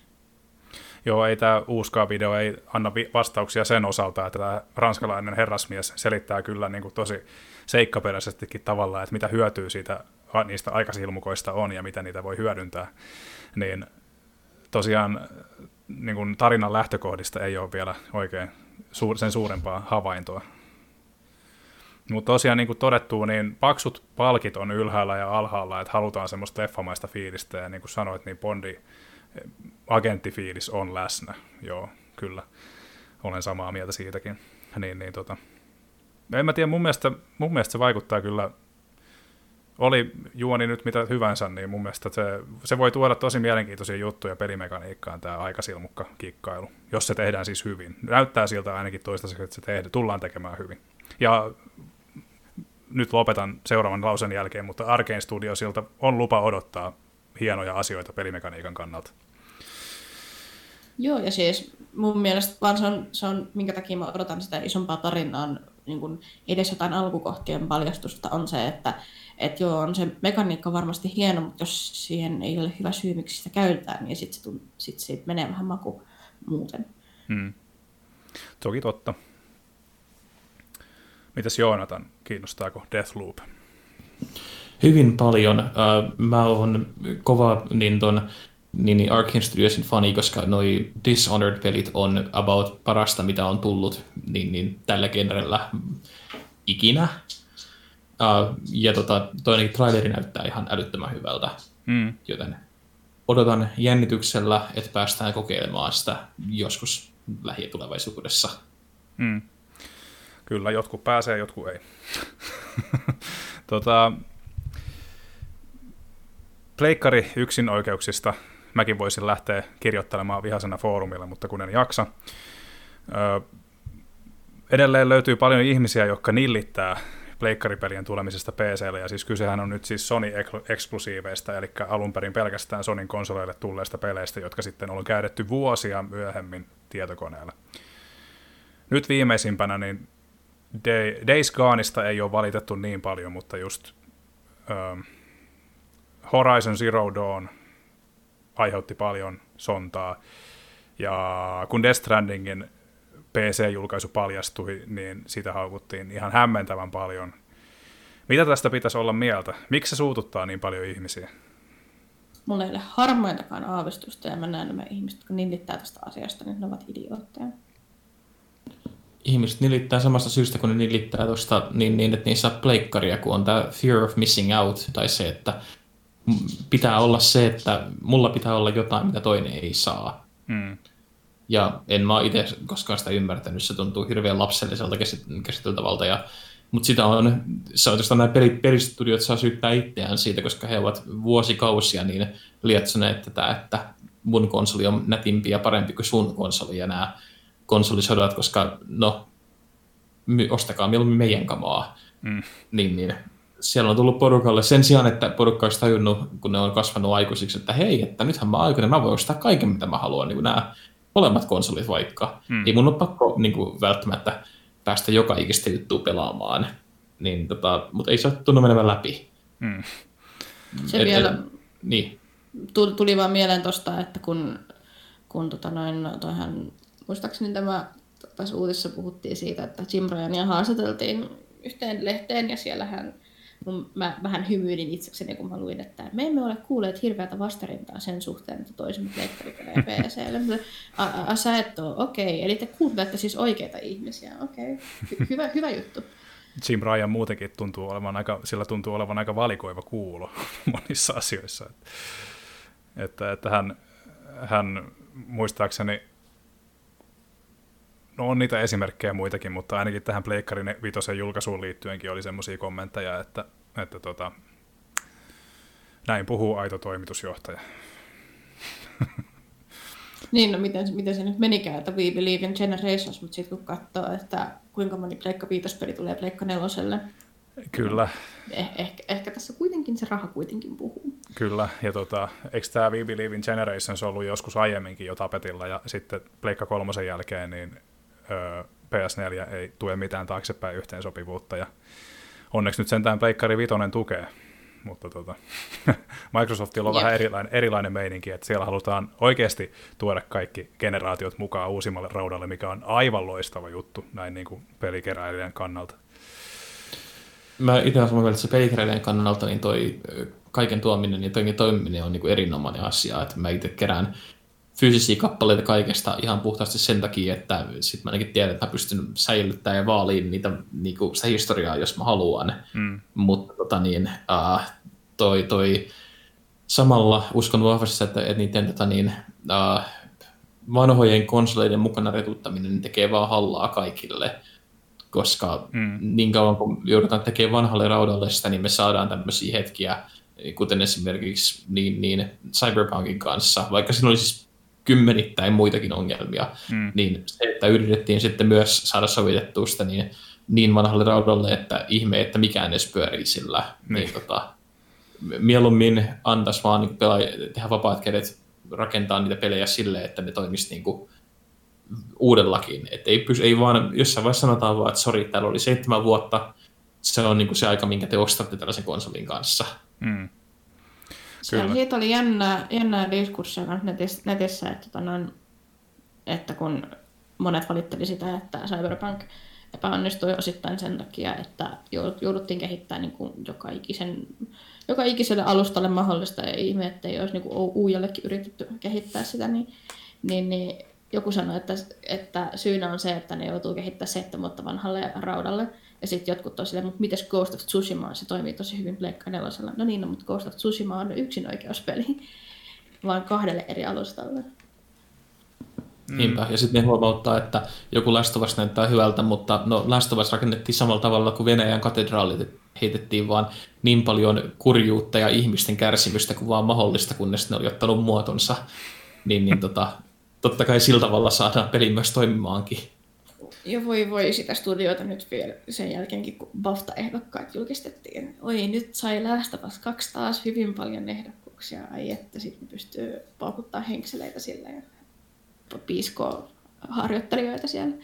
Joo, ei tämä uuskaan video ei anna vastauksia sen osalta, että tämä ranskalainen herrasmies selittää kyllä niin kuin tosi seikkaperäisestikin tavallaan, että mitä hyötyä siitä, niistä aikasilmukoista on ja miten niitä voi hyödyntää. Niin tosiaan niin kuin tarinan lähtökohdista ei ole vielä oikein sen suurempaa havaintoa. Mutta tosiaan niin kuin todettu, niin paksut palkit on ylhäällä ja alhaalla, että halutaan semmoista leffamaista fiilistä, ja niin kuin sanoit, niin Bondi agenttifiilis on läsnä. Joo, kyllä. Olen samaa mieltä siitäkin. Niin, niin, tota. En mä tiedä, mun mielestä, mun mielestä se vaikuttaa kyllä, oli juoni nyt mitä hyvänsä, niin mun mielestä se, se voi tuoda tosi mielenkiintoisia juttuja pelimekaniikkaan, tämä aikasilmukka kikkailu, jos se tehdään siis hyvin. Näyttää siltä ainakin toistaiseksi, että se tehdään, tullaan tekemään hyvin. Ja nyt lopetan seuraavan lausen jälkeen, mutta Arkane Studiosilta on lupa odottaa hienoja asioita pelimekaniikan kannalta. Joo, ja siis mun mielestä vaan se on, se on minkä takia mä odotan sitä isompaa tarinaa, niin kun edes jotain alkukohtien paljastusta on se, että et joo, on se mekaniikka varmasti hieno, mutta jos siihen ei ole hyvä syy, miksi sitä käytetään, niin sitten sit, sit siitä menee vähän maku muuten. Hmm. Toki totta. Mitäs Joonatan, kiinnostaako Deathloop? Hyvin paljon. Mä oon kova niin ton niin Arkane Studiosin fani, koska noi Dishonored-pelit on about parasta, mitä on tullut niin, niin tällä genrellä ikinä. Uh, ja tota, toinenkin traileri näyttää ihan älyttömän hyvältä, mm. joten odotan jännityksellä, että päästään kokeilemaan sitä joskus lähitulevaisuudessa. Mm. Kyllä, jotkut pääsee, jotkut ei. tota, pleikkari yksin oikeuksista mäkin voisin lähteä kirjoittelemaan vihaisena foorumilla, mutta kun en jaksa. Öö, edelleen löytyy paljon ihmisiä, jotka nillittää pleikkaripelien tulemisesta P C:lle, ja siis kysehän on nyt siis Sony-eksklusiiveista, eli alun perin pelkästään Sonyn konsoleille tulleista peleistä, jotka sitten on käytetty vuosia myöhemmin tietokoneella. Nyt viimeisimpänä niin Days Goneista ei ole valitettu niin paljon, mutta just ähm, Horizon Zero Dawn aiheutti paljon sontaa, ja kun Death Strandingin P C-julkaisu paljastui, niin sitä haukuttiin ihan hämmentävän paljon. Mitä tästä pitäisi olla mieltä? Miksi se suututtaa niin paljon ihmisiä? Mulla ei ole harmaintakaan aavistusta, ja mä näen nämä ihmiset, jotka nillittää tästä asiasta, niin ne ovat idiootteja. Ihmiset nillittää samasta syystä, kun ne nillittää tuosta niin, niin, että niissä saa pleikkaria, kun on tämä fear of missing out, tai se, että pitää olla se, että mulla pitää olla jotain, mitä toinen ei saa. Mm. Ja en mä itse koskaan sitä ymmärtänyt, se tuntuu hirveän lapselliselta käsiteltävältä, ja, mutta sitä on, se on tietysti nämä pelistudiot saa syyttää itseään siitä, koska he ovat vuosikausia niin lietsoneet tätä, että mun konsoli on nätimpi ja parempi kuin sun konsoli, ja nämä konsolisodat, koska no, ostakaa mieluummin meidän kamaa, mm. niin, niin siellä on tullut porukalle sen sijaan, että porukka olisi tajunnut, kun ne on kasvanut aikuisiksi, että hei, että nythän mä aikuinen, mä voin ostaa kaiken, mitä mä haluan, niin kuin nämä molemmat konsolit vaikka. Mm. Ei mun ole pakko niin kuin, välttämättä päästä joka ikistä juttua pelaamaan, niin, tota, mutta ei se ole tunnu menevän läpi. Mm. Se et, vielä et, niin. tuli vaan mieleen tuosta, että kun, kun tota noin, toihan, muistaakseni tämä, tässä uutisessa puhuttiin siitä, että Jim Ryania haastateltiin yhteen lehteen, ja siellähän mä vähän hymyilin itsekseni, kun mä luin, että me emme ole kuulleet hirveätä vastarintaa sen suhteen, että toisimme pleikkaripelejä P C:lle. A, sä et ole, okei, eli te kuuntelette siis oikeita ihmisiä, okei, Hy- hyvä, hyvä juttu. Jim Ryan muutenkin tuntuu olevan aika, sillä tuntuu olevan aika valikoiva kuulo monissa asioissa. Että, että hän, hän muistaakseni, no on niitä esimerkkejä muitakin, mutta ainakin tähän Pleikkarin vitosen julkaisuun liittyenkin oli semmoisia kommentteja, että, että tota, näin puhuu aito toimitusjohtaja. Niin, no miten, miten se nyt menikään, että we believe in generations, mutta sitten kun katsoo, että kuinka moni Pleikka viitospeli tulee Pleikka neloselle. Kyllä. Eh, ehkä, ehkä tässä kuitenkin se raha kuitenkin puhuu. Kyllä, ja tota, eikö tämä We Believe in Generations ollut joskus aiemminkin jo tapetilla, ja sitten Pleikka kolmosen jälkeen niin öö, P S neljä ei tue mitään taaksepäin yhteensopivuutta, ja onneksi nyt sentään Pleikkari vitonen tukee, mutta tota, Microsoftilla on Jep. vähän erilainen, erilainen meininki, että siellä halutaan oikeasti tuoda kaikki generaatiot mukaan uusimmalle raudalle, mikä on aivan loistava juttu näin niin kuin pelikeräilijän kannalta. Mä itse olen samaa mieltä, että se pelikeräilijän kannalta niin toi kaiken tuominen ja toimiminen, toimiminen on niin kuin erinomainen asia, että mä itse kerään fyysisiä kappaleita kaikesta ihan puhtaasti sen takia, että sitten mä ainakin tiedän, että mä pystyn säilyttämään ja vaaliin niitä, niin kuin sitä historiaa, jos mä haluan. Mm. Mutta tota niin, uh, toi, toi samalla uskon vahvasti, että, että niiden tota niin, uh, vanhojen konsoleiden mukana retuttaminen tekee vaan hallaa kaikille, koska mm. niin kauan kun joudutaan tekemään vanhalle raudalle sitä, niin me saadaan tämmöisiä hetkiä, kuten esimerkiksi niin, niin Cyberpunkin kanssa, vaikka siinä oli siis kymmenittäin muitakin ongelmia, mm. niin se, että yritettiin sitten myös saada sovitettua sitä niin, niin vanhalle raudalle, että ihme, että mikään edes pyörii sillä. Mm. Niin, tota, mieluummin antaisi vaan niin pelaa, tehdä vapaat kädet rakentaa niitä pelejä silleen, että ne toimisi niin kuin uudellakin. Et ei, pysy, ei vaan, jossain vaiheessa sanotaan vaan, että sori, täällä oli seitsemän vuotta, se on niin kuin se aika, minkä te ostatte tällaisen konsolin kanssa. Mm. Siitä oli jännää, jännää diskurssia netissä, netissä että, noin, että kun monet valitteli sitä, että Cyberpunk epäonnistui osittain sen takia, että jouduttiin kehittämään niin kuin joka, ikisen, joka ikiselle alustalle mahdollista, ja ihme, että ei olisi niin kuin uijallekin yritetty kehittää sitä, niin, niin, niin joku sanoi, että, että syynä on se, että ne joutuu kehittämään seitsemän vuotta vanhalle raudalle. Ja sitten jotkut on silleen, mutta mites Ghost of Tsushima, se toimii tosi hyvin Pleikka nelosella. No niin, no, mutta Ghost of Tsushima on yksin oikeuspeli, vaan kahdelle eri alustalle. Niinpä, ja sitten ne huomauttaa, että joku Last of Us näyttää hyvältä, mutta no Last of Us rakennettiin samalla tavalla kuin Venäjän katedraalit, heitettiin vaan niin paljon kurjuutta ja ihmisten kärsimystä kuin vaan mahdollista, kunnes ne oli ottanut muotonsa. Niin, niin tota, totta kai sillä tavalla saadaan peli myös toimimaankin. Ja voi voi sitä studiota nyt vielä sen jälkeenkin, kun BAFTA-ehdokkaat julkistettiin. Oi, nyt sai Last of Us kaksi taas hyvin paljon ehdokkuuksia. Ai että sitten pystyy paukuttaa henkseleitä sillä ja piiskoo harjoittelijoita siellä.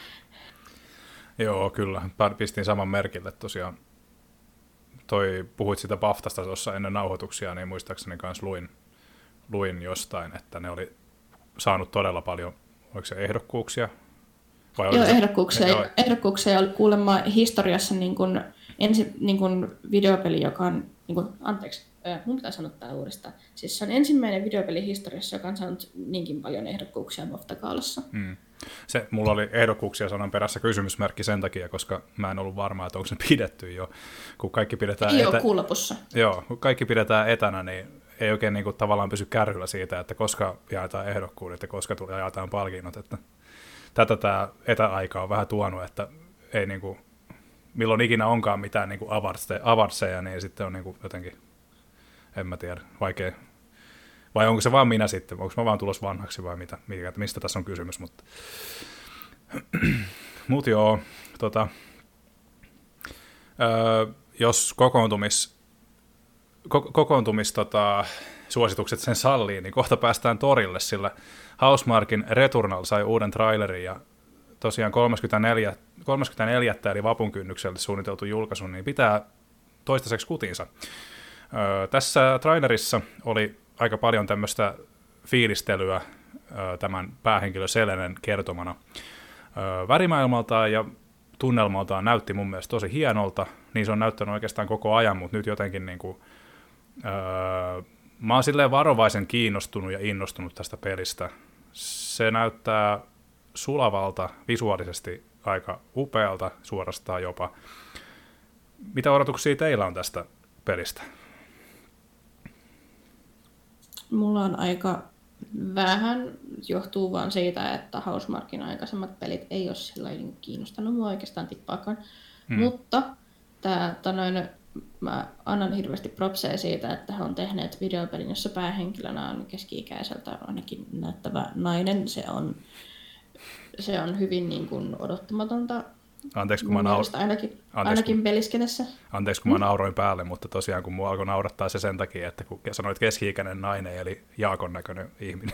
Joo, kyllä. Pistin saman merkille tosiaan. Toi, puhuit sitä BAFTasta tuossa ennen nauhoituksia, niin muistaakseni kanssa luin, luin jostain, että ne oli saanut todella paljon, oliko se ehdokkuuksia? Vai Joo, se, ehdokkuuksia, joo. ehdokkuuksia oli kuulemma historiassa niin kuin, ensi, niin kuin videopeli, joka on, niin kuin, anteeksi, mun pitää sanoa tämä uudestaan. Siis se on ensimmäinen videopeli historiassa, joka on saanut niinkin paljon ehdokkuuksia BAFTA-gaalassa. Mm. Se, mulla oli ehdokkuuksia sanan perässä kysymysmerkki sen takia, koska mä en ollut varma, että onko se pidetty jo. Kun kaikki pidetään, ei etä... ole kuulopussa. Joo, kun kaikki pidetään etänä, niin ei oikein niin kuin, tavallaan pysy kärryllä siitä, että koska jaetaan ehdokkuudet ja koska tulee jaetaan palkinnot. Että tätä tämä etäaika on vähän tuonut, että ei niin kuin, milloin ikinä onkaan mitään niin kuin avartseja, niin sitten on niin kuin, jotenkin, en mä tiedä, vaikea. Vai onko se vaan minä sitten? Onko mä vaan tulossa vanhaksi vai mitä? Mistä tässä on kysymys? Mutta Mut joo, tota, öö, jos kokoontumis, ko, kokoontumis tota, suositukset sen sallii, niin kohta päästään torille, sillä Housemarquin Returnal sai uuden trailerin ja tosiaan kolmaskymmenesneljäs kolmaskymmenesneljäs eli vapun kynnykselle suunniteltu julkaisu, niin pitää toistaiseksi kutinsa. Öö, tässä trailerissa oli aika paljon tämmöistä fiilistelyä öö, tämän päähenkilö Selenen kertomana. Öö, värimaailmaltaan ja tunnelmaltaan näytti mun mielestä tosi hienolta, niin se on näyttänyt oikeastaan koko ajan, mutta nyt jotenkin niin kuin, öö, mä oon silleen varovaisen kiinnostunut ja innostunut tästä pelistä. Se näyttää sulavalta, visuaalisesti aika upealta suorastaan jopa. Mitä odotuksia teillä on tästä pelistä? Mulla on aika vähän, johtuu vaan siitä, että Housemarquin aikaisemmat pelit ei ole sillä kiinnostanut mua oikeastaan tippaakaan. Hmm. Mutta tää, tanoin, mä annan hirveästi propseja siitä, että he on tehneet videopelin, jossa päähenkilönä on keski-ikäiseltä ainakin näyttävä nainen. Se on, se on hyvin niin kuin odottamatonta. Anteeksi, kun mä, naur... ainakin, Anteeksi, ainakin kun... peliskenessä. Anteeksi, kun mä nauroin päälle, mutta tosiaan kun mua alkoi naurattaa se sen takia, että kun sanoit keski-ikäinen nainen, eli Jaakon näköinen ihminen.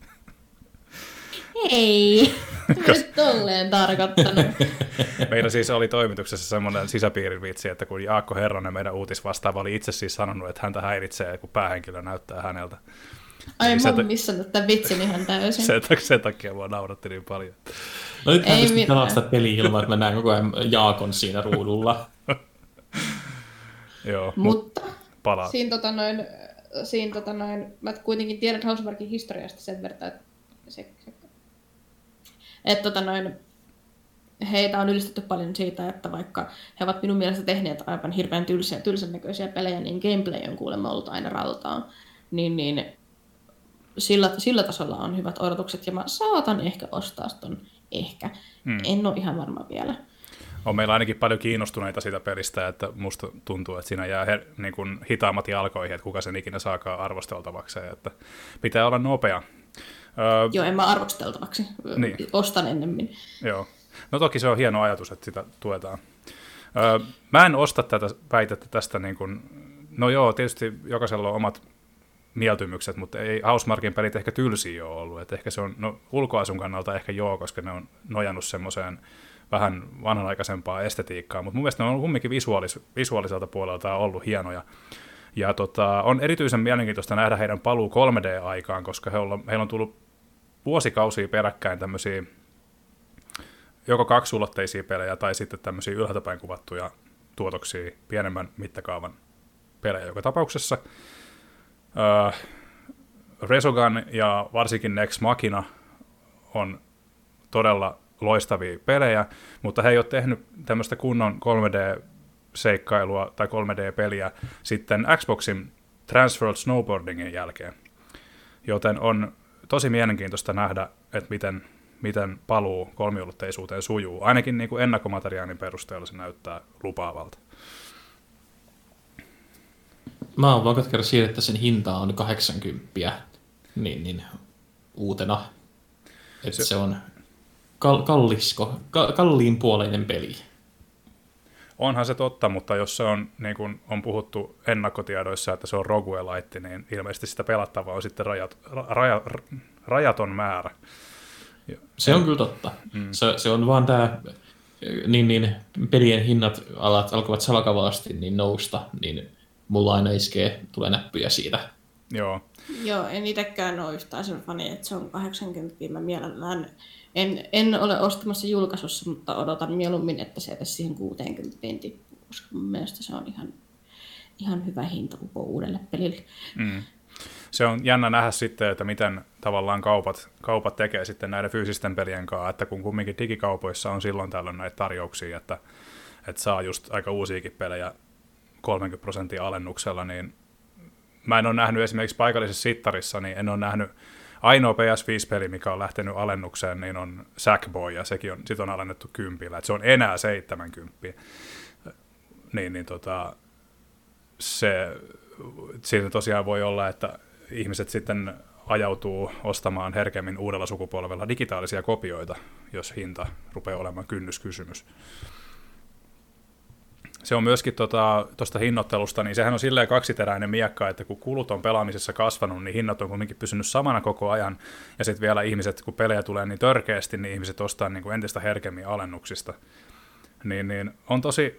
Ei, mä nyt tolleen tarkoittanut. Meillä siis oli toimituksessa semmoinen sisäpiirin vitsi, että kun Jaakko Herranen, meidän uutisvastaava, oli itse siis sanonut, että häntä häiritsee, kun päähenkilö näyttää häneltä. Ai, niin mä oon missannut tämän vitsin ihan täysin. Sen, sen takia mua nauratti niin paljon. No nyt hän pystyy pelaamaan sitä peliä ilman, että mä näen koko ajan Jaakon siinä ruudulla. Joo, mutta palaa. Siinä, tota noin, siinä tota noin, mä kuitenkin tiedän Housemarquin historiasta sen verran, että, se, se, että tota noin, heitä on ylistetty paljon siitä, että vaikka he ovat minun mielestä tehneet aivan hirveän tylsiä, tylsän näköisiä pelejä, niin gameplay on kuulemma ollut aina rautaa. Niin, niin sillä, sillä tasolla on hyvät odotukset ja mä saatan ehkä ostaa ton ehkä. Hmm. En ole ihan varma vielä. On meillä ainakin paljon kiinnostuneita siitä pelistä, että musta tuntuu, että siinä jää her, niin kuin hitaammat jalkoihin, että kuka sen ikinä saakaan arvosteltavakseen, että pitää olla nopea. Öö, Joo, en mä arvosteltavaksi. Niin. Ostan ennemmin. Joo. No toki se on hieno ajatus, että sitä tuetaan. Öö, mä en osta tätä väitettä tästä, niin kuin, no joo, tietysti jokaisella on omat mieltymykset, mutta ei Housemarquin pelit ehkä tylsiä ole ollut. Et ehkä se on, no ulkoasun kannalta ehkä joo, koska ne on nojannut semmoiseen vähän vanhanaikaisempaa estetiikkaa, mutta mun mielestä ne on kumminkin visuaalis- visuaaliselta puolelta ollut hienoja. Ja tota, on erityisen mielenkiintoista nähdä heidän paluu kolme D-aikaan, koska he on, heillä on tullut vuosikausia peräkkäin tämmöisiä joko kaksulotteisia pelejä tai sitten tämmöisiä ylhäältäpäin kuvattuja tuotoksia, pienemmän mittakaavan pelejä joka tapauksessa. Öö, Resogun ja varsinkin Nex Machina on todella loistavia pelejä, mutta he ei ole tehnyt tämmöistä kunnon kolme D-seikkailua tai kolme D-peliä sitten Xboxin Transworld Snowboardingin jälkeen. Joten on tosi mielenkiintoista nähdä, että miten, miten paluu kolmiulotteisuuteen sujuu. Ainakin niin kuin ennakkomateriaalin perusteella se näyttää lupaavalta. Mä oon vaan kerran siitä, että sen hinta on kahdeksankymmentä niin, niin uutena. Että se, se on kal- kallisko, ka- kalliin puoleinen peli. Onhan se totta, mutta jos se on, niin kuin on puhuttu ennakkotiedoissa, että se on roguelite, niin ilmeisesti sitä pelattavaa on sitten rajat, raja, rajaton määrä. Se on kyllä totta. Mm. Se, se on vaan tämä, niin, niin pelien hinnat alat, alkavat salakavasti niin nousta, niin mulla aina iskee, tulee näppyjä siitä. Joo. Joo, en itsekään ole yhtään sen fani, että se on kahdeksankymmentä. Mä mielellään en, en ole ostamassa julkaisussa, mutta odotan mieluummin, että se edes siihen kuusikymmentä tippuu, koska mun mielestä se on ihan, ihan hyvä hinta upo uudelle pelille. Mm. Se on jännä nähdä sitten, että miten tavallaan kaupat, kaupat tekee sitten näiden fyysisten pelien kanssa, että kun kumminkin digikaupoissa on silloin tällöin näitä tarjouksia, että, että saa just aika uusiakin pelejä kolmekymmentä prosenttia alennuksella, niin mä en ole nähnyt esimerkiksi paikallisessa sittarissa, niin en ole nähnyt ainoa P S viisi -peli, mikä on lähtenyt alennukseen, niin on Sackboy, ja sekin on, sit on alennettu kympillä, että se on enää seitsemänkymmentä. Niin, niin tota, se, siinä tosiaan voi olla, että ihmiset sitten ajautuu ostamaan herkemmin uudella sukupolvella digitaalisia kopioita, jos hinta rupeaa olemaan kynnyskysymys. Se on myöskin tuosta tota, hinnoittelusta, niin sehän on silleen kaksiteräinen miekka, että kun kulut on pelaamisessa kasvanut, niin hinnat on kuitenkin pysynyt samana koko ajan, ja sitten vielä ihmiset, kun pelejä tulee niin törkeästi, niin ihmiset ostaa niin kuin entistä herkemmin alennuksista. Niin, niin on tosi...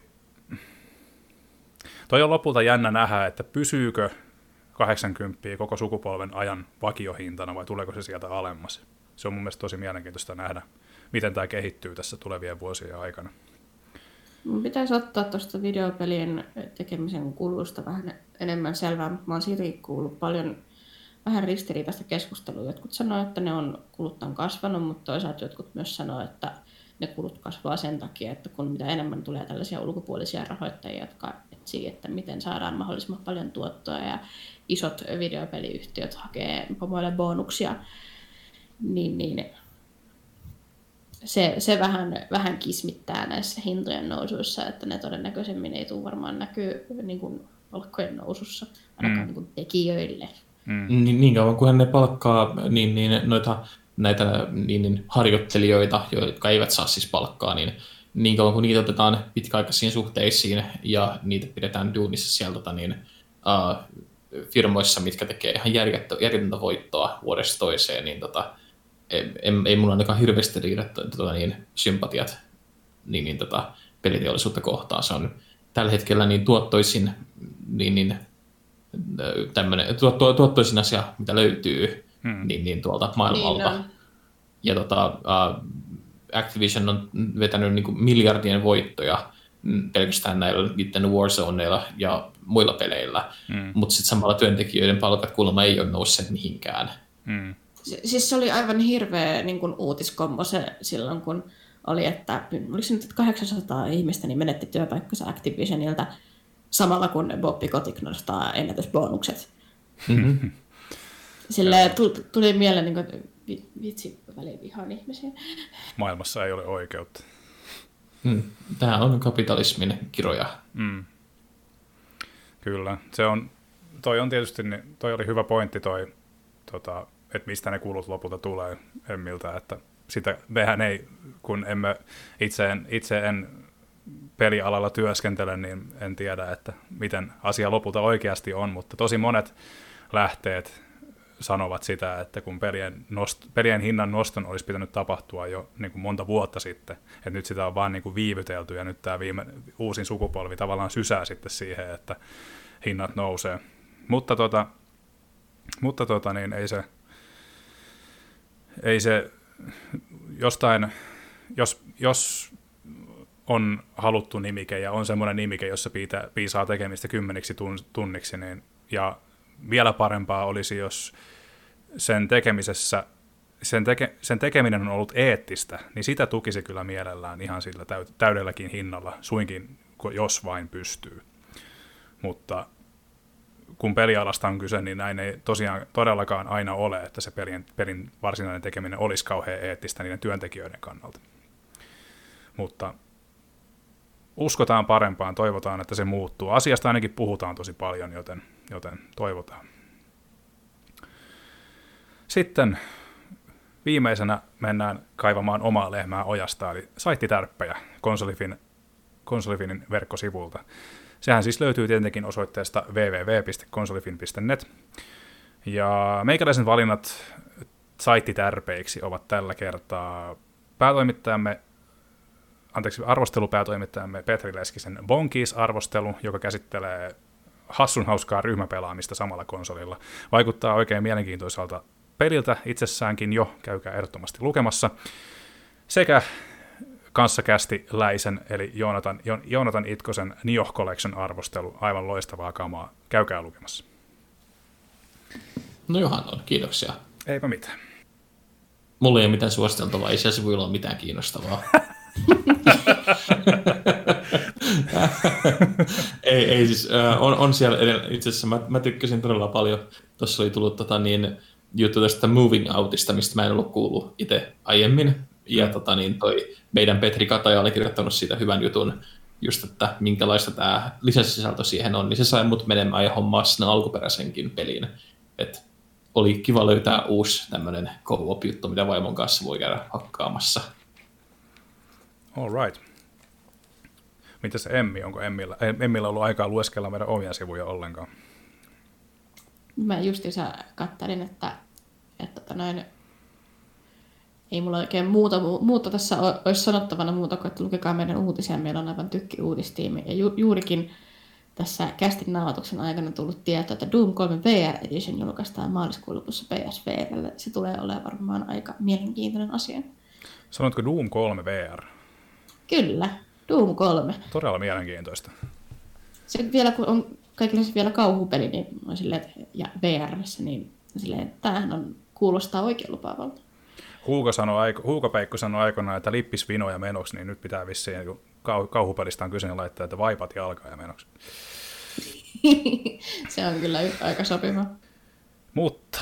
Toi on lopulta jännä nähdä, että pysyykö kahdeksankymmentä koko sukupolven ajan vakiohintana, vai tuleeko se sieltä alemmas. Se on mun mielestä tosi mielenkiintoista nähdä, miten tämä kehittyy tässä tulevien vuosien aikana. Mun pitäisi ottaa tuosta videopelien tekemisen kulusta vähän enemmän selvää, mutta mä oon siitä kuullut paljon vähän ristiriitaista keskustelua. Jotkut sanoo, että ne on, kulut on kasvanut, mutta toisaalta jotkut myös sanoo, että ne kulut kasvaa sen takia, että kun mitä enemmän tulee tällaisia ulkopuolisia rahoittajia, jotka etsii, että miten saadaan mahdollisimman paljon tuottoa ja isot videopeliyhtiöt hakee pomoille bonuksia, niin, niin Se, se vähän, vähän kismittää näissä hintojen nousuissa, että ne todennäköisemmin ei tule varmaan näkyy niin kuin palkkojen nousussa, ainakaan mm. niin kuin tekijöille. Mm. Niin, niin kauan kunhan ne palkkaa niin, niin, noita, näitä niin, niin, harjoittelijoita, jotka eivät saa siis palkkaa, niin niin kauan kun niitä otetaan pitkäaikaisiin suhteisiin ja niitä pidetään duunissa sieltä niin, uh, firmoissa, mitkä tekee ihan järjetöntä voittoa vuodesta toiseen, niin tota, Ei, ei mulla ainakaan hirveästi riitä tuota, niin, sympatiat niin, niin, tota, peliteollisuutta kohtaan. Se on tällä hetkellä niin tuottoisin, niin, niin, tuot, tuottoisin asia, mitä löytyy hmm. niin, niin, tuolta maailmalta. Niin, no. Ja tota, uh, Activision on vetänyt niin kuin miljardien voittoja pelkästään näillä niiden Warzoneilla ja muilla peleillä, hmm. mutta sitten samalla työntekijöiden palkat kuulemma ei ole nousseet mihinkään. Hmm. Siis se oli aivan hirveä niin kuin uutiskombo se silloin, kun oli, että oliko se nyt, että kahdeksansataa ihmistä niin menetti työpaikkansa Activisionilta samalla kun Bobby Kotick nostaa ennätysbonukset. Mm-hmm. Silleen tuli mieleen, niin kuin, että vitsi, väliin vihaan ihmisiä. Maailmassa ei ole oikeutta. Mm. Tämä on kapitalismin kiroja. Mm. Kyllä. Se on, toi on tietysti, toi oli hyvä pointti toi, tota, että mistä ne kulut lopulta tulee Emmiltä, että sitä mehän ei, kun emme itse en, itse en pelialalla työskentele, niin en tiedä, että miten asia lopulta oikeasti on, mutta tosi monet lähteet sanovat sitä, että kun pelien, nost, pelien hinnan noston olisi pitänyt tapahtua jo niin kuin monta vuotta sitten, että nyt sitä on vaan niin kuin viivytelty ja nyt tämä viime, uusin sukupolvi tavallaan sysää sitten siihen, että hinnat nousee. Mutta, tota, mutta tota, niin ei se Ei se jostain, jos, jos on haluttu nimike ja on semmoinen nimike, jossa piitä, piisaa tekemistä kymmeniksi tunniksi, niin, ja vielä parempaa olisi, jos sen tekemisessä, sen, teke, sen tekeminen on ollut eettistä, niin sitä tukisi kyllä mielellään ihan sillä täydelläkin hinnalla, suinkin jos vain pystyy. Mutta kun pelialasta on kyse, niin näin ei tosiaan todellakaan aina ole, että se pelin, pelin varsinainen tekeminen olisi kauhean eettistä niiden työntekijöiden kannalta. Mutta uskotaan parempaan, toivotaan, että se muuttuu. Asiasta ainakin puhutaan tosi paljon, joten, joten toivotaan. Sitten viimeisenä mennään kaivamaan omaa lehmää ojasta, eli saittitärppejä Konsolifin, Konsolifinin verkkosivulta. Sehän siis löytyy tietenkin osoitteesta double-u double-u double-u piste konsolifin piste net. Ja meikäläisen valinnat saittitärpeiksi ovat tällä kertaa päätoimittajamme, anteeksi, arvostelupäätoimittajamme Petri Leskisen Bonkies-arvostelu, joka käsittelee hassun hauskaa ryhmäpelaamista samalla konsolilla. Vaikuttaa oikein mielenkiintoiselta peliltä itsessäänkin jo, käykää ehdottomasti lukemassa. Sekä kanssakästiläisen, eli Joonatan, Joonatan Itkosen Nioh Collection-arvostelu, aivan loistavaa kamaa, käykää lukemassa. No Johanna, kiitoksia. Eipä mitään. Mulla ei ole mitään suositeltavaa, ei siellä sivuilla ole mitään kiinnostavaa. ei, ei siis, äh, on, on siellä itse asiassa, mä, mä tykkäsin todella paljon. Tuossa oli tullut tota, niin, juttu tästä Moving Outista, mistä mä en ollut kuullut itse aiemmin. Ja tota, niin, toi meidän Petri Kataja oli kirjoittanut siitä hyvän jutun, just että minkälaista tämä lisäsisältö siihen on, niin se sai mut menemään ja hommaa sinne alkuperäisenkin peliin. Et oli kiva löytää uusi tämmöinen co-op-juttu, mitä vaimon kanssa voi käydä hakkaamassa. All right. Mitäs Emmi? Onko Emmillä, Emmillä ollut aikaa lueskella meidän omia sivuja ollenkaan? Mä justiinsa kattelin, että, että, että noin, ei mulla oikein muuta, muuta tässä olisi sanottavana muuta kuin, että lukekaa meidän uutisia. Meillä on aivan tykki uutistiimi. Ja ju, juurikin tässä kästin nauhoituksen aikana tullut tieto, että Doom kolme V R Edition julkaistaan maaliskuun lopussa P S V R:lle. Se tulee olemaan varmaan aika mielenkiintoinen asia. Sanotko Doom kolme V R? Kyllä, Doom kolme. Todella mielenkiintoista. Se vielä, kun on kaikille se vielä kauhupeli, niin on silleen, että, ja V R:ssä, niin silleen, että tämähän on, kuulostaa oikein lupaavalta. Huuko sanoi, Huuko Peikko sanoi aikoinaan, että lippis vinoja menoksi, niin nyt pitää vissiin, kun kau- kauhupelistä on kyse, niin laittaa, että vaipat jalkaa ja menoksi. Se on kyllä aika sopiva. Mutta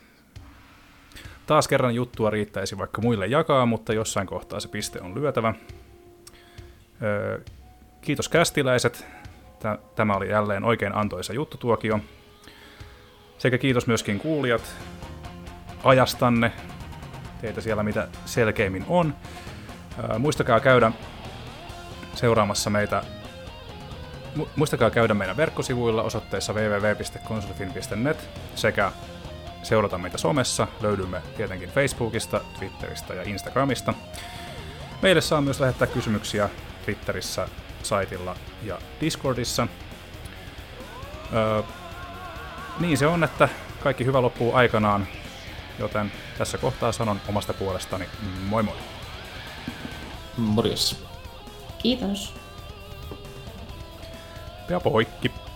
taas kerran juttua riittäisi vaikka muille jakaa, mutta jossain kohtaa se piste on lyötävä. Öö, kiitos kästiläiset. Tämä oli jälleen oikein antoisa juttutuokio. Sekä kiitos myöskin kuulijat ajastanne. Teitä siellä mitä selkeimmin on. Öö, muistakaa käydä seuraamassa meitä. Muistakaa käydä meidän verkkosivuilla osoitteessa double-u double-u double-u piste konsolifin piste net sekä seurata meitä somessa. Löydymme tietenkin Facebookista, Twitteristä ja Instagramista. Meille saa myös lähettää kysymyksiä Twitterissä, saitilla ja Discordissa. Öö, niin se on, että kaikki hyvä loppuu aikanaan, joten tässä kohtaa sanon omasta puolestani moi moi. Morjes. Kiitos. Ja poikki.